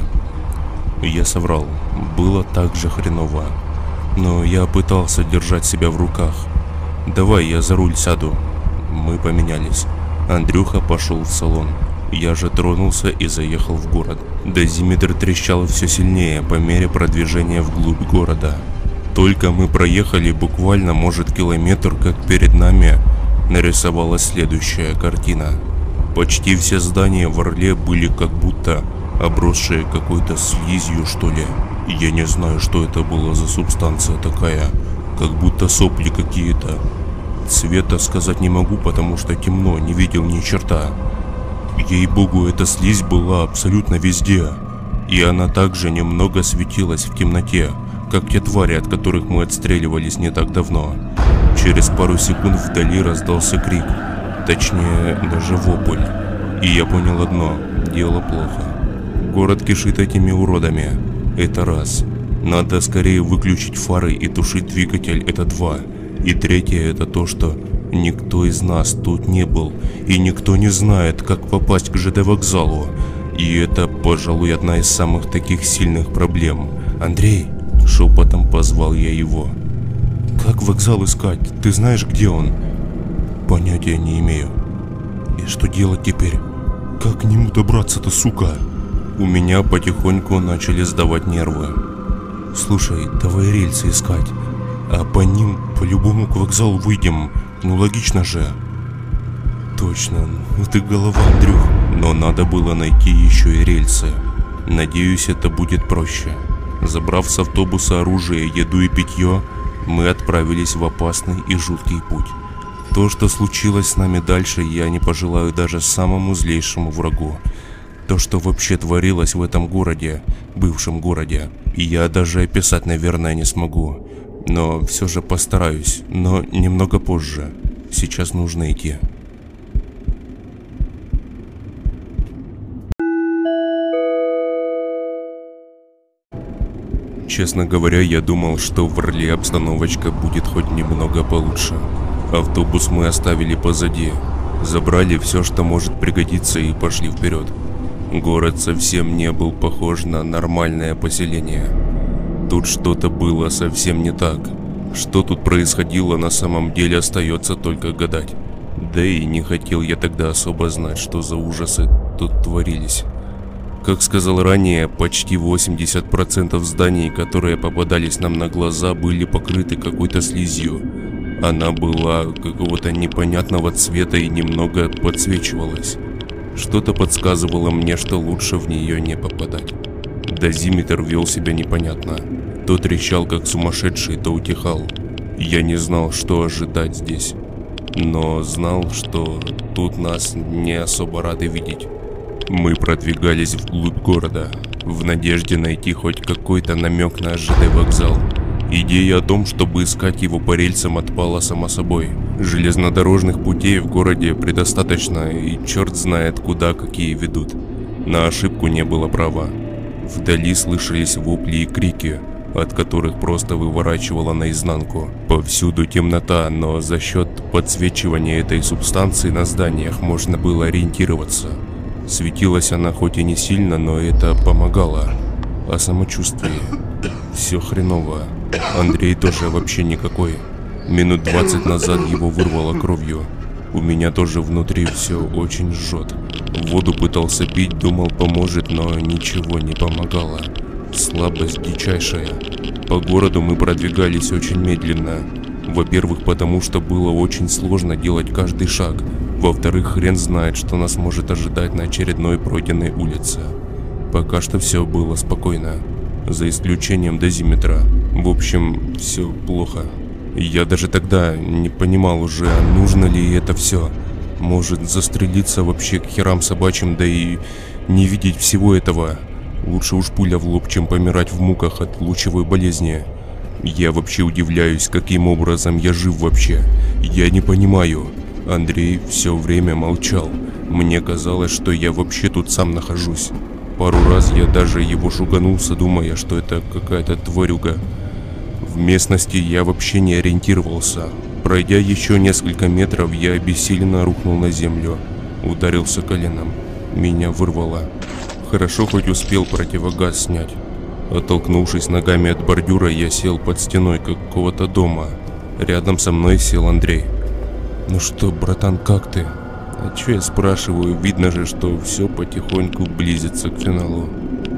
Я соврал. Было так же хреново. Но я пытался держать себя в руках. «Давай я за руль сяду». Мы поменялись. Андрюха пошел в салон. Я же тронулся и заехал в город. Дозиметр трещал все сильнее по мере продвижения вглубь города. Только мы проехали буквально, может, километр, как перед нами нарисовалась следующая картина. Почти все здания в Орле были как будто обросшие какой-то слизью, что ли. Я не знаю, что это была за субстанция такая, как будто сопли какие-то. Цвета сказать не могу, потому что темно, не видел ни черта. Ей-богу, эта слизь была абсолютно везде. И она также немного светилась в темноте, как те твари, от которых мы отстреливались не так давно. Через пару секунд вдали раздался крик, точнее, даже вопль. И я понял одно, дело плохо. Город кишит этими уродами. Это раз. Надо скорее выключить фары и тушить двигатель, это два. И третье, это то, что никто из нас тут не был, и никто не знает, как попасть к ЖД вокзалу. И это, пожалуй, одна из самых таких сильных проблем. «Андрей!» — шепотом позвал я его. «Как вокзал искать? Ты знаешь, где он?» «Понятия не имею». «И что делать теперь? Как к нему добраться-то, сука?» У меня потихоньку начали сдавать нервы. «Слушай, давай рельсы искать, а по ним по-любому к вокзалу выйдем. Ну логично же». «Точно, ну ты голова, Андрюх». Но надо было найти еще и рельсы. Надеюсь, это будет проще. Забрав с автобуса оружие, еду и питье, мы отправились в опасный и жуткий путь. То, что случилось с нами дальше, я не пожелаю даже самому злейшему врагу. То, что вообще творилось в этом городе, бывшем городе, и я даже описать, наверное, не смогу. Но все же постараюсь, но немного позже. Сейчас нужно идти. Честно говоря, я думал, что в Орле обстановочка будет хоть немного получше. Автобус мы оставили позади, забрали все, что может пригодиться, и пошли вперед. Город совсем не был похож на нормальное поселение. Тут что-то было совсем не так. Что тут происходило на самом деле, остается только гадать. Да и не хотел я тогда особо знать, что за ужасы тут творились. Как сказал ранее, почти восемьдесят процентов зданий, которые попадались нам на глаза, были покрыты какой-то слизью. Она была какого-то непонятного цвета и немного подсвечивалась. Что-то подсказывало мне, что лучше в нее не попадать. Дозиметр вел себя непонятно. То трещал как сумасшедший, то утихал. Я не знал, что ожидать здесь. но знал, что тут нас не особо рады видеть. Мы продвигались вглубь города, в надежде найти хоть какой-то намек на ЖД вокзал. Идея о том, чтобы искать его по рельсам, отпала само собой. Железнодорожных путей в городе предостаточно, и черт знает, куда какие ведут. На ошибку не было права. Вдали слышались вопли и крики, от которых просто выворачивало наизнанку. Повсюду темнота, но за счет подсвечивания этой субстанции на зданиях можно было ориентироваться. Светилась она хоть и не сильно, но это помогало. О самочувствии. Все хреново. Андрей тоже вообще никакой. Минут двадцать назад его вырвало кровью. У меня тоже внутри все очень жжет. Воду пытался пить, думал поможет, но ничего не помогало. Слабость дичайшая. По городу мы продвигались очень медленно. Во-первых, потому что было очень сложно делать каждый шаг. Во-вторых, хрен знает, что нас может ожидать на очередной пройденной улице. Пока что все было спокойно. За исключением дозиметра. В общем, все плохо. Я даже тогда не понимал уже, нужно ли это все. Может застрелиться вообще к херам собачьим, да и не видеть всего этого. Лучше уж пуля в лоб, чем помирать в муках от лучевой болезни. Я вообще удивляюсь, каким образом я жив вообще. Я не понимаю. Андрей все время молчал. Мне казалось, что я вообще тут сам нахожусь. Пару раз я даже его шуганулся, думая, что это какая-то тварюга. В местности я вообще не ориентировался. Пройдя еще несколько метров, я обессиленно рухнул на землю. Ударился коленом. Меня вырвало. Хорошо хоть успел противогаз снять. Оттолкнувшись ногами от бордюра, я сел под стеной какого-то дома. Рядом со мной сел Андрей. «Ну что, братан, как ты?» «А чё я спрашиваю? Видно же, что все потихоньку близится к финалу».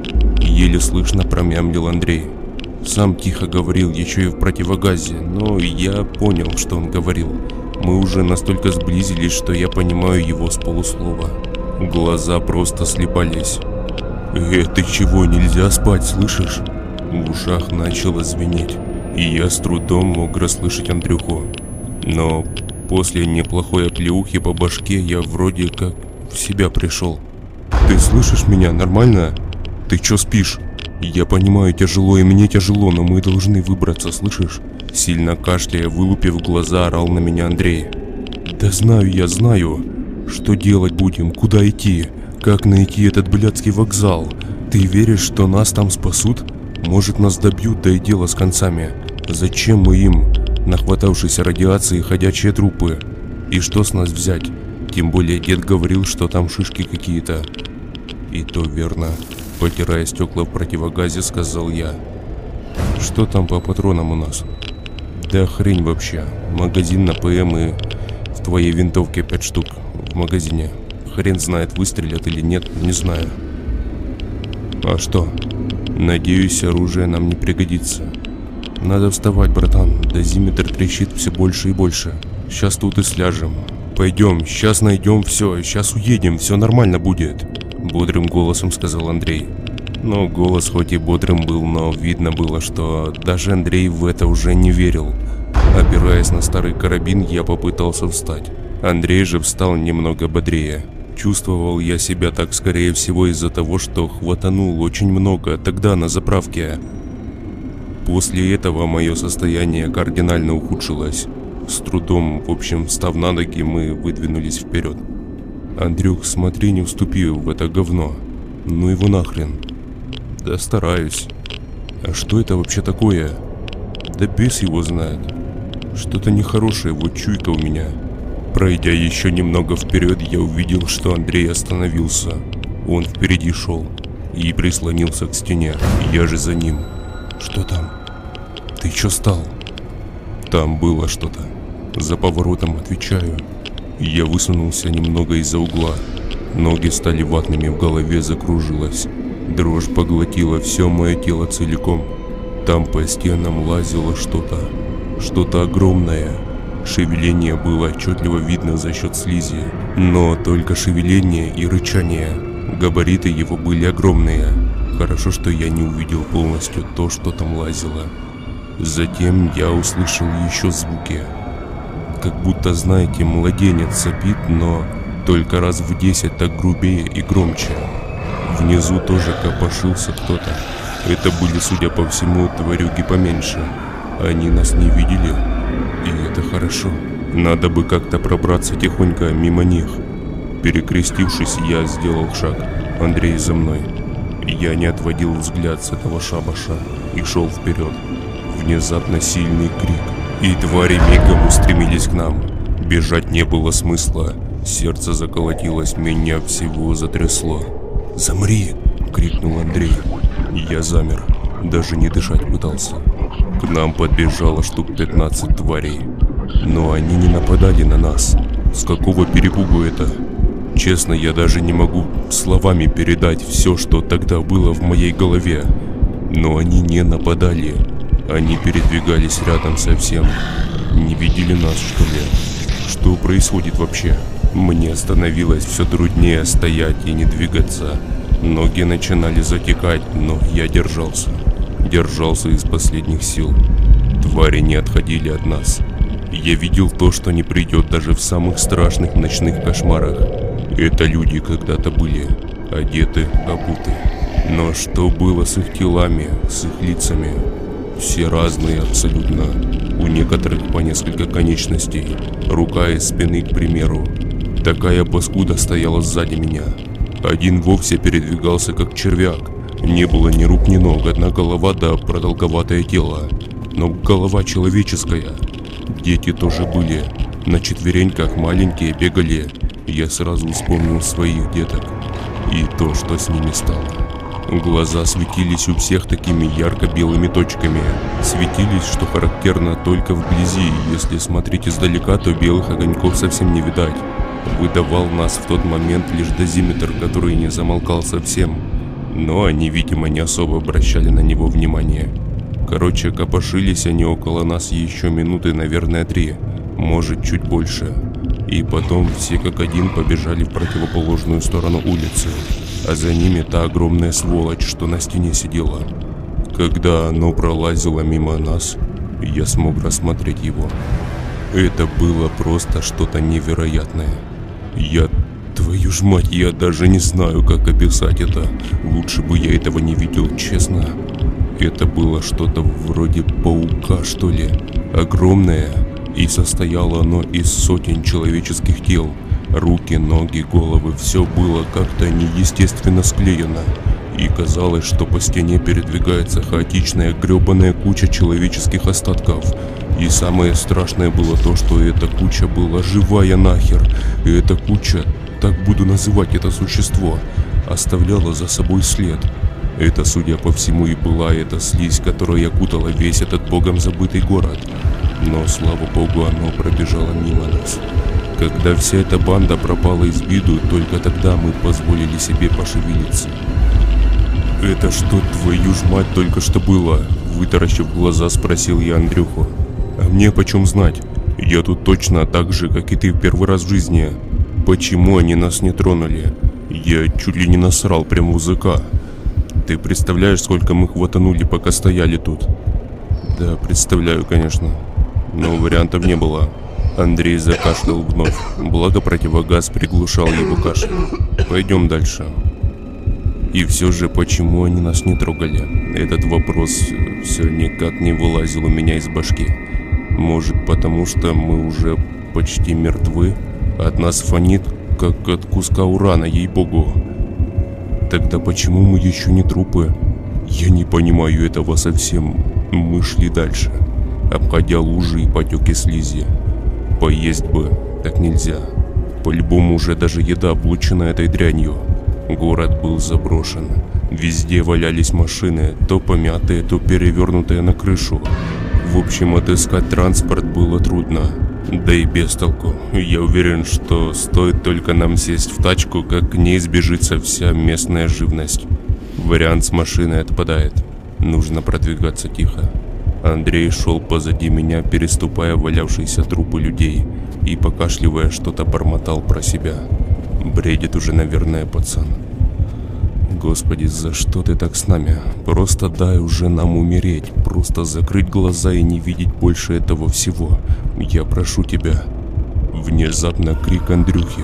Еле слышно промямлил Андрей. Сам тихо говорил, еще и в противогазе, но я понял, что он говорил. Мы уже настолько сблизились, что я понимаю его с полуслова. Глаза просто слепались. «Э, ты чего, нельзя спать, слышишь?» В ушах начало звенеть, и я с трудом мог расслышать Андрюху. Но после неплохой оплеухи по башке я вроде как в себя пришел. «Ты слышишь меня? Нормально? Ты чё спишь? Я понимаю, тяжело и мне тяжело, но мы должны выбраться, слышишь?» Сильно кашляя, вылупив глаза, орал на меня Андрей. «Да знаю я, знаю. Что делать будем? Куда идти? Как найти этот блядский вокзал? Ты веришь, что нас там спасут? Может, нас добьют, да и дело с концами. Зачем мы им? Нахватавшиеся радиации ходячие трупы. И что с нас взять? Тем более дед говорил, что там шишки какие-то». «И то верно», — потирая стекла в противогазе, сказал я. «Что там по патронам у нас?» «Да хрень вообще. Магазин на ПМ и в твоей винтовке пять штук в магазине. Хрен знает, выстрелят или нет, не знаю». «А что? Надеюсь, оружие нам не пригодится. Надо вставать, братан. Дозиметр трещит все больше и больше. Сейчас тут и сляжем. Пойдем, сейчас найдем все, сейчас уедем, все нормально будет», — бодрым голосом сказал Андрей. Но голос хоть и бодрым был, но видно было, что даже Андрей в это уже не верил. Опираясь на старый карабин, я попытался встать. Андрей же встал немного бодрее. Чувствовал я себя так, скорее всего, из-за того, что хватанул очень много тогда на заправке. После этого мое состояние кардинально ухудшилось. С трудом, в общем, встав на ноги, мы выдвинулись вперед. «Андрюх, смотри, не вступи в это говно. Ну его нахрен». «Да стараюсь». «А что это вообще такое?» «Да бес его знает. Что-то нехорошее, вот чуйка у меня». Пройдя еще немного вперед, я увидел, что Андрей остановился. Он впереди шел и прислонился к стене. Я же за ним. «Что там? Ты че стал?» «Там было что-то. За поворотом, отвечаю». Я высунулся немного из-за угла. Ноги стали ватными, в голове закружилось. Дрожь поглотила все мое тело целиком. Там по стенам лазило что-то. Что-то огромное. Шевеление было отчетливо видно за счет слизи. Но только шевеление и рычание. Габариты его были огромные. Хорошо, что я не увидел полностью то, что там лазило. Затем я услышал еще звуки. как будто, знаете, младенец сопит, но только раз в десять так грубее и громче. Внизу тоже копошился кто-то. Это были, судя по всему, тварюги поменьше. Они нас не видели, и это хорошо. Надо бы как-то пробраться тихонько мимо них. Перекрестившись, я сделал шаг. Андрей за мной. Я не отводил взгляд с этого шабаша и шел вперед. Внезапно сильный крик, и твари мигом устремились к нам. Бежать не было смысла. Сердце заколотилось, меня всего затрясло. «Замри!» — крикнул Андрей. Я замер, даже не дышать пытался. К нам подбежало штук пятнадцать тварей. Но они не нападали на нас. С какого перепугу это? Честно, я даже не могу словами передать все, что тогда было в моей голове. Но они не нападали. Они передвигались рядом совсем. Не видели нас, что ли? Что происходит вообще? Мне становилось все труднее стоять и не двигаться. Ноги начинали затекать, но я держался. Держался из последних сил. Твари не отходили от нас. Я видел то, что не придет даже в самых страшных ночных кошмарах. Это люди когда-то были, одеты, обуты. Но что было с их телами, с их лицами? Все разные абсолютно. У некоторых по несколько конечностей. Рука из спины, к примеру. Такая паскуда стояла сзади меня. Один вовсе передвигался как червяк. Не было ни рук, ни ног, одна голова да продолговатое тело. Но голова человеческая. Дети тоже были. На четвереньках маленькие бегали. Я сразу вспомнил своих деток. И то, что с ними стало. Глаза светились у всех такими ярко-белыми точками. Светились, что характерно только вблизи. Если смотреть издалека, то белых огоньков совсем не видать. Выдавал нас в тот момент лишь дозиметр, который не замолкал совсем. Но они, видимо, не особо обращали на него внимание. Короче, копошились они около нас еще минуты, наверное, три. Может, чуть больше. И потом все как один побежали в противоположную сторону улицы. А за ними та огромная сволочь, что на стене сидела. Когда оно пролазило мимо нас, я смог рассмотреть его. Это было просто что-то невероятное. Я... Твою ж мать, я даже не знаю, как описать это. Лучше бы я этого не видел, честно. Это было что-то вроде паука, что ли. Огромное. И состояло оно из сотен человеческих тел. Руки, ноги, головы, все было как-то неестественно склеено. И казалось, что по стене передвигается хаотичная гребаная куча человеческих остатков. И самое страшное было то, что эта куча была живая нахер. И эта куча, так буду называть это существо, оставляла за собой след. Это, судя по всему, и была эта слизь, которая окутала весь этот богом забытый город. Но, слава богу, оно пробежало мимо нас. Когда вся эта банда пропала из виду, только тогда мы позволили себе пошевелиться. «Это что, твою ж мать, только что было?» Вытаращив глаза, спросил я Андрюху. «А мне почем знать? Я тут точно так же, как и ты в первый раз в жизни. Почему они нас не тронули? Я чуть ли не насрал прямо в языка. Ты представляешь, сколько мы хватанули, пока стояли тут?» «Да, представляю, конечно. Но вариантов не было». Андрей закашлял вновь, благо противогаз приглушал его кашель. «Пойдем дальше». И все же, почему они нас не трогали? Этот вопрос все никак не вылазил у меня из башки. Может, потому что мы уже почти мертвы? От нас фонит, как от куска урана, ей-богу. Тогда почему мы еще не трупы? Я не понимаю этого совсем. Мы шли дальше, обходя лужи и потеки слизи. Поесть бы, так нельзя. По-любому уже даже еда облучена этой дрянью. Город был заброшен. Везде валялись машины, то помятые, то перевернутые на крышу. В общем, отыскать транспорт было трудно. Да и без толку. Я уверен, что стоит только нам сесть в тачку, как к ней сбежится вся местная живность. Вариант с машиной отпадает. Нужно продвигаться тихо. Андрей шел позади меня, переступая валявшиеся трупы людей и, покашливая, что-то бормотал про себя. Бредит уже, наверное, пацан. Господи, за что ты так с нами? Просто дай уже нам умереть. Просто закрыть глаза и не видеть больше этого всего. Я прошу тебя. Внезапно крик Андрюхи.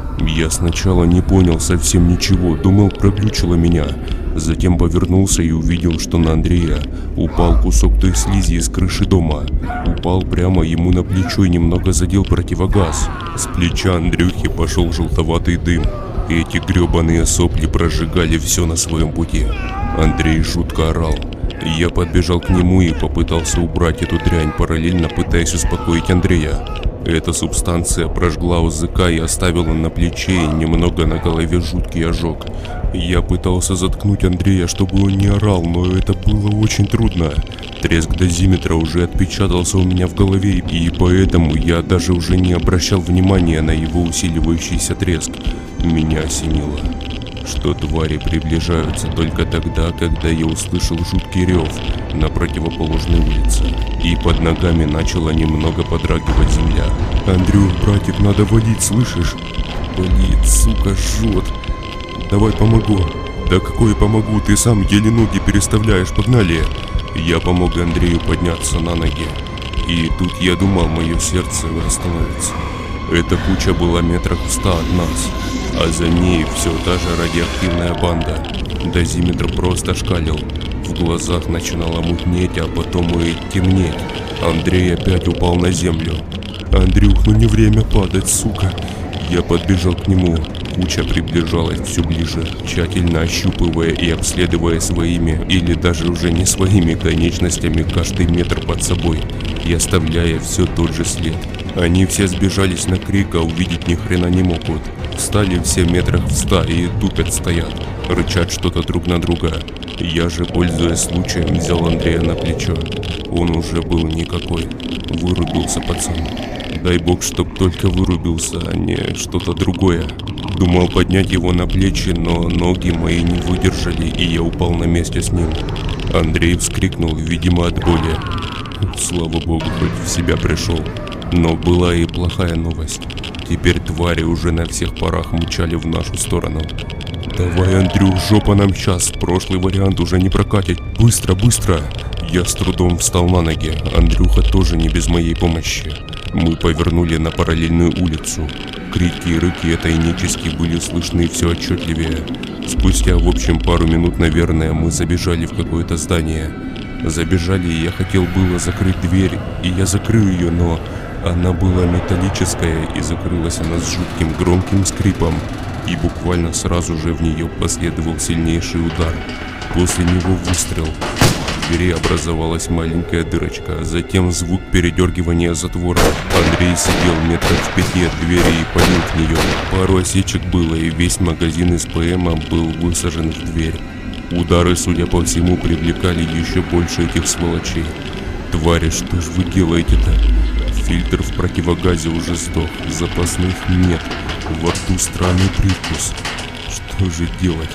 Я сначала не понял совсем ничего, думал, проглючило меня. Затем повернулся и увидел, что на Андрея упал кусок той слизи из крыши дома. Упал прямо ему на плечо и немного задел противогаз. С плеча Андрюхи пошел желтоватый дым. Эти гребаные сопли прожигали все на своем пути. Андрей жутко орал. Я подбежал к нему и попытался убрать эту дрянь, параллельно пытаясь успокоить Андрея. Эта субстанция прожгла языка и оставила на плече и немного на голове жуткий ожог. Я пытался заткнуть Андрея, чтобы он не орал, но это было очень трудно. Треск дозиметра уже отпечатался у меня в голове, и поэтому я даже уже не обращал внимания на его усиливающийся треск. Меня осенило, что твари приближаются только тогда, когда я услышал жуткий рев на противоположной улице, и под ногами начала немного подрагивать земля. Андрюх, братик, надо водить, слышишь? Болит, сука, жжет. Давай помогу. Да какое помогу, ты сам еле ноги переставляешь, погнали. Я помог Андрею подняться на ноги, и тут я думал, мое сердце остановится. Эта куча была метрах в ста от нас, а за ней все та же радиоактивная банда. Дозиметр просто шкалил. В глазах начинало мутнеть, а потом и темнеть. Андрей опять упал на землю. Андрюх, ну не время падать, сука. Я подбежал к нему. Куча приближалась все ближе, тщательно ощупывая и обследуя своими, или даже уже не своими конечностями каждый метр под собой, и оставляя все тот же след. Они все сбежались на крик, а увидеть ни хрена не могут. Встали все метрах в ста и тупят стоят, рычат что-то друг на друга. Я же, пользуясь случаем, взял Андрея на плечо. Он уже был никакой. Вырубился пацан. Дай бог, чтоб только вырубился, а не что-то другое. Думал поднять его на плечи, но ноги мои не выдержали, и я упал на месте с ним. Андрей вскрикнул, видимо, от боли. Слава богу, хоть в себя пришел. Но была и плохая новость. Теперь твари уже на всех парах мчали в нашу сторону. Давай, Андрюх, жопа нам сейчас, прошлый вариант уже не прокатит. Быстро, быстро. Я с трудом встал на ноги, Андрюха тоже не без моей помощи. Мы повернули на параллельную улицу. Крики и рыки этой нечисти были слышны все отчетливее. Спустя, в общем, пару минут, наверное, мы забежали в какое-то здание. Забежали, и я хотел было закрыть дверь, и я закрыл ее, но она была металлическая, и закрылась она с жутким громким скрипом. И буквально сразу же в нее последовал сильнейший удар. После него выстрел. В двери образовалась маленькая дырочка, затем звук передергивания затвора. Андрей сидел метрах в пяти от двери и палил в нее. Пару осечек было, и весь магазин из ПМа был высажен в дверь. Удары, судя по всему, привлекали еще больше этих сволочей. Твари, что ж вы делаете-то? Фильтр в противогазе уже сдох, запасных нет, во рту странный привкус. Что же делать?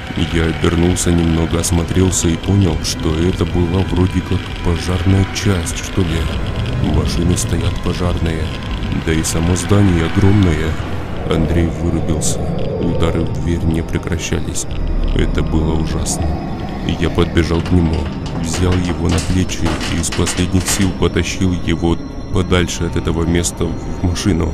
Я обернулся немного, осмотрелся и понял, что это была вроде как пожарная часть, что ли. Машины стоят пожарные, да и само здание огромное. Андрей вырубился, удары в дверь не прекращались. Это было ужасно. Я подбежал к нему, взял его на плечи и из последних сил потащил его подальше от этого места в машину.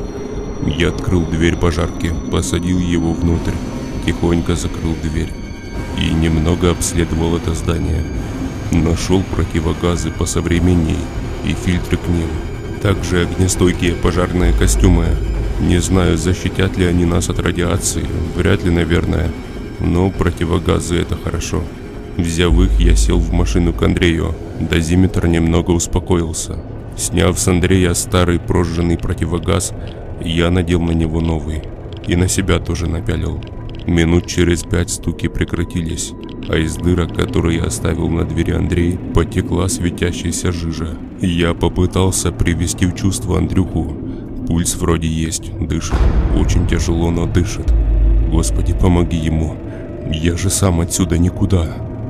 Я открыл дверь пожарки, посадил его внутрь, тихонько закрыл дверь и немного обследовал это здание. Нашел противогазы посовременней и фильтры к ним. Также огнестойкие пожарные костюмы. Не знаю, защитят ли они нас от радиации, вряд ли, наверное, но противогазы — это хорошо. Взяв их, я сел в машину к Андрею. Дозиметр немного успокоился. Сняв с Андрея старый прожженный противогаз, я надел на него новый. И на себя тоже напялил. Минут через пять стуки прекратились, а из дырок, которые я оставил на двери Андрея, потекла светящаяся жижа. Я попытался привести в чувство Андрюху. Пульс вроде есть, дышит. Очень тяжело, но дышит. Господи, помоги ему. Я же сам отсюда никуда.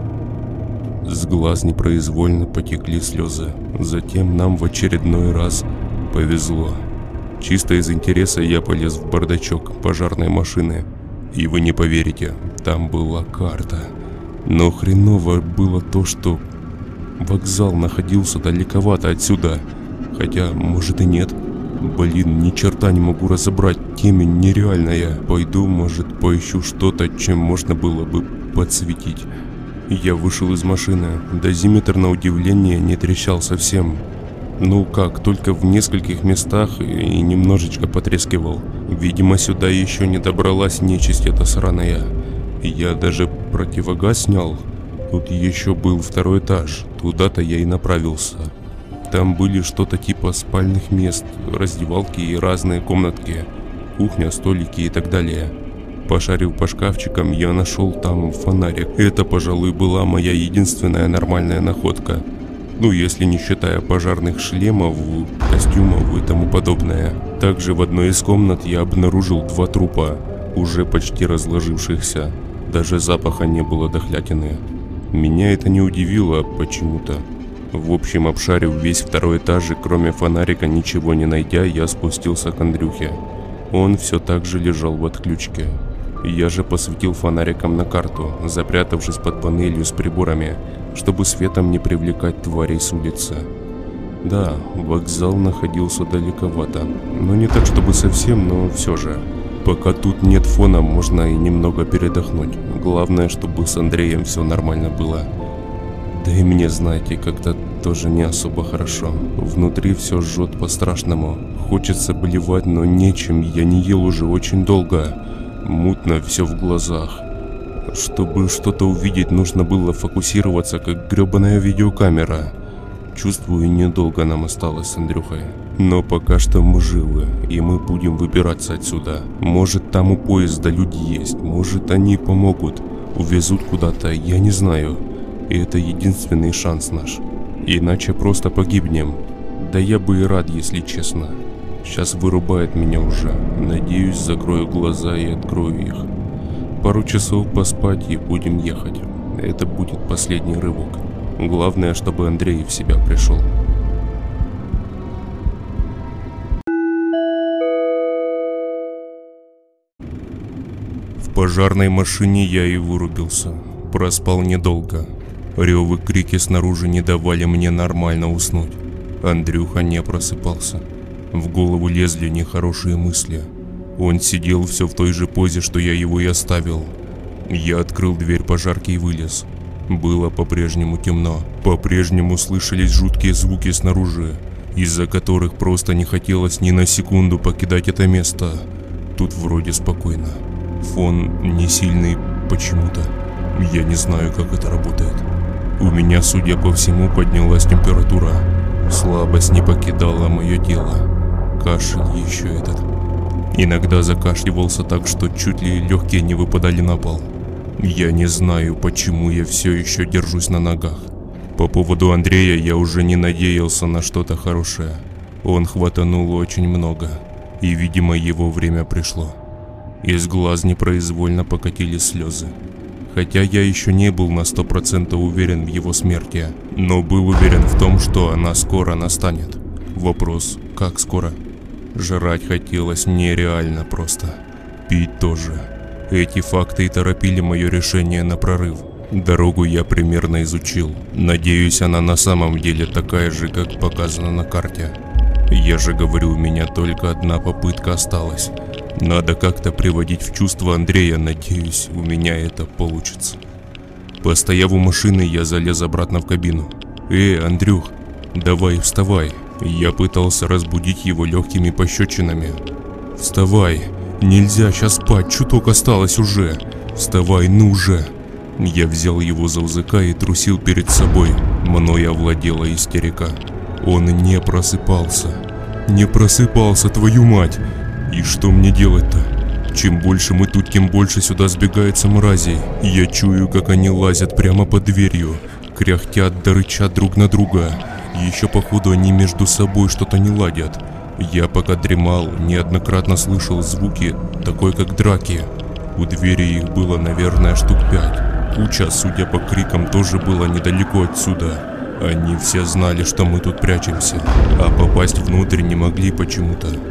С глаз непроизвольно потекли слезы. Затем нам в очередной раз повезло. Чисто из интереса я полез в бардачок пожарной машины И вы не поверите, там была карта. Но хреново было то, что вокзал находился далековато отсюда. Хотя, может и нет. Блин, ни черта не могу разобрать, темень нереальная. Пойду, может, поищу что-то, чем можно было бы подсветить. Я вышел из машины. Дозиметр, на удивление, не трещал совсем. Ну как, только в нескольких местах и немножечко потрескивал. Видимо, сюда еще не добралась нечисть эта сраная. Я даже противогаз снял. Тут еще был второй этаж. Туда-то я и направился. Там были что-то типа спальных мест, раздевалки и разные комнатки, кухня, столики и так далее. Пошарив по шкафчикам, я нашел там фонарик. Это, пожалуй, была моя единственная нормальная находка. Ну, если не считая пожарных шлемов, костюмов и тому подобное. Также в одной из комнат я обнаружил два трупа, уже почти разложившихся. Даже запаха не было дохлятины. Меня это не удивило почему-то. В общем, обшарив весь второй этаж и кроме фонарика ничего не найдя, я спустился к Андрюхе. Он все так же лежал в отключке. Я же посветил фонариком на карту, запрятавшись под панелью с приборами, чтобы светом не привлекать тварей с улицы. Да, вокзал находился далековато, но не так чтобы совсем, но все же. Пока тут нет фона, можно и немного передохнуть. Главное, чтобы с Андреем все нормально было. Да и мне, знаете, как-то тоже не особо хорошо. Внутри все жжет по-страшному. Хочется блевать, но нечем, я не ел уже очень долго. Мутно все в глазах. Чтобы что-то увидеть, нужно было фокусироваться, как гребаная видеокамера. Чувствую, недолго нам осталось с Андрюхой. Но пока что мы живы, и мы будем выбираться отсюда. Может, там у поезда люди есть, может, они помогут, увезут куда-то, я не знаю. И это единственный шанс наш. Иначе просто погибнем. Да я бы и рад, если честно. Сейчас вырубает меня уже. Надеюсь, закрою глаза и открою их. Пару часов поспать и будем ехать. Это будет последний рывок. Главное, чтобы Андрей в себя пришел. В пожарной машине я и вырубился. Проспал недолго. Рёвы, крики снаружи не давали мне нормально уснуть. Андрюха не просыпался. В голову лезли нехорошие мысли. Он сидел все в той же позе, что я его и оставил. Я открыл дверь пожарки и вылез. Было по-прежнему темно. По-прежнему слышались жуткие звуки снаружи, из-за которых просто не хотелось ни на секунду покидать это место. Тут вроде спокойно. Фон не сильный почему-то. Я не знаю, как это работает. У меня, судя по всему, поднялась температура. Слабость не покидала мое тело. Кашель еще этот. Иногда закашливался так, что чуть ли легкие не выпадали на пол. Я не знаю, почему я все еще держусь на ногах. По поводу Андрея я уже не надеялся на что-то хорошее. Он хватанул очень много, и, видимо, его время пришло. Из глаз непроизвольно покатились слезы. Хотя я еще не был на сто процентов уверен в его смерти, но был уверен в том, что она скоро настанет. Вопрос, как скоро? Жрать хотелось нереально просто. Пить тоже. Эти факты и торопили мое решение на прорыв. Дорогу я примерно изучил. Надеюсь, она на самом деле такая же, как показано на карте. Я же говорю, у меня только одна попытка осталась. Надо как-то приводить в чувство Андрея, надеюсь, у меня это получится. Постояв у машины, я залез обратно в кабину. «Э, Андрюх, давай вставай». Я пытался разбудить его легкими пощечинами. «Вставай, нельзя сейчас спать, чуток осталось уже. Вставай, ну же». Я взял его за языка и трусил перед собой. Мною овладела истерика. Он не просыпался. Не просыпался, твою мать. И что мне делать-то? Чем больше мы тут, тем больше сюда сбегается мразей. Я чую, как они лазят прямо под дверью, кряхтят да рычат друг на друга. Еще походу они между собой что-то не ладят. Я пока дремал, неоднократно слышал звуки, такой как драки. У двери их было, наверное, штук пять. Куча, судя по крикам, тоже была недалеко отсюда. Они все знали, что мы тут прячемся, а попасть внутрь не могли почему-то.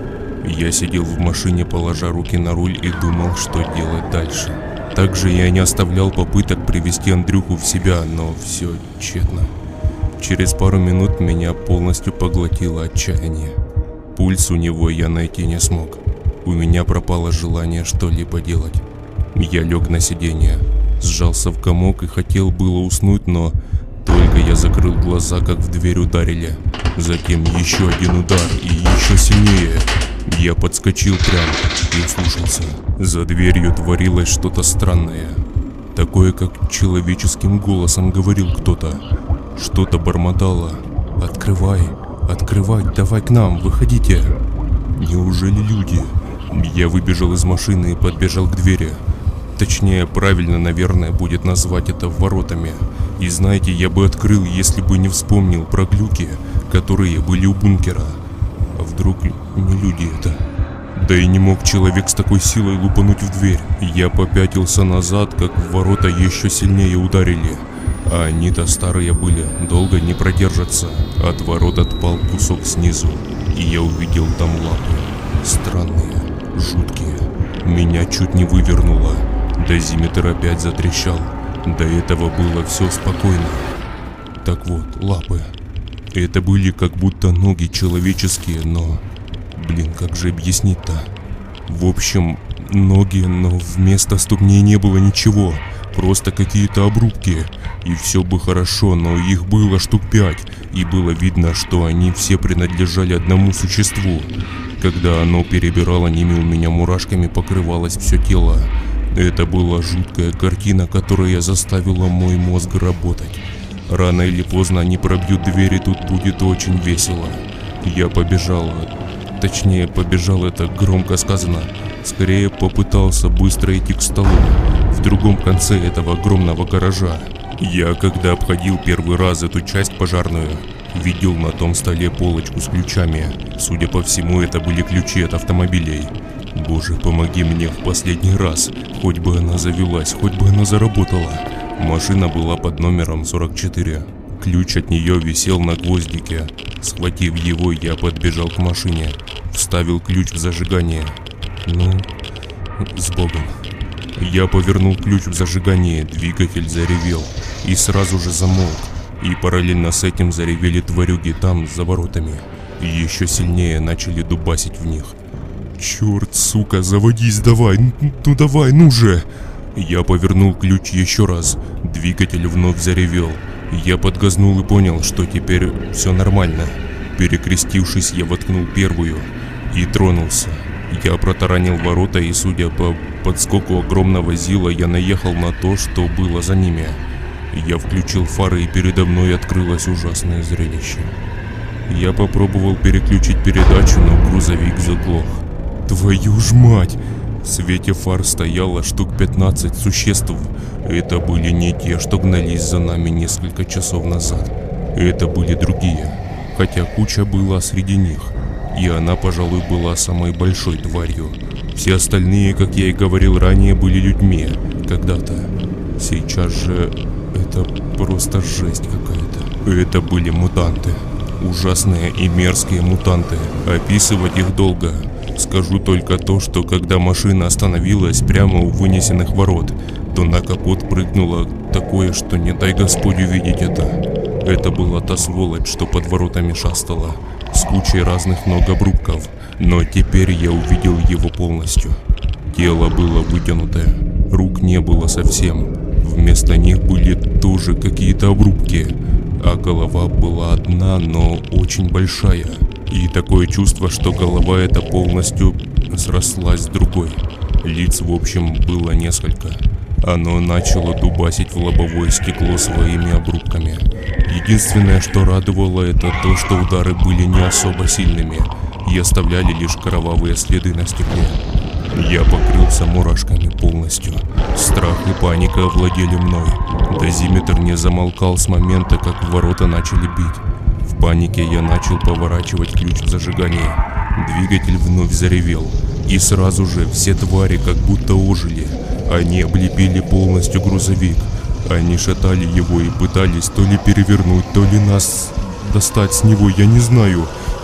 Я сидел в машине, положа руки на руль, и думал, что делать дальше. Также я не оставлял попыток привести Андрюху в себя, но все тщетно. Через пару минут меня полностью поглотило отчаяние. Пульс у него я найти не смог. У меня пропало желание что-либо делать. Я лег на сиденье, сжался в комок и хотел было уснуть, но только я закрыл глаза, как в дверь ударили. Затем еще один удар и еще сильнее. Я подскочил прямо и вслушался. За дверью творилось что-то странное. Такое, как человеческим голосом говорил кто-то. Что-то бормотало. «Открывай, открывай, давай к нам, выходите». Неужели люди? Я выбежал из машины и подбежал к двери. Точнее, правильно, наверное, будет назвать это воротами. И знаете, я бы открыл, если бы не вспомнил про глюки, которые были у бункера. А вдруг не люди это? Да и не мог человек с такой силой лупануть в дверь. Я попятился назад, как в ворота еще сильнее ударили. А они-то старые были, долго не продержатся. От ворот отпал кусок снизу, и я увидел там лапы. Странные, жуткие. Меня чуть не вывернуло. Дозиметр опять затрещал. До этого было все спокойно. Так вот, лапы. Это были как будто ноги человеческие, но... Блин, как же объяснить-то? В общем, ноги, но вместо ступней не было ничего. Просто какие-то обрубки. И все бы хорошо, но их было штук пять. И было видно, что они все принадлежали одному существу. Когда оно перебирало ними, у меня мурашками покрывалось все тело. Это была жуткая картина, которая заставила мой мозг работать. Рано или поздно они пробьют дверь, и тут будет очень весело. Я побежал, точнее побежал, это громко сказано. Скорее попытался быстро идти к столу, в другом конце этого огромного гаража. Я, когда обходил первый раз эту часть пожарную, видел на том столе полочку с ключами. Судя по всему, это были ключи от автомобилей. Боже, помоги мне в последний раз. Хоть бы она завелась, хоть бы она заработала. Машина была под номером сорок четыре. Ключ от нее висел на гвоздике. Схватив его, я подбежал к машине. Вставил ключ в зажигание. Ну, с Богом. Я повернул ключ в зажигании, двигатель заревел. И сразу же замолк. И параллельно с этим заревели тварюги там, за воротами. И еще сильнее начали дубасить в них. Черт, сука, заводись давай, ну давай, ну же. Я повернул ключ еще раз, двигатель вновь заревел. Я подгазнул и понял, что теперь все нормально. Перекрестившись, я воткнул первую и тронулся. Я протаранил ворота, и судя по подскоку огромного зила, я наехал на то, что было за ними. Я включил фары, и передо мной открылось ужасное зрелище. Я попробовал переключить передачу, но грузовик заглох. Твою ж мать! В свете фар стояло штук пятнадцать существ. Это были не те, что гнались за нами несколько часов назад. Это были другие, хотя куча была среди них. И она, пожалуй, была самой большой тварью. Все остальные, как я и говорил ранее, были людьми когда-то. Сейчас же это просто жесть какая-то. Это были мутанты. Ужасные и мерзкие мутанты. Описывать их долго. Скажу только то, что когда машина остановилась прямо у вынесенных ворот, то на капот прыгнуло такое, что не дай Господь увидеть это. Это была та сволочь, что под воротами шастала, с кучей разных ног обрубков, но теперь я увидел его полностью. Тело было вытянутое, рук не было совсем, вместо них были тоже какие-то обрубки, а голова была одна, но очень большая. И такое чувство, что голова эта полностью срослась с другой. Лиц, в общем, было несколько. Оно начало дубасить в лобовое стекло своими обрубками. Единственное, что радовало, это то, что удары были не особо сильными и оставляли лишь кровавые следы на стекле. Я покрылся мурашками полностью. Страх и паника овладели мной. Дозиметр не замолкал с момента, как в ворота начали бить. В панике я начал поворачивать ключ в зажигании. Двигатель вновь заревел. И сразу же все твари как будто ожили. Они облепили полностью грузовик. Они шатали его и пытались то ли перевернуть, то ли нас достать с него, я не знаю.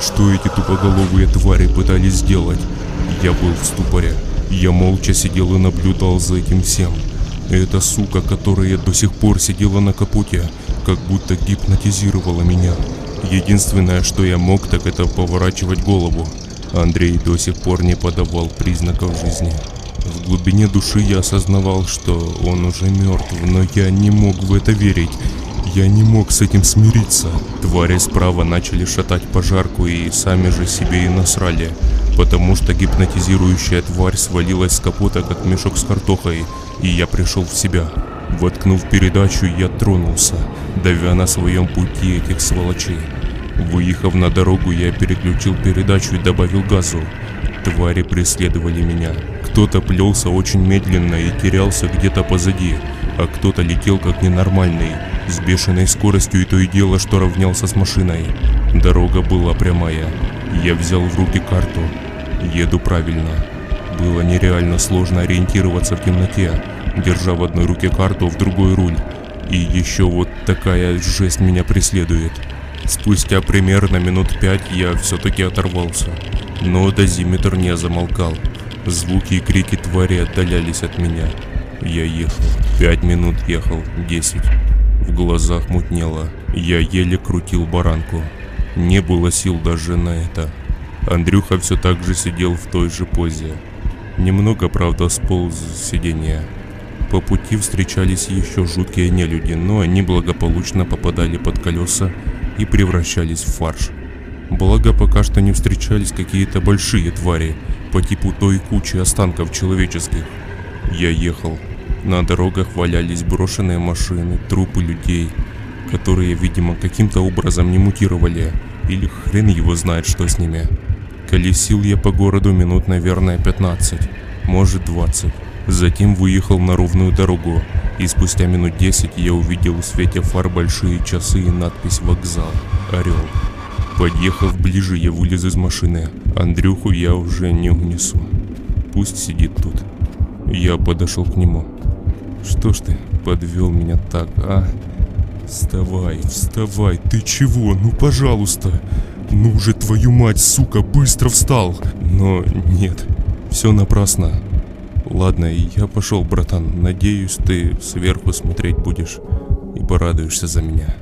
Что эти тупоголовые твари пытались сделать? Я был в ступоре. Я молча сидел и наблюдал за этим всем. Эта сука, которая до сих пор сидела на капоте, как будто гипнотизировала меня. Единственное, что я мог, так это поворачивать голову. Андрей до сих пор не подавал признаков жизни. В глубине души я осознавал, что он уже мертв, но я не мог в это верить. Я не мог с этим смириться. Твари справа начали шатать пожарку и сами же себе и насрали, потому что гипнотизирующая тварь свалилась с капота, как мешок с картохой, и я пришел в себя. Воткнув передачу, я тронулся, давя на своем пути этих сволочей. Выехав на дорогу, я переключил передачу и добавил газу. Твари преследовали меня. Кто-то плелся очень медленно и терялся где-то позади, а кто-то летел как ненормальный, с бешеной скоростью и то и дело, что равнялся с машиной. Дорога была прямая. Я взял в руки карту. Еду правильно. Было нереально сложно ориентироваться в темноте, держа в одной руке карту, в другой руль. И еще вот такая жесть меня преследует. Спустя примерно минут пять я все-таки оторвался, но дозиметр не замолкал. Звуки и крики твари отдалялись от меня. Я ехал. Пять минут ехал, десять. В глазах мутнело. Я еле крутил баранку. Не было сил даже на это. Андрюха все так же сидел в той же позе. Немного, правда, сполз с сиденья. По пути встречались еще жуткие нелюди, но они благополучно попадали под колеса и превращались в фарш. Благо, пока что не встречались какие-то большие твари, по типу той кучи останков человеческих. Я ехал. На дорогах валялись брошенные машины, трупы людей, которые, видимо, каким-то образом не мутировали, или хрен его знает, что с ними. Колесил я по городу минут, наверное, пятнадцать, может двадцать. Затем выехал на ровную дорогу, и спустя минут десять я увидел в свете фар большие часы и надпись «Вокзал. Орел». Подъехав ближе, я вылез из машины. Андрюху я уже не унесу. Пусть сидит тут. Я подошел к нему. Что ж ты подвел меня так, а? Вставай, вставай, ты чего? Ну пожалуйста. Ну же, твою мать, сука, быстро встал. Но нет, все напрасно. Ладно, я пошел, братан. Надеюсь, ты сверху смотреть будешь и порадуешься за меня.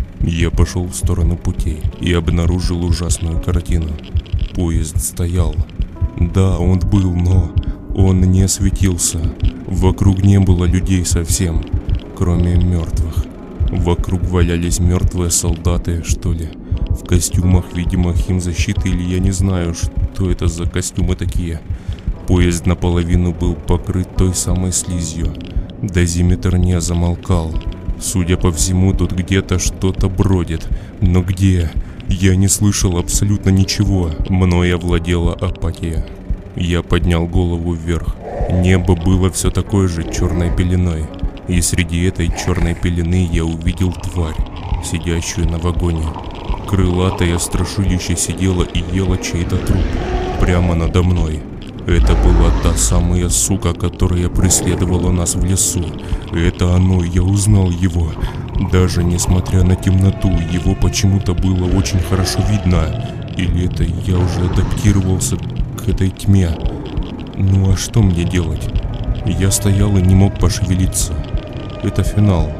Я пошел в сторону путей и обнаружил ужасную картину. Поезд стоял. Да, он был, но он не светился. Вокруг не было людей совсем, кроме мертвых. Вокруг валялись мертвые солдаты, что ли, в костюмах, видимо, химзащиты, или я не знаю, что это за костюмы такие. Поезд наполовину был покрыт той самой слизью. Дозиметр не замолкал. Судя по всему, тут где-то что-то бродит. Но где? Я не слышал абсолютно ничего. Мною овладела апатия. Я поднял голову вверх. Небо было все такой же черной пеленой. И среди этой черной пелены я увидел тварь, сидящую на вагоне. Крылатая страшилище сидела и ела чей-то труп прямо надо мной. Это была та самая сука, которая преследовала нас в лесу. Это оно, я узнал его. Даже несмотря на темноту, его почему-то было очень хорошо видно. Или это я уже адаптировался к этой тьме? Ну а что мне делать? Я стоял и не мог пошевелиться. Это финал.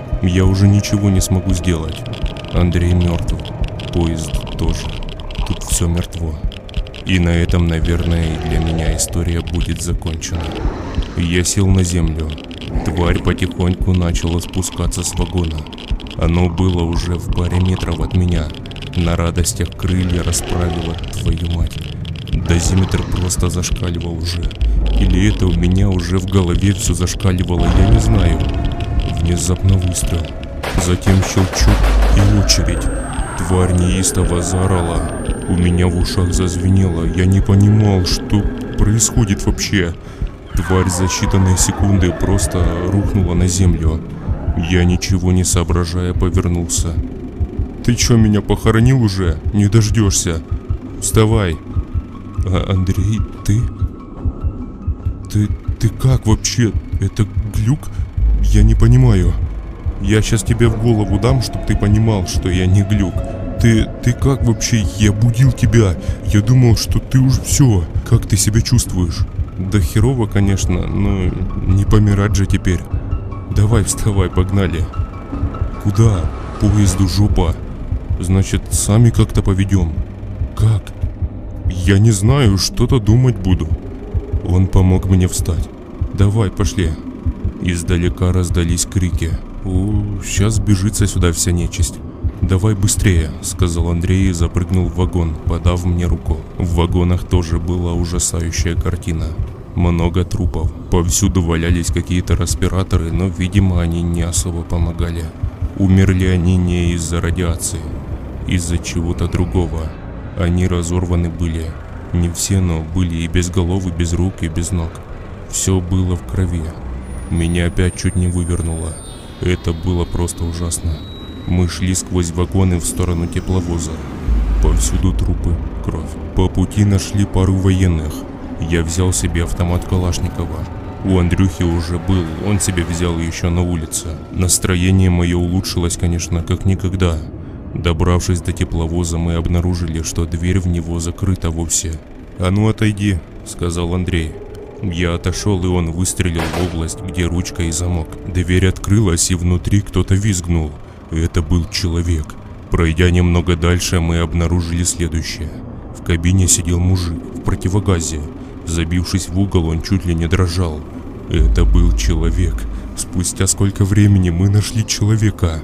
Я уже ничего не смогу сделать. Андрей мертв. Поезд тоже. Тут все мертво. И на этом, наверное, и для меня история будет закончена. Я сел на землю. Тварь потихоньку начала спускаться с вагона. Оно было уже в паре метров от меня. На радостях крылья расправила, твою мать. Дозиметр просто зашкаливал уже. Или это у меня уже в голове все зашкаливало, я не знаю. Внезапно выстрел. Затем щелчок и очередь. Тварь неистово заорала. У меня в ушах зазвенело. Я не понимал, что происходит вообще. Тварь за считанные секунды просто рухнула на землю. Я, ничего не соображая, повернулся. «Ты чё, меня похоронил уже? Не дождешься. Вставай!» а, «Андрей, ты? Ты... ты как вообще? Это глюк? Я не понимаю. Я сейчас тебе в голову дам, чтобы ты понимал, что я не глюк. ты, ты как вообще? Я будил тебя. Я думал, что ты уж все. Как ты себя чувствуешь? Да херово, конечно, но не помирать же теперь. Давай, вставай, погнали. Куда? Поезду жопа. Значит, сами как-то поведем. Как? Я не знаю, что-то думать буду. Он помог мне встать. Давай, пошли. Издалека раздались крики. О, сейчас бежится сюда вся нечисть. Давай быстрее, сказал Андрей и запрыгнул в вагон, подав мне руку. В вагонах тоже была ужасающая картина. Много трупов. Повсюду валялись какие-то респираторы, но, видимо, они не особо помогали. Умерли они не из-за радиации, из-за чего-то другого. Они разорваны были. Не все, но были и без головы, без рук и без ног. Все было в крови. Меня опять чуть не вывернуло. Это было просто ужасно. Мы шли сквозь вагоны в сторону тепловоза. Повсюду трупы, кровь. По пути нашли пару военных. Я взял себе автомат Калашникова. У Андрюхи уже был, он себе взял еще на улице. Настроение мое улучшилось, конечно, как никогда. Добравшись до тепловоза, мы обнаружили, что дверь в него закрыта вовсе. «А ну отойди», — сказал Андрей. Я отошел, и он выстрелил в область, где ручка и замок. Дверь открылась, и внутри кто-то визгнул. Это был человек. Пройдя немного дальше, мы обнаружили следующее. В кабине сидел мужик в противогазе. Забившись в угол, он чуть ли не дрожал. Это был человек. Спустя сколько времени мы нашли человека.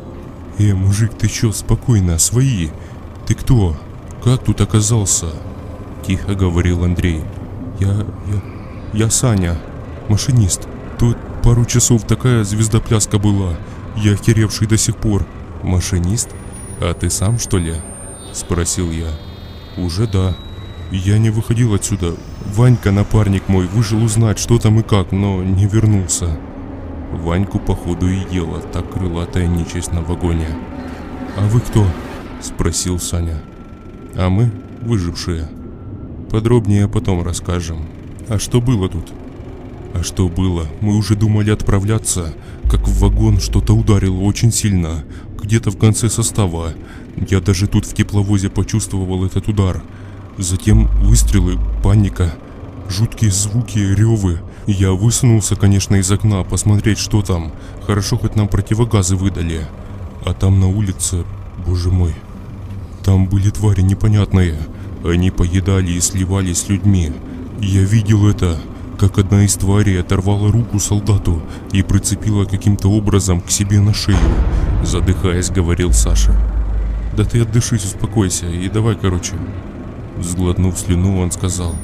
«Э, мужик, ты чё, спокойно, свои. Ты кто? Как тут оказался?» Тихо говорил Андрей. «Я... я... я Саня, машинист. Тут пару часов такая звездопляска была. Я охеревший до сих пор». «Машинист? А ты сам, что ли?» Спросил я. «Уже да. Я не выходил отсюда. Ванька, напарник мой, вышел узнать, что там и как, но не вернулся». Ваньку походу и ела так крылатая нечисть на вагоне. «А вы кто?» – спросил Саня. «А мы выжившие. Подробнее потом расскажем. А что было тут?» «А что было? Мы уже думали отправляться, как в вагон что-то ударило очень сильно, где-то в конце состава. Я даже тут в тепловозе почувствовал этот удар. Затем выстрелы, паника, жуткие звуки, ревы. Я высунулся, конечно, из окна, посмотреть, что там. Хорошо, хоть нам противогазы выдали. А там на улице, боже мой, там были твари непонятные. Они поедали и сливались с людьми. Я видел это, как одна из тварей оторвала руку солдату и прицепила каким-то образом к себе на шею», задыхаясь, говорил Саша. «Да ты отдышись, успокойся и давай, короче». Сглотнув слюну, он сказал.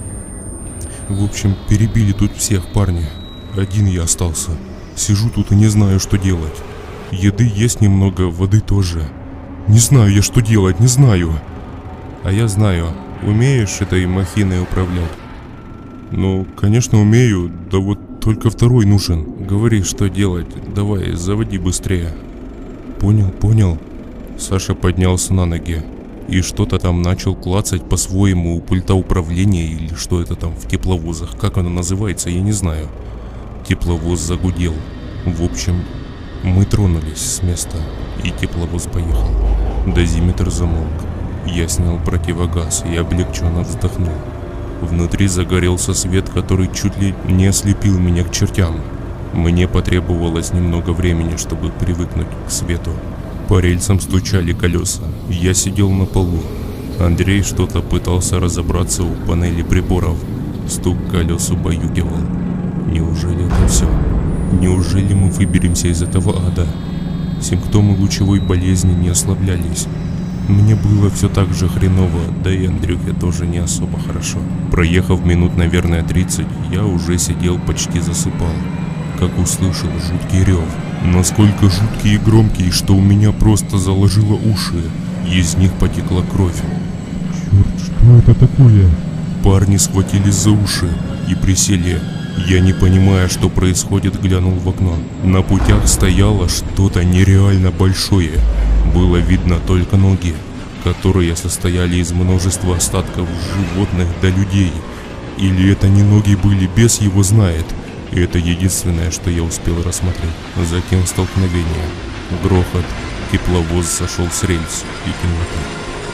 «В общем, перебили тут всех, парни. Один я остался. Сижу тут и не знаю, что делать. Еды есть немного, воды тоже. Не знаю я, что делать, не знаю». «А я знаю. Умеешь этой махиной управлять?» «Ну, конечно, умею. Да вот только второй нужен. Говори, что делать. Давай, заводи быстрее». «Понял, понял». Саша поднялся на ноги и что-то там начал клацать по-своему у пульта управления, или что это там в тепловозах, как оно называется, я не знаю. Тепловоз загудел. В общем, мы тронулись с места, и тепловоз поехал. Дозиметр замолк. Я снял противогаз и облегченно вздохнул. Внутри загорелся свет, который чуть ли не ослепил меня к чертям. Мне потребовалось немного времени, чтобы привыкнуть к свету. По рельсам стучали колеса. Я сидел на полу. Андрей что-то пытался разобраться у панели приборов. Стук колес убаюкивал. Неужели это все? Неужели мы выберемся из этого ада? Симптомы лучевой болезни не ослаблялись. Мне было все так же хреново, да и Андрюхе тоже не особо хорошо. Проехав минут, наверное, тридцать, я уже сидел, почти засыпал, как услышал жуткий рев. Насколько жуткий и громкий, что у меня просто заложило уши. Из них потекла кровь. Черт, что это такое? Парни схватились за уши и присели. Я, не понимая, что происходит, глянул в окно. На путях стояло что-то нереально большое. Было видно только ноги, которые состояли из множества остатков животных до людей. Или это не ноги были, бес его знает. Это единственное, что я успел рассмотреть. Затем столкновение, грохот, тепловоз сошел с рельс и темнота.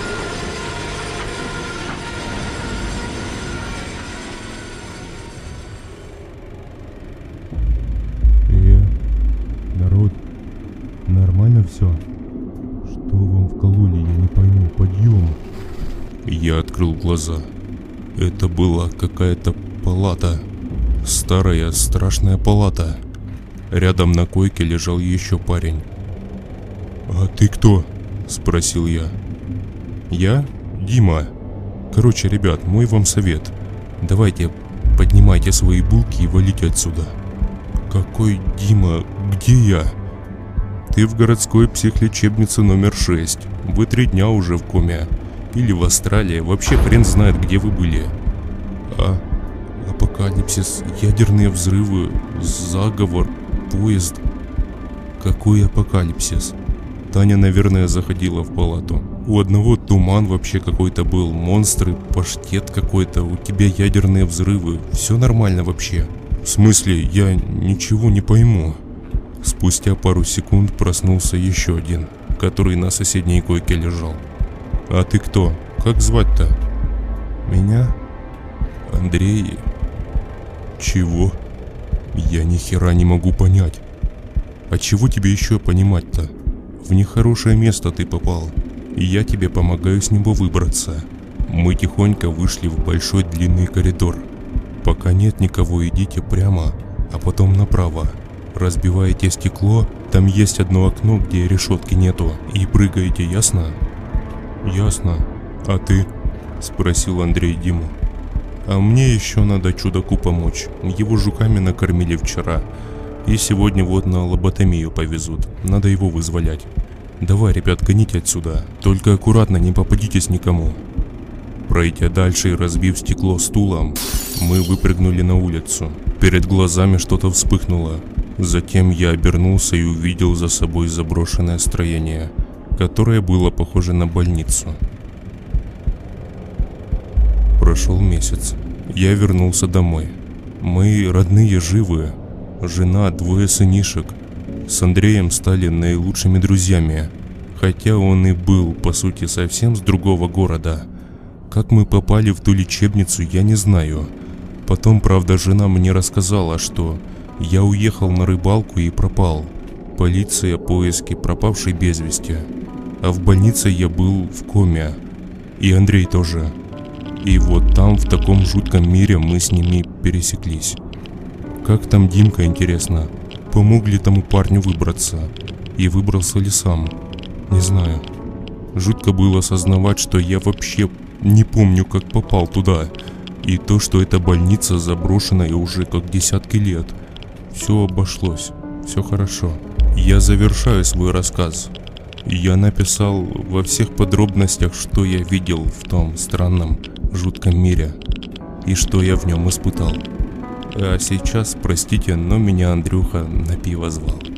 Э, народ, нормально все? Что вам вкололи, я не пойму, подъем. Я открыл глаза. Это была какая-то палата. Старая, страшная палата. Рядом на койке лежал еще парень. «А ты кто?» – спросил я. «Я? Дима. Короче, ребят, мой вам совет. Давайте поднимайте свои булки и валите отсюда». «Какой Дима? Где я?» «Ты в городской психлечебнице номер шесть. Вы три дня уже в коме. Или в Австралии. Вообще хрен знает, где вы были». «А? Апокалипсис, ядерные взрывы, заговор, поезд». «Какой апокалипсис?» Таня, наверное, заходила в палату. «У одного туман вообще какой-то был, монстры, паштет какой-то, у тебя ядерные взрывы. Все нормально вообще?» «В смысле? Я ничего не пойму». Спустя пару секунд проснулся еще один, который на соседней койке лежал. «А ты кто? Как звать-то?» «Меня? Андрей...» «Чего? Я ни хера не могу понять. А чего тебе еще понимать-то? В нехорошее место ты попал, и я тебе помогаю с него выбраться». Мы тихонько вышли в большой длинный коридор. «Пока нет никого, идите прямо, а потом направо. Разбиваете стекло, там есть одно окно, где решетки нету, и прыгаете, ясно?» «Ясно. А ты?» – спросил Андрей Диму. «А мне еще надо чудаку помочь. Его жуками накормили вчера. И сегодня вот на лоботомию повезут. Надо его вызволять. Давай, ребят, гоните отсюда. Только аккуратно, не попадитесь никому». Пройдя дальше и разбив стекло стулом, мы выпрыгнули на улицу. Перед глазами что-то вспыхнуло. Затем я обернулся и увидел за собой заброшенное строение, которое было похоже на больницу. Прошел месяц. Я вернулся домой. Мои родные живы. Жена, двое сынишек. С Андреем стали наилучшими друзьями. Хотя он и был, по сути, совсем с другого города. Как мы попали в ту лечебницу, я не знаю. Потом, правда, жена мне рассказала, что я уехал на рыбалку и пропал. Полиция, поиски, пропавший без вести. А в больнице я был в коме. И Андрей тоже. И вот там, в таком жутком мире, мы с ними пересеклись. Как там Димка, интересно? Помог ли тому парню выбраться? И выбрался ли сам? Не знаю. Жутко было осознавать, что я вообще не помню, как попал туда. И то, что эта больница заброшенная уже как десятки лет. Все обошлось. Все хорошо. Я завершаю свой рассказ. Я написал во всех подробностях, что я видел в том странном, жутком мире. И что я в нем испытал. А сейчас, простите, но меня Андрюха на пиво звал.